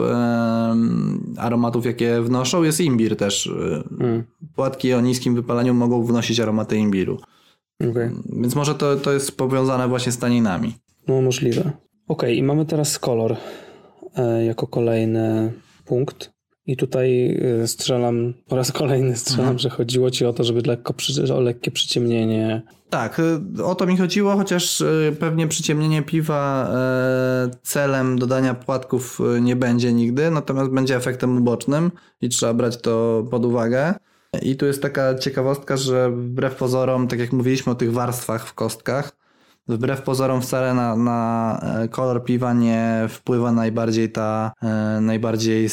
aromatów, jakie wnoszą, jest imbir też. Mm. Płatki o niskim wypalaniu mogą wnosić aromaty imbiru. Okay. Więc może to, to jest powiązane właśnie z taninami. No możliwe. Okej, okay, i mamy teraz kolor e, jako kolejny punkt. I tutaj strzelam, po raz kolejny strzelam, mhm. że chodziło ci o to, żeby lekko przy, o lekkie przyciemnienie. Tak, o to mi chodziło, chociaż pewnie przyciemnienie piwa celem dodania płatków nie będzie nigdy, natomiast będzie efektem ubocznym i trzeba brać to pod uwagę. I tu jest taka ciekawostka, że wbrew pozorom, tak jak mówiliśmy o tych warstwach w kostkach, wbrew pozorom wcale na, na kolor piwa nie wpływa najbardziej ta najbardziej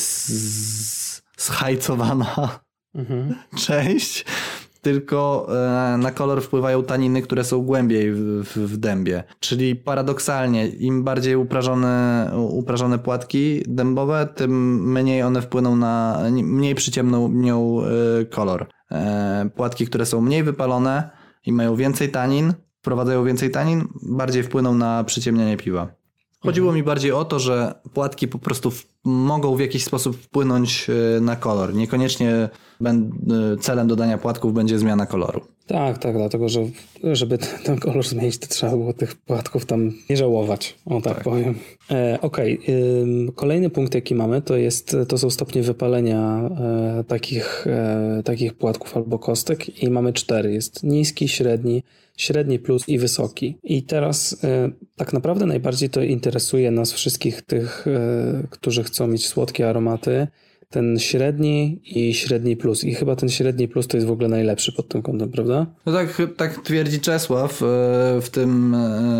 schajcowana mhm. część, tylko na kolor wpływają taniny, które są głębiej w, w, w dębie. Czyli paradoksalnie, im bardziej uprażone, uprażone płatki dębowe, tym mniej one wpłyną na, mniej przyciemnią kolor. Płatki, które są mniej wypalone i mają więcej tanin, wprowadzają więcej tanin, bardziej wpłyną na przyciemnianie piwa. Chodziło mi bardziej o to, że płatki po prostu w, mogą w jakiś sposób wpłynąć na kolor. Niekoniecznie ben, celem dodania płatków będzie zmiana koloru. Tak, tak, dlatego że żeby ten kolor zmienić, to trzeba było tych płatków tam nie żałować, o tak, tak. powiem. E, Okej, okay. Kolejny punkt jaki mamy, to jest, to są stopnie wypalenia e, takich, e, takich płatków albo kostek i mamy cztery. Jest niski, średni, średni plus i wysoki. I teraz e, tak naprawdę najbardziej to interesuje nas wszystkich tych, e, którzy chcą mieć słodkie aromaty, ten średni i średni plus. I chyba ten średni plus to jest w ogóle najlepszy pod tym kątem, prawda? No tak, tak twierdzi Czesław w tym,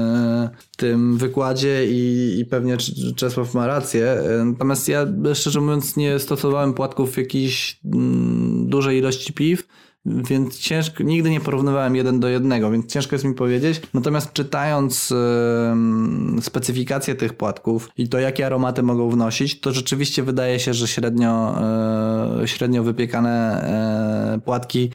w tym wykładzie i, i pewnie Czesław ma rację. Natomiast ja szczerze mówiąc nie stosowałem płatków w jakiejś dużej ilości piw, więc ciężko, nigdy nie porównywałem jeden do jednego, więc ciężko jest mi powiedzieć. Natomiast czytając yy, specyfikację tych płatków i to, jakie aromaty mogą wnosić, to rzeczywiście wydaje się, że średnio, yy, średnio wypiekane yy, płatki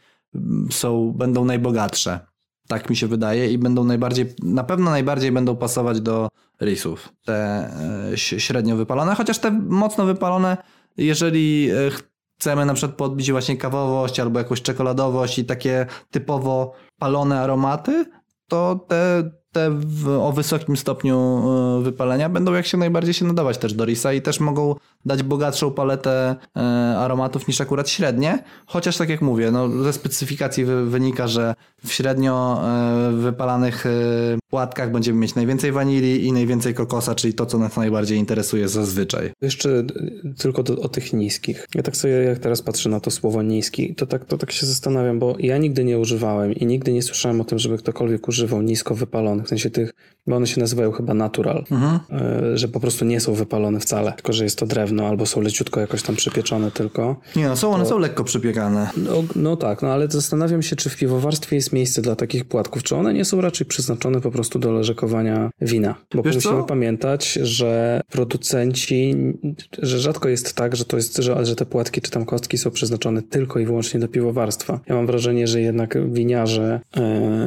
są, będą najbogatsze. Tak mi się wydaje i będą najbardziej, na pewno najbardziej będą pasować do risów. Te yy, średnio wypalone, chociaż te mocno wypalone, jeżeli yy, chcemy na przykład podbić właśnie kawowość albo jakąś czekoladowość i takie typowo palone aromaty, to te, te w, o wysokim stopniu wypalenia będą jak się najbardziej się nadawać też do risa i też mogą dać bogatszą paletę e, aromatów niż akurat średnie, chociaż tak jak mówię, no, ze specyfikacji wy, wynika, że w średnio e, wypalanych e, płatkach będziemy mieć najwięcej wanilii i najwięcej kokosa, czyli to, co nas najbardziej interesuje zazwyczaj. Jeszcze tylko do, o tych niskich. Ja tak sobie, jak teraz patrzę na to słowo niski, to tak, to tak się zastanawiam, bo ja nigdy nie używałem i nigdy nie słyszałem o tym, żeby ktokolwiek używał nisko wypalonych, w sensie tych, bo one się nazywają chyba natural, mhm. e, że po prostu nie są wypalone wcale, tylko że jest to drewno albo są leciutko jakoś tam przypieczone tylko. Nie no, są one to... są lekko przypiekane. No, no tak, no ale zastanawiam się, czy w piwowarstwie jest miejsce dla takich płatków, czy one nie są raczej przeznaczone po prostu do leżakowania wina. Bo Wiesz musimy co? pamiętać, że producenci, że rzadko jest tak, że to jest, że, że te płatki czy tam kostki są przeznaczone tylko i wyłącznie do piwowarstwa. Ja mam wrażenie, że jednak winiarze yy,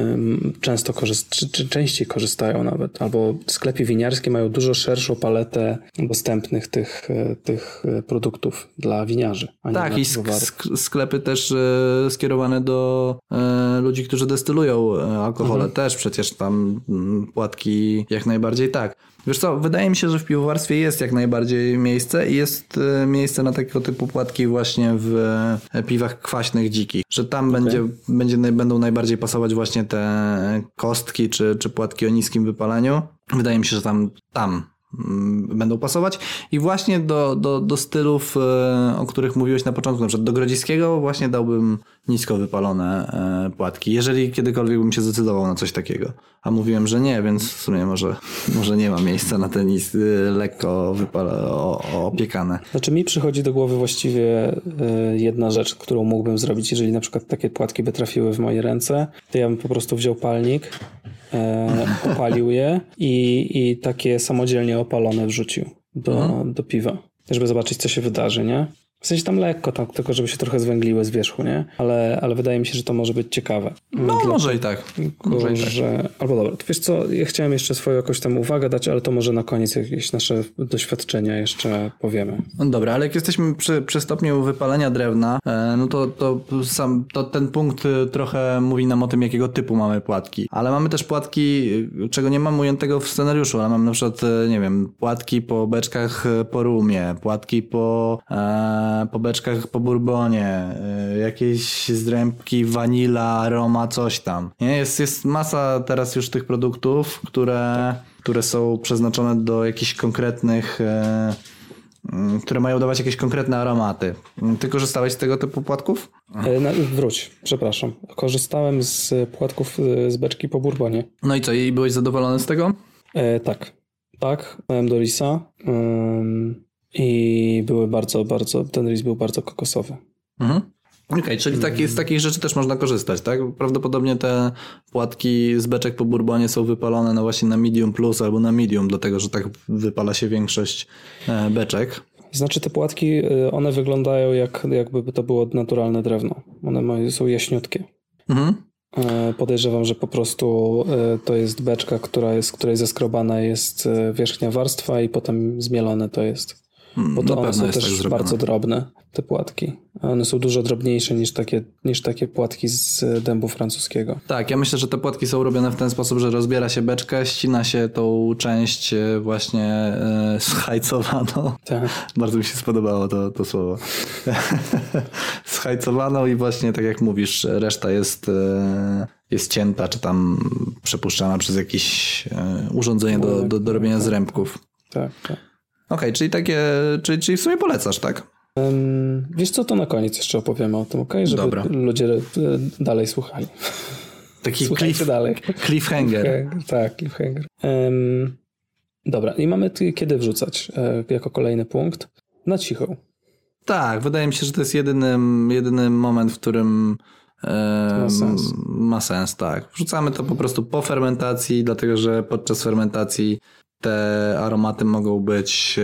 często korzyst, czy, czy częściej korzystają nawet, albo sklepy winiarskie mają dużo szerszą paletę dostępnych tych, tych produktów dla winiarzy. A nie tak, dla i sk- sklepy też e, skierowane do e, ludzi, którzy destylują alkohole, mhm. też przecież tam m, płatki jak najbardziej tak. Wiesz co, wydaje mi się, że w piwowarstwie jest jak najbardziej miejsce i jest e, miejsce na takiego typu płatki właśnie w e, piwach kwaśnych dzikich, że tam okay. będzie, będzie, będą najbardziej pasować właśnie te kostki czy, czy płatki o niskim wypaleniu. Wydaje mi się, że tam tam będą pasować i właśnie do, do, do stylów, o których mówiłeś na początku, na przykład do grodziskiego właśnie dałbym nisko wypalone płatki, jeżeli kiedykolwiek bym się zdecydował na coś takiego, a mówiłem, że nie, więc w sumie może, może nie ma miejsca na te nis, lekko wypala, o, opiekane. Znaczy mi przychodzi do głowy właściwie jedna rzecz, którą mógłbym zrobić, jeżeli na przykład takie płatki by trafiły w moje ręce, to ja bym po prostu wziął palnik, E, opalił je i, i takie samodzielnie opalone wrzucił do, mhm. do piwa, żeby zobaczyć, co się wydarzy, nie? W sensie tam lekko, tam, tylko żeby się trochę zwęgliły z wierzchu, nie? Ale, ale wydaje mi się, że to może być ciekawe. No Dla może i tak. Może że... i tak. Albo dobra, to wiesz co, ja chciałem jeszcze swoją jakąś tam uwagę dać, ale to może na koniec jakieś nasze doświadczenia jeszcze powiemy. No dobra, ale jak jesteśmy przy, przy stopniu wypalenia drewna, no to, to sam to ten punkt trochę mówi nam o tym, jakiego typu mamy płatki. Ale mamy też płatki, czego nie mam ujętego w scenariuszu, ale mam na przykład, nie wiem, płatki po beczkach po rumie, płatki po... E, po beczkach po bourbonie, y, jakieś zdrębki, wanila, aroma, coś tam. Nie? Jest, jest masa teraz już tych produktów, które, które są przeznaczone do jakichś konkretnych, y, y, które mają dawać jakieś konkretne aromaty. Ty korzystałeś z tego typu płatków? E, na, wróć, przepraszam. Korzystałem z płatków e, z beczki po bourbonie. No i co, i byłeś zadowolony z tego? E, tak, tak, miałem do risa ym, i były bardzo, bardzo, ten ris był bardzo kokosowy. Mhm. Okej, okay, czyli taki, z takich rzeczy też można korzystać, tak? Prawdopodobnie te płatki z beczek po bourbonie są wypalone no właśnie na medium plus albo na medium, dlatego że tak wypala się większość e, beczek. Znaczy te płatki, one wyglądają jak, jakby to było naturalne drewno. One mają, są jaśniutkie. Mhm. Podejrzewam, że po prostu to jest beczka, która jest, której zeskrobana jest wierzchnia warstwa i potem zmielone to jest. Bo to one są też tak bardzo drobne, te płatki. One są dużo drobniejsze niż takie, niż takie płatki z dębu francuskiego. Tak, ja myślę, że te płatki są robione w ten sposób, że rozbiera się beczkę, ścina się tą część właśnie e, schajcowaną. Tak. Bardzo mi się spodobało to, to słowo. Schajcowaną i właśnie tak jak mówisz, reszta jest, e, jest cięta, czy tam przepuszczana przez jakieś e, urządzenie do, do, do robienia zrębków. Tak, tak. Okej, okay, czyli takie, czyli, czyli w sumie polecasz, tak? Um, wiesz co, to na koniec jeszcze opowiemy o tym, okej? Okay? Żeby Dobra. ludzie dalej słuchali. Taki cliff, dalej. cliffhanger. cliffhanger. Tak, cliffhanger. Um, dobra, i mamy kiedy wrzucać e, jako kolejny punkt? Na cichą. Tak, wydaje mi się, że to jest jedyny, jedyny moment, w którym e, ma sens. Ma sens, tak. Wrzucamy to po prostu po fermentacji, dlatego że podczas fermentacji te aromaty mogą być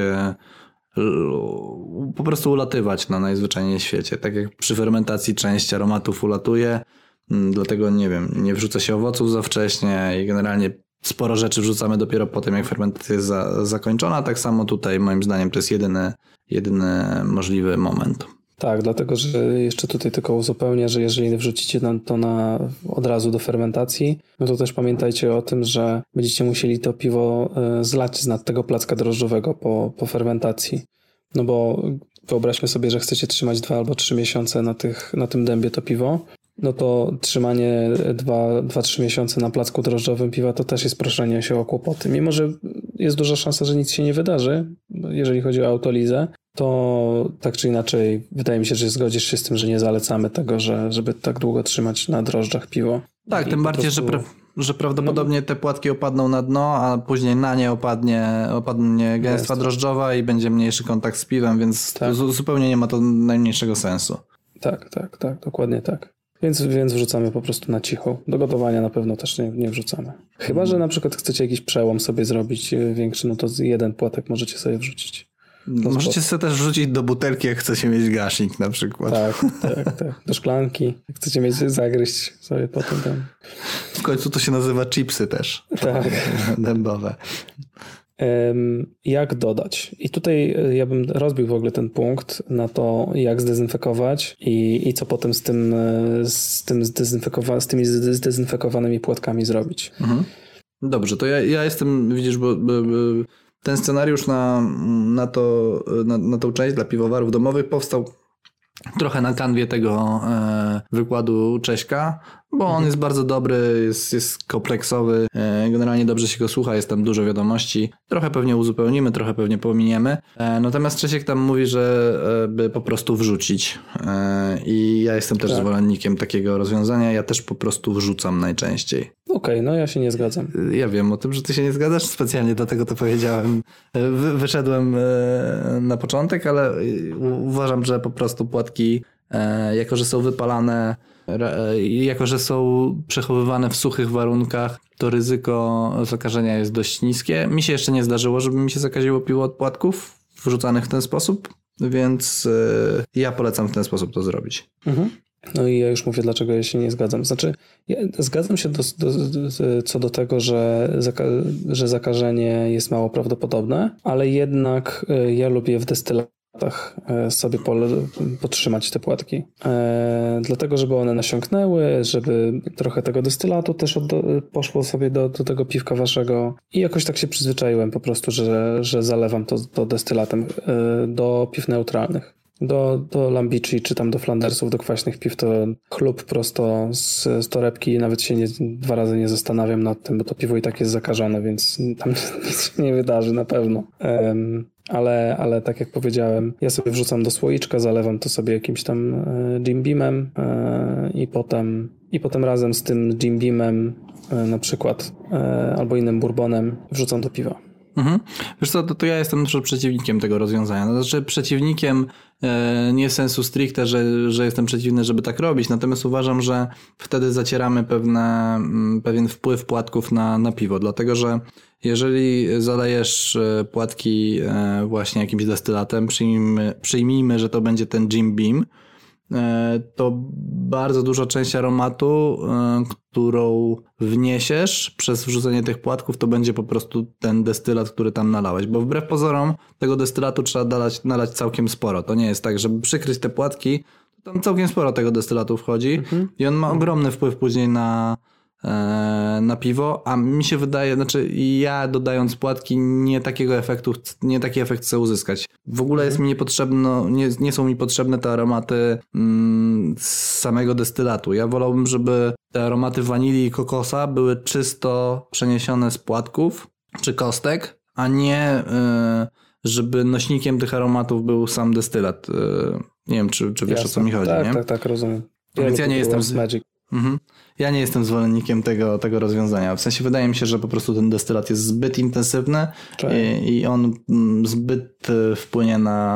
po prostu ulatywać na najzwyczajniej w świecie. Tak jak przy fermentacji część aromatów ulatuje, dlatego nie wiem, nie wrzuca się owoców za wcześnie i generalnie sporo rzeczy wrzucamy dopiero po tym, jak fermentacja jest za, zakończona. Tak samo tutaj moim zdaniem to jest jedyny, jedyny możliwy moment. Tak, dlatego, że jeszcze tutaj tylko uzupełnię, że jeżeli wrzucicie to na, od razu do fermentacji, no to też pamiętajcie o tym, że będziecie musieli to piwo zlać z nad tego placka drożdżowego po, po fermentacji. No bo wyobraźmy sobie, że chcecie trzymać dwa albo trzy miesiące na, tych, na tym dębie to piwo, no to trzymanie dwa trzy miesiące na placku drożdżowym piwa to też jest proszenie się o kłopoty. Mimo że jest duża szansa, że nic się nie wydarzy, jeżeli chodzi o autolizę, to tak czy inaczej wydaje mi się, że zgodzisz się z tym, że nie zalecamy tego, że, żeby tak długo trzymać na drożdżach piwo. Tak, I tym bardziej, prostu... że, pra- że prawdopodobnie te płatki opadną na dno, a później na nie opadnie, opadnie gęstwa Jest. drożdżowa i będzie mniejszy kontakt z piwem, więc tak. z- zupełnie nie ma to najmniejszego sensu. Tak, tak, tak, dokładnie tak. Więc, więc wrzucamy po prostu na cicho. Do gotowania na pewno też nie, nie wrzucamy. Chyba, że na przykład chcecie jakiś przełom sobie zrobić większy, no to jeden płatek możecie sobie wrzucić. No możecie sobie też wrzucić do butelki, jak chcecie mieć gasznik na przykład. Tak, tak, tak. Do szklanki. Jak chcecie mieć zagryźć sobie potem tam. W końcu to się nazywa chipsy też. Tak. Dębowe. Um, jak dodać? I tutaj ja bym rozbił w ogóle ten punkt na to, jak zdezynfekować i, i co potem z tym z, tym zdezynfekowa- z tymi zdezynfekowanymi płatkami zrobić. Mhm. Dobrze, to ja, ja jestem, widzisz, bo, bo, bo ten scenariusz na, na, to, na, na tą część dla piwowarów domowych powstał trochę na kanwie tego e, wykładu Cześka, bo on jest bardzo dobry, jest, jest kompleksowy, e, generalnie dobrze się go słucha, jest tam dużo wiadomości. Trochę pewnie uzupełnimy, trochę pewnie pominiemy. E, natomiast Czesiek tam mówi, że e, by po prostu wrzucić. E, I ja jestem też tak. zwolennikiem takiego rozwiązania. Ja też po prostu wrzucam najczęściej. Okej, okay, no ja się nie zgadzam. Ja wiem o tym, że ty się nie zgadzasz, specjalnie dlatego to powiedziałem. Wy, wyszedłem e, na początek, ale uważam, że po prostu płatki, e, jako że są wypalane, i jako, że są przechowywane w suchych warunkach, to ryzyko zakażenia jest dość niskie. Mi się jeszcze nie zdarzyło, żeby mi się zakaziło piwo od płatków wrzucanych w ten sposób, więc yy, ja polecam w ten sposób to zrobić. Mhm. No i ja już mówię, dlaczego ja się nie zgadzam. Znaczy, ja zgadzam się do, do, do, co do tego, że, zaka- że zakażenie jest mało prawdopodobne, ale jednak ja lubię w destylacji sobie podtrzymać te płatki. E, dlatego, żeby one nasiąknęły, żeby trochę tego destylatu też od, poszło sobie do, do tego piwka waszego i jakoś tak się przyzwyczaiłem po prostu, że, że zalewam to, to destylatem e, do piw neutralnych. Do, do Lambici czy tam do Flandersów, do kwaśnych piw to chlub prosto z, z torebki. Nawet się nie, dwa razy nie zastanawiam nad tym, bo to piwo i tak jest zakażone, więc tam nic się nie wydarzy na pewno. Um, ale, ale tak jak powiedziałem, ja sobie wrzucam do słoiczka, zalewam to sobie jakimś tam e, Jim Beamem e, i potem i potem razem z tym Jim Beamem e, na przykład e, albo innym bourbonem wrzucam do piwa. Mhm. Wiesz co, to, to ja jestem na przykład przeciwnikiem tego rozwiązania. No, znaczy przeciwnikiem e, nie sensu stricte, że, że jestem przeciwny, żeby tak robić, natomiast uważam, że wtedy zacieramy pewne, m, pewien wpływ płatków na, na piwo, dlatego że jeżeli zalejesz płatki e, właśnie jakimś destylatem, przyjmijmy, przyjmijmy, że to będzie ten Jim Beam, to bardzo duża część aromatu, którą wniesiesz przez wrzucenie tych płatków, to będzie po prostu ten destylat, który tam nalałeś, bo wbrew pozorom tego destylatu trzeba nalać, nalać całkiem sporo. To nie jest tak, żeby przykryć te płatki, to tam całkiem sporo tego destylatu wchodzi mhm. i on ma ogromny wpływ później na na piwo, a mi się wydaje, znaczy ja dodając płatki nie takiego efektu, nie taki efekt chcę uzyskać. W ogóle jest mi niepotrzebno, nie, nie są mi potrzebne te aromaty mm, z samego destylatu. Ja wolałbym, żeby te aromaty wanilii i kokosa były czysto przeniesione z płatków czy kostek, a nie y, żeby nośnikiem tych aromatów był sam destylat. Y, nie wiem, czy, czy wiesz Jasne. O co mi chodzi, tak, nie? Tak, tak, rozumiem. Ja Więc ja nie jestem z Magic. Mhm. Ja nie jestem zwolennikiem tego, tego rozwiązania. W sensie wydaje mi się, że po prostu ten destylat jest zbyt intensywny i, i on zbyt wpłynie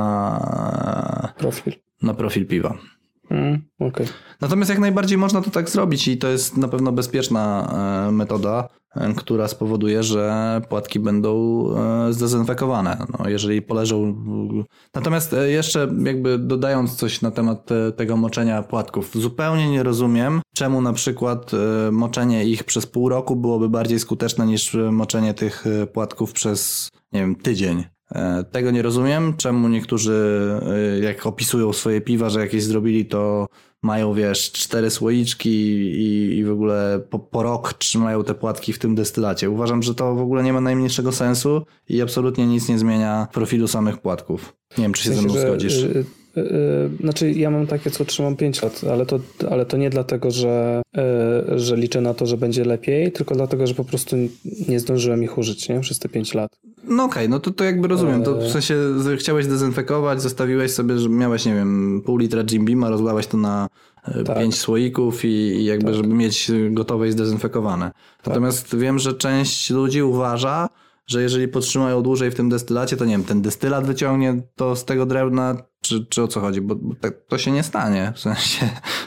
na profil, na profil piwa. Mm, okay. Natomiast jak najbardziej można to tak zrobić i to jest na pewno bezpieczna metoda, która spowoduje, że płatki będą zdezynfekowane. No, jeżeli poleżą... Natomiast jeszcze jakby dodając coś na temat tego moczenia płatków, zupełnie nie rozumiem, czemu na przykład moczenie ich przez pół roku byłoby bardziej skuteczne niż moczenie tych płatków przez, nie wiem, tydzień. Tego nie rozumiem, czemu niektórzy jak opisują swoje piwa, że jakieś zrobili, to mają, wiesz, cztery słoiczki i, i w ogóle po, po rok trzymają te płatki w tym destylacie. Uważam, że to w ogóle nie ma najmniejszego sensu i absolutnie nic nie zmienia profilu samych płatków. Nie wiem, czy się w sensie, ze mną zgodzisz. Że, yy, yy, znaczy ja mam takie, co trzymam pięć lat, ale to, ale to nie dlatego, że, yy, że liczę na to, że będzie lepiej, tylko dlatego, że po prostu nie zdążyłem ich użyć, nie? Przez te pięć lat. No okej, okay, no to, to jakby rozumiem. To w sensie chciałeś dezynfekować, zostawiłeś sobie, że miałeś, nie wiem, pół litra Jim Beama, rozlałeś to na tak. pięć słoików i, i jakby, tak. żeby mieć gotowe i zdezynfekowane. Tak. Natomiast wiem, że część ludzi uważa, że jeżeli potrzymają dłużej w tym destylacie, to nie wiem, ten destylat wyciągnie to z tego drewna, czy, czy o co chodzi, bo, bo tak, to się nie stanie, w sensie...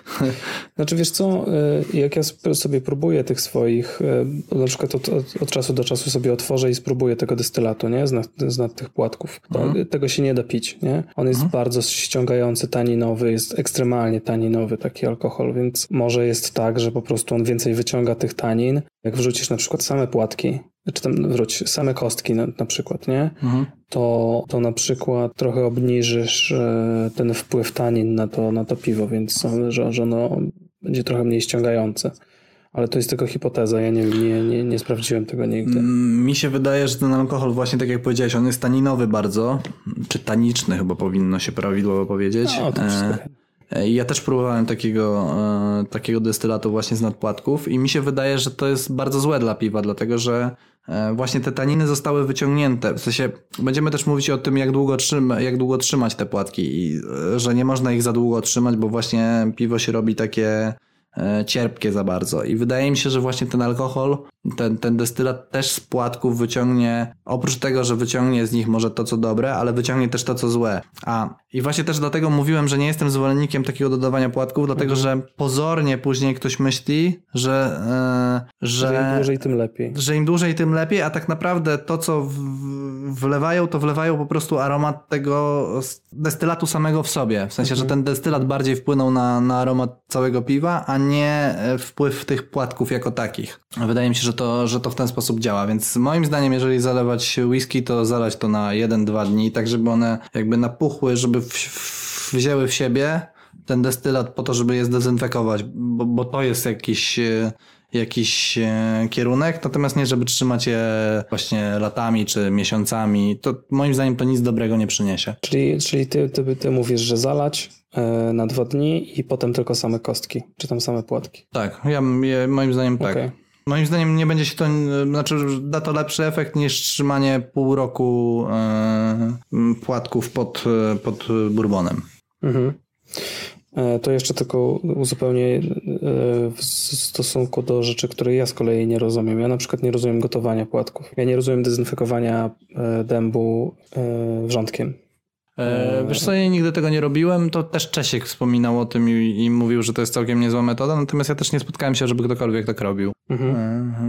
Znaczy wiesz co, jak ja sobie próbuję tych swoich, na przykład od, od, od czasu do czasu sobie otworzę i spróbuję tego destylatu, nie, z nad, z nad tych płatków, to, mhm. tego się nie da pić, nie, on jest mhm. bardzo ściągający, taninowy, jest ekstremalnie taninowy taki alkohol, więc może jest tak, że po prostu on więcej wyciąga tych tanin, jak wrzucisz na przykład same płatki, czy tam wróć, same kostki na, na przykład, nie? Mhm. To, to na przykład trochę obniżysz e, ten wpływ tanin na to, na to piwo, więc że, że ono będzie trochę mniej ściągające. Ale to jest tylko hipoteza, ja nie, nie, nie, nie sprawdziłem tego nigdy. Mi się wydaje, że ten alkohol właśnie tak jak powiedziałeś, on jest taninowy bardzo, czy taniczny chyba powinno się prawidłowo powiedzieć. No, to wszystko. E, Ja też próbowałem takiego, e, takiego destylatu właśnie z nadpłatków i mi się wydaje, że to jest bardzo złe dla piwa, dlatego że e, właśnie te taniny zostały wyciągnięte. W sensie będziemy też mówić o tym, jak długo, trzyma, jak długo trzymać te płatki i e, że nie można ich za długo trzymać, bo właśnie piwo się robi takie e, cierpkie za bardzo. I wydaje mi się, że właśnie ten alkohol, ten, ten destylat też z płatków wyciągnie, oprócz tego, że wyciągnie z nich może to, co dobre, ale wyciągnie też to, co złe. A i właśnie też dlatego mówiłem, że nie jestem zwolennikiem takiego dodawania płatków, dlatego mhm. że pozornie później ktoś myśli, że, yy, że, że im dłużej, tym lepiej. Że im dłużej, tym lepiej, a tak naprawdę to, co w, wlewają, to wlewają po prostu aromat tego destylatu samego w sobie. W sensie, mhm. że ten destylat bardziej wpłynął na, na aromat całego piwa, a nie wpływ tych płatków jako takich. Wydaje mi się, że to, że to w ten sposób działa, więc moim zdaniem, jeżeli zalewać whisky, to zalać to na jeden dwa dni, tak żeby one jakby napuchły, żeby w, w, wzięły w siebie ten destylat po to, żeby je zdezynfekować, bo, bo to jest jakiś, jakiś e, kierunek, natomiast nie żeby trzymać je właśnie latami czy miesiącami, to moim zdaniem to nic dobrego nie przyniesie. Czyli, czyli ty, ty, ty mówisz, że zalać e, na dwa dni i potem tylko same kostki, czy tam same płatki. Tak, ja, ja moim zdaniem tak. Okay. Moim zdaniem nie będzie się to, znaczy da to lepszy efekt niż trzymanie pół roku e, płatków pod, pod bourbonem. Mhm. To jeszcze tylko uzupełnię w stosunku do rzeczy, które ja z kolei nie rozumiem. Ja na przykład nie rozumiem gotowania płatków. Ja nie rozumiem dezynfekowania dębu wrzątkiem. E, wiesz co, ja nigdy tego nie robiłem, to też Czesiek wspominał o tym i, i mówił, że to jest całkiem niezła metoda, natomiast ja też nie spotkałem się, żeby ktokolwiek tak robił. Mhm.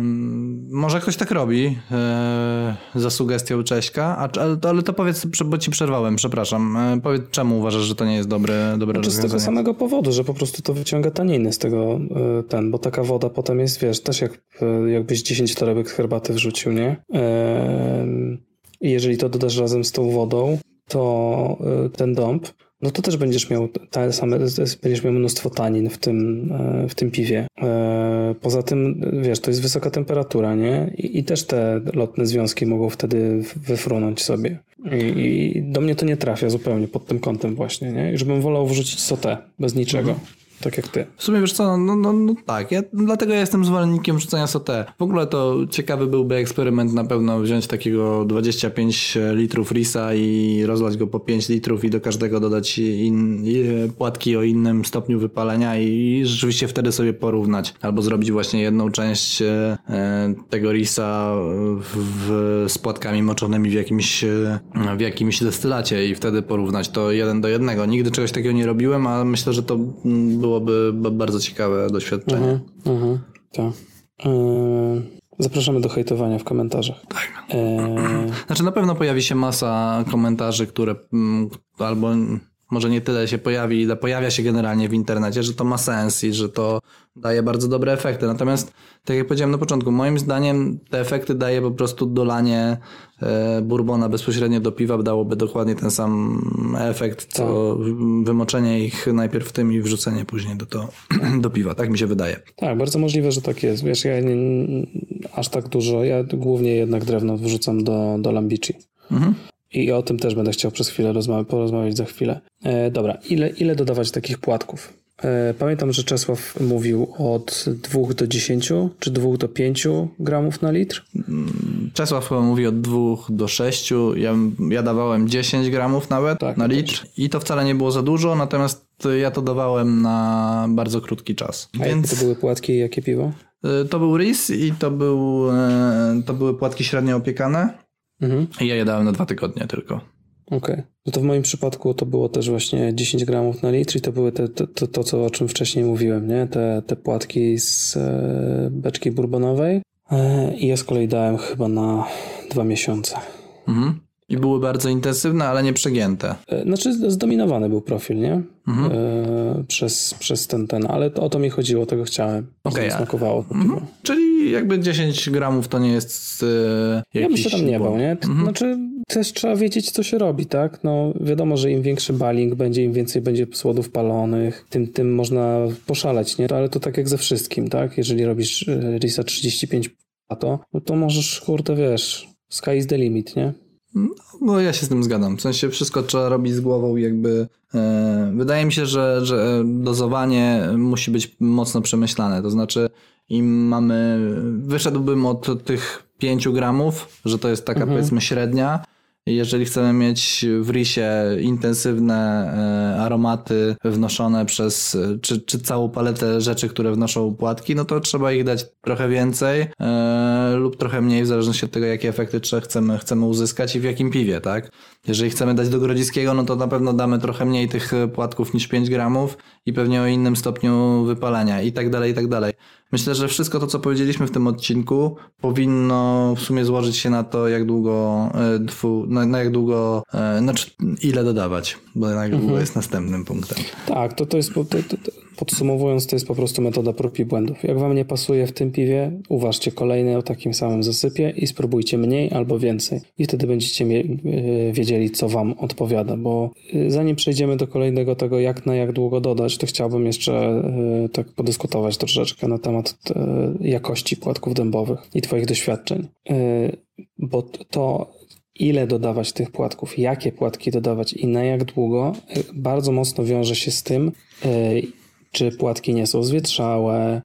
E, może ktoś tak robi e, za sugestią Cześka, a, ale, ale to powiedz, bo ci przerwałem, przepraszam. E, powiedz, czemu uważasz, że to nie jest dobre, dobre znaczy, rozwiązanie? Z tego samego powodu, że po prostu to wyciąga taniny z tego ten, bo taka woda potem jest, wiesz, też jak, jakbyś dziesięć torebek herbaty wrzucił, nie? E, I jeżeli to dodasz razem z tą wodą, to ten dąb, no to też będziesz miał te same, będziesz miał mnóstwo tanin w tym, w tym piwie. Poza tym, wiesz, to jest wysoka temperatura, nie? I, i też te lotne związki mogą wtedy wyfrunąć sobie. I, I do mnie to nie trafia zupełnie pod tym kątem właśnie, nie? I żebym wolał wrzucić sauté bez niczego. Mhm. Tak jak ty. W sumie wiesz co, no, no, no tak, ja, dlatego ja jestem zwolennikiem rzucania sauté. W ogóle to ciekawy byłby eksperyment na pewno wziąć takiego dwadzieścia pięć litrów risa i rozlać go po pięć litrów i do każdego dodać in, płatki o innym stopniu wypalenia i rzeczywiście wtedy sobie porównać. Albo zrobić właśnie jedną część e, tego risa w, w, z płatkami moczonymi w jakimś, w jakimś destylacie i wtedy porównać to jeden do jednego. Nigdy czegoś takiego nie robiłem, ale myślę, że to byłoby bardzo ciekawe doświadczenie. Uh-huh, uh-huh, tak. Yy, zapraszamy do hejtowania w komentarzach. Tak. Yy... Znaczy na pewno pojawi się masa komentarzy, które m, albo może nie tyle się pojawi, ile pojawia się generalnie w internecie, że to ma sens i że to daje bardzo dobre efekty. Natomiast, tak jak powiedziałem na początku, moim zdaniem te efekty daje po prostu dolanie e, bourbona bezpośrednio do piwa, dałoby dokładnie ten sam efekt, co tak. wymoczenie ich najpierw w tym i wrzucenie później do, to, do piwa. Tak mi się wydaje. Tak, bardzo możliwe, że tak jest. Wiesz, ja nie, aż tak dużo, ja głównie jednak drewno wrzucam do, do lambici. Mhm. I o tym też będę chciał przez chwilę rozma- porozmawiać za chwilę. E, dobra, ile, ile dodawać takich płatków? E, pamiętam, że Czesław mówił od dwóch do dziesięciu, czy dwóch do pięciu gramów na litr? Czesław chyba mówi od dwóch do sześciu. Ja, ja dawałem dziesięć gramów nawet tak, na litr też. I to wcale nie było za dużo, natomiast ja to dawałem na bardzo krótki czas. A Więc... jakie to były płatki i jakie piwo? To był ris i to, był, to były płatki średnio opiekane. Mhm. I ja je dałem na dwa tygodnie tylko. Okej. Okay. No to w moim przypadku to było też właśnie dziesięć gramów na litr i to były te, to, to, to co, o czym wcześniej mówiłem, nie? Te, te płatki z e, beczki bourbonowej e, i ja z kolei dałem chyba na dwa miesiące. Mhm. I były bardzo intensywne, ale nie przegięte. E, znaczy zdominowany był profil, nie? Mhm. E, przez, przez ten, ten, ale to, o to mi chodziło, tego chciałem. Okej. Okay, smakowało. Mhm. Czyli jakby dziesięć gramów to nie jest e, jakiś... Ja bym się tam nie bał, nie? Mhm. Znaczy też trzeba wiedzieć, co się robi, tak? No wiadomo, że im większy baling będzie, im więcej będzie słodów palonych, tym, tym można poszaleć, nie? Ale to tak jak ze wszystkim, tak? Jeżeli robisz risa trzydzieści pięć to, no to możesz, kurde, wiesz, sky is the limit, nie? No ja się z tym zgadzam. W sensie wszystko trzeba robić z głową jakby... E, wydaje mi się, że, że dozowanie musi być mocno przemyślane. To znaczy im mamy... Wyszedłbym od tych pięciu gramów, że to jest taka mhm. powiedzmy średnia. Jeżeli chcemy mieć w risie intensywne e, aromaty wnoszone przez, czy, czy całą paletę rzeczy, które wnoszą płatki, no to trzeba ich dać trochę więcej e, lub trochę mniej, w zależności od tego, jakie efekty chcemy, chcemy uzyskać i w jakim piwie, tak? Jeżeli chcemy dać do Grodziskiego, no to na pewno damy trochę mniej tych płatków niż pięć gramów i pewnie o innym stopniu wypalenia i tak dalej, i tak dalej. Myślę, że wszystko to, co powiedzieliśmy w tym odcinku, powinno w sumie złożyć się na to, jak długo, dwu, na, na jak długo, e, znaczy ile dodawać, bo jak długo mhm. jest następnym punktem. Tak, to, to jest, to, to, podsumowując, to jest po prostu metoda prób i błędów. Jak wam nie pasuje w tym piwie, uważcie kolejny o takim samym zasypie i spróbujcie mniej albo więcej. I wtedy będziecie mie- wiedzieli, co wam odpowiada, bo zanim przejdziemy do kolejnego tego, jak na jak długo dodać, to chciałbym jeszcze y, tak podyskutować troszeczkę na temat y, jakości płatków dębowych i twoich doświadczeń. Y, bo to ile dodawać tych płatków, jakie płatki dodawać i na jak długo, y, bardzo mocno wiąże się z tym, y, czy płatki nie są zwietrzałe,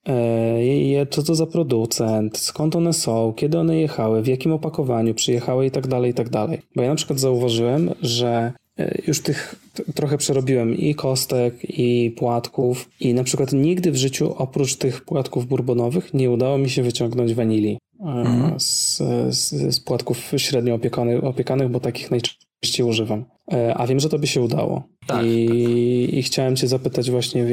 y, co to za producent, skąd one są, kiedy one jechały, w jakim opakowaniu przyjechały i tak dalej, i tak dalej. Bo ja na przykład zauważyłem, że już tych trochę przerobiłem i kostek, i płatków i na przykład nigdy w życiu oprócz tych płatków bourbonowych nie udało mi się wyciągnąć wanilii mm. z, z, z płatków średnio opiekanych, opiekanych, bo takich najczęściej używam. A wiem, że to by się udało. Tak, I, tak. I chciałem cię zapytać właśnie,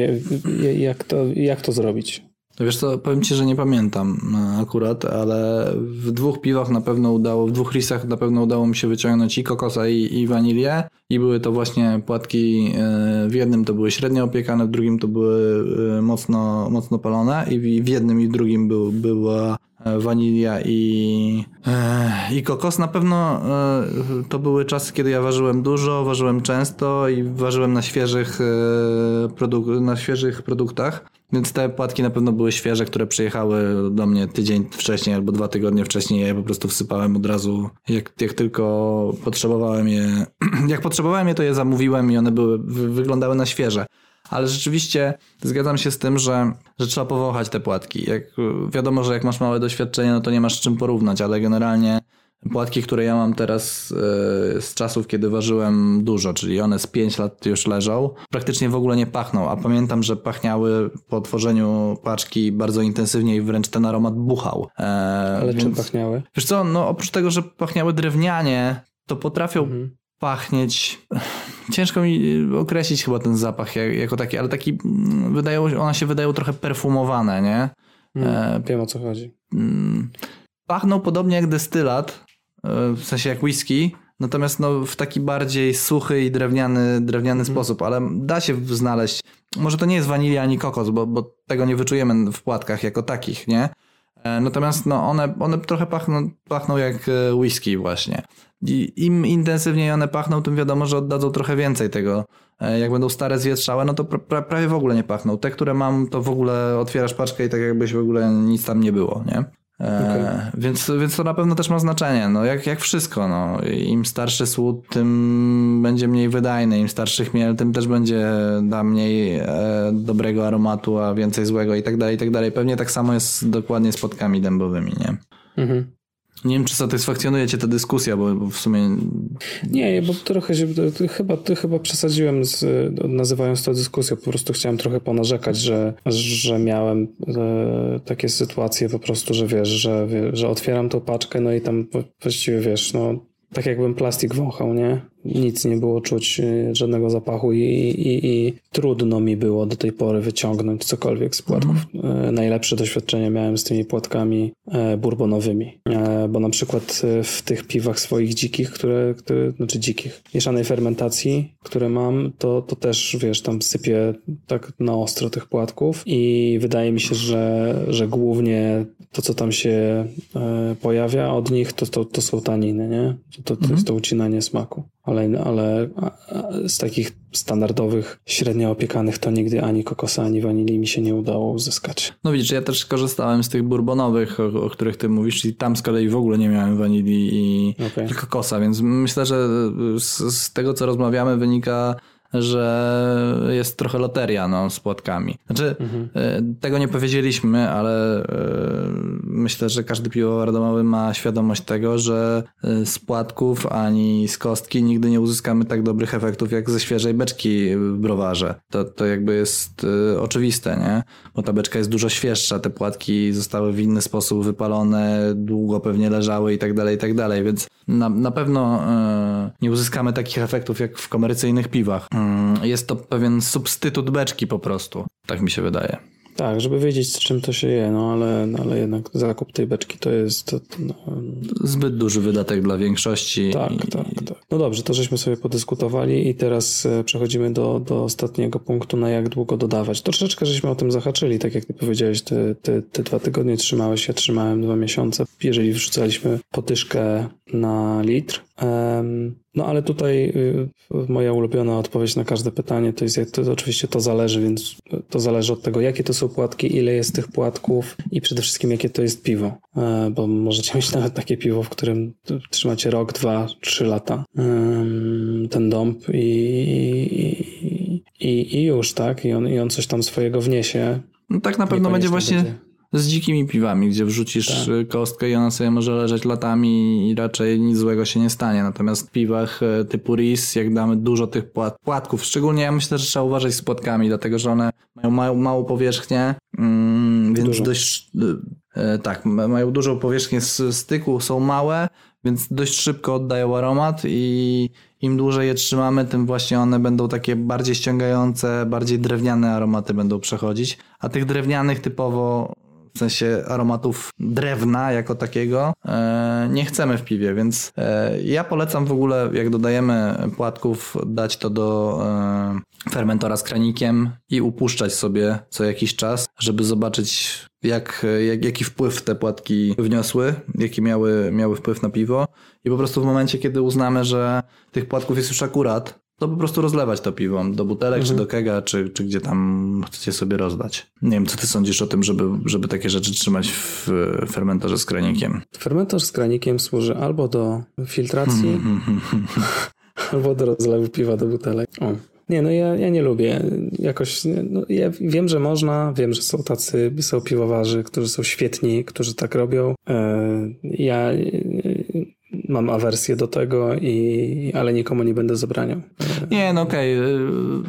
jak to, jak to zrobić. Wiesz co, powiem ci, że nie pamiętam akurat, ale w dwóch piwach na pewno udało, w dwóch risach na pewno udało mi się wyciągnąć i kokosa i, i wanilię i były to właśnie płatki, w jednym to były średnio opiekane, w drugim to były mocno, mocno palone i w jednym i w drugim był, była wanilia i, i kokos. Na pewno to były czasy, kiedy ja ważyłem dużo, ważyłem często i ważyłem na świeżych, produk- na świeżych produktach. Więc te płatki na pewno były świeże, które przyjechały do mnie tydzień wcześniej albo dwa tygodnie wcześniej. Ja je po prostu wsypałem od razu, jak, jak tylko potrzebowałem je. Jak potrzebowałem je, to je zamówiłem i one były, wyglądały na świeże. Ale rzeczywiście zgadzam się z tym, że, że trzeba powąchać te płatki. Jak, wiadomo, że jak masz małe doświadczenie, no to nie masz z czym porównać, ale generalnie płatki, które ja mam teraz yy, z czasów, kiedy ważyłem dużo, czyli one z pięć lat już leżą, praktycznie w ogóle nie pachną, a pamiętam, że pachniały po otworzeniu paczki bardzo intensywnie i wręcz ten aromat buchał. E, Ale więc, czym pachniały? Wiesz co, no oprócz tego, że pachniały drewnianie, to potrafią mhm. pachnieć... Ciężko mi określić chyba ten zapach jako taki, ale taki, wydają, one się wydają trochę perfumowane, nie? Mm, wiem, o co chodzi. Pachną podobnie jak destylat, w sensie jak whisky, natomiast no w taki bardziej suchy i drewniany, drewniany mm. sposób, ale da się znaleźć, może to nie jest wanilia ani kokos, bo, bo tego nie wyczujemy w płatkach jako takich, nie? Natomiast no one, one trochę pachną, pachną jak whisky właśnie. I im intensywniej one pachną, tym wiadomo, że oddadzą trochę więcej tego. Jak będą stare, zwietrzałe, no to pra- prawie w ogóle nie pachną. Te, które mam, to w ogóle otwierasz paczkę i tak jakbyś w ogóle nic tam nie było, nie? Okay. E, więc, więc to na pewno też ma znaczenie, no jak, jak wszystko, no. Im starszy słód, tym będzie mniej wydajny, im starszy chmiel, tym też będzie da mniej e, dobrego aromatu, a więcej złego i tak dalej, i tak dalej. Pewnie tak samo jest dokładnie z płatkami dębowymi, nie? Mhm. Nie wiem, czy satysfakcjonuje cię ta dyskusja, bo, bo w sumie... Nie, bo trochę się, to chyba, to chyba przesadziłem z, nazywając to dyskusją. Po prostu chciałem trochę ponarzekać, że, że miałem e, takie sytuacje po prostu, że wiesz, że, że otwieram tą paczkę, no i tam właściwie wiesz, no tak jakbym plastik wąchał, nie? Nic nie było czuć, żadnego zapachu i, i, i trudno mi było do tej pory wyciągnąć cokolwiek z płatków. Mm. Najlepsze doświadczenie miałem z tymi płatkami bourbonowymi, bo na przykład w tych piwach swoich dzikich, które, które znaczy dzikich, mieszanej fermentacji, które mam, to, to też, wiesz, tam sypię tak na ostro tych płatków i wydaje mi się, że, że głównie to, co tam się pojawia od nich, to, to, to są taniny, nie? To, to, to mm. jest to ucinanie smaku. Ale, ale z takich standardowych, średnio opiekanych to nigdy ani kokosa, ani wanilii mi się nie udało uzyskać. No widzisz, ja też korzystałem z tych bourbonowych, o, o których ty mówisz, i tam z kolei w ogóle nie miałem wanilii i, okay. i kokosa, więc myślę, że z, z tego, co rozmawiamy, wynika, że jest trochę loteria no, z płatkami. Znaczy, mhm. tego nie powiedzieliśmy, ale myślę, że każdy piwowar domowy ma świadomość tego, że z płatków ani z kostki nigdy nie uzyskamy tak dobrych efektów jak ze świeżej beczki w browarze. To, to jakby jest oczywiste, nie? Bo ta beczka jest dużo świeższa, te płatki zostały w inny sposób wypalone, długo pewnie leżały i tak dalej, i tak dalej, więc na, na pewno nie uzyskamy takich efektów jak w komercyjnych piwach. Jest to pewien substytut beczki po prostu. Tak mi się wydaje. Tak, żeby wiedzieć, z czym to się je, no ale, no, ale jednak zakup tej beczki to jest... To, to, no... Zbyt duży wydatek dla większości. Tak, i... tak, tak. No dobrze, to żeśmy sobie podyskutowali i teraz przechodzimy do, do ostatniego punktu, na jak długo dodawać. Troszeczkę żeśmy o tym zahaczyli, tak jak ty powiedziałeś, te, te, te dwa tygodnie trzymałeś, ja trzymałem dwa miesiące, jeżeli wrzucaliśmy potyszkę na litr. Um, no ale tutaj y, moja ulubiona odpowiedź na każde pytanie to jest, jak to, to oczywiście to zależy, więc to zależy od tego, jakie to są płatki, ile jest tych płatków i przede wszystkim jakie to jest piwo, e, bo możecie mieć nawet takie piwo, w którym trzymacie rok, dwa, trzy lata um, ten dąb i, i, i, i już, tak? I on, i on coś tam swojego wniesie. No tak na pewno będzie właśnie... Będzie... Z dzikimi piwami, gdzie wrzucisz tak. kostkę i ona sobie może leżeć latami i raczej nic złego się nie stanie. Natomiast w piwach typu Ris, jak damy dużo tych płat, płatków, szczególnie ja myślę, że trzeba uważać z płatkami, dlatego że one mają małą, małą powierzchnię, mm, więc dużo. dość... E, tak, mają dużą powierzchnię z styku, są małe, więc dość szybko oddają aromat i im dłużej je trzymamy, tym właśnie one będą takie bardziej ściągające, bardziej drewniane aromaty będą przechodzić, a tych drewnianych typowo w sensie aromatów drewna jako takiego e, nie chcemy w piwie, więc e, ja polecam w ogóle, jak dodajemy płatków, dać to do e, fermentora z kranikiem i upuszczać sobie co jakiś czas, żeby zobaczyć jak, jak, jaki wpływ te płatki wniosły, jaki miały, miały wpływ na piwo i po prostu w momencie, kiedy uznamy, że tych płatków jest już akurat, to po prostu rozlewać to piwo do butelek, mhm. czy do kega, czy, czy gdzie tam chcecie sobie rozdać. Nie wiem, co ty sądzisz o tym, żeby, żeby takie rzeczy trzymać w fermentorze z kranikiem? Fermentor z kranikiem służy albo do filtracji, albo do rozlewu piwa do butelek. O. Nie, no ja, ja nie lubię. Jakoś, no ja wiem, że można, wiem, że są tacy, są piwowarzy, którzy są świetni, którzy tak robią. Ja mam awersję do tego, i, ale nikomu nie będę zabraniał. Nie, no okej. Okay.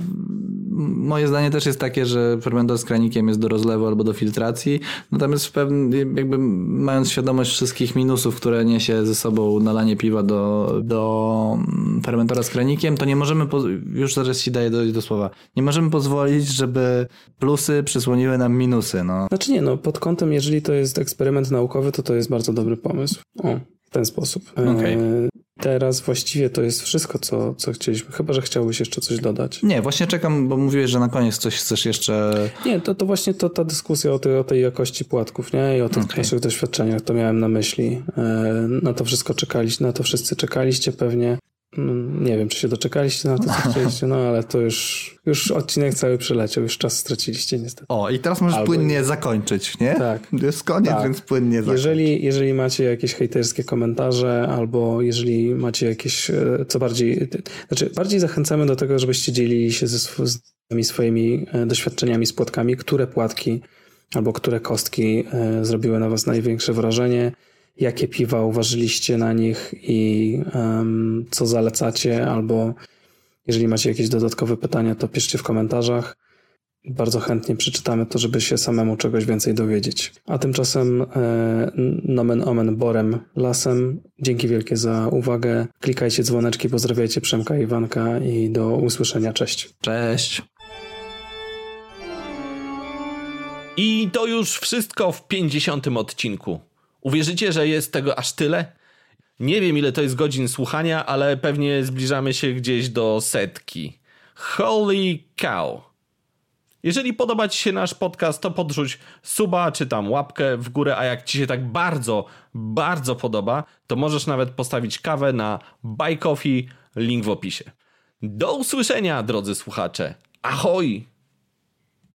Moje zdanie też jest takie, że fermentor z kranikiem jest do rozlewu albo do filtracji, natomiast w pewnym, jakby mając świadomość wszystkich minusów, które niesie ze sobą nalanie piwa do, do fermentora z kranikiem, to nie możemy, już zaraz ci daję dojść do słowa, nie możemy pozwolić, żeby plusy przysłoniły nam minusy. No. Znaczy nie, no pod kątem, jeżeli to jest eksperyment naukowy, to to jest bardzo dobry pomysł. O, w ten sposób. Okay. E- Teraz właściwie to jest wszystko, co, co chcieliśmy. Chyba, że chciałbyś jeszcze coś dodać. Nie, właśnie czekam, bo mówiłeś, że na koniec coś chcesz jeszcze... Nie, to, to właśnie to, ta dyskusja o tej, o tej jakości płatków, nie? I o tych okay. naszych doświadczeniach, to miałem na myśli. Na to wszystko czekaliście, na to wszyscy czekaliście pewnie. Nie wiem, czy się doczekaliście na to, co chcieliście, no ale to już, już odcinek cały przyleciał, już czas straciliście niestety. O, i teraz możesz Albo płynnie i... zakończyć, nie? Tak. To jest koniec, tak. Więc płynnie zakończ. Jeżeli, jeżeli macie jakieś hejterskie komentarze, albo jeżeli macie jakieś, co bardziej, znaczy bardziej zachęcamy do tego, żebyście dzielili się ze sw- swoimi doświadczeniami z płatkami, które płatki albo które kostki zrobiły na was największe wrażenie, jakie piwa uważyliście na nich i um, co zalecacie, albo jeżeli macie jakieś dodatkowe pytania, to piszcie w komentarzach. Bardzo chętnie przeczytamy to, żeby się samemu czegoś więcej dowiedzieć. A tymczasem e, nomen omen borem lasem. Dzięki wielkie za uwagę. Klikajcie dzwoneczki, pozdrawiajcie Przemka i Iwanka i do usłyszenia. Cześć. Cześć. I to już wszystko w pięćdziesiątym odcinku. Uwierzycie, że jest tego aż tyle? Nie wiem, ile to jest godzin słuchania, ale pewnie zbliżamy się gdzieś do setki. Holy cow! Jeżeli podoba ci się nasz podcast, to podrzuć suba czy tam łapkę w górę, a jak ci się tak bardzo, bardzo podoba, to możesz nawet postawić kawę na Buy Coffee, link w opisie. Do usłyszenia, drodzy słuchacze. Ahoj!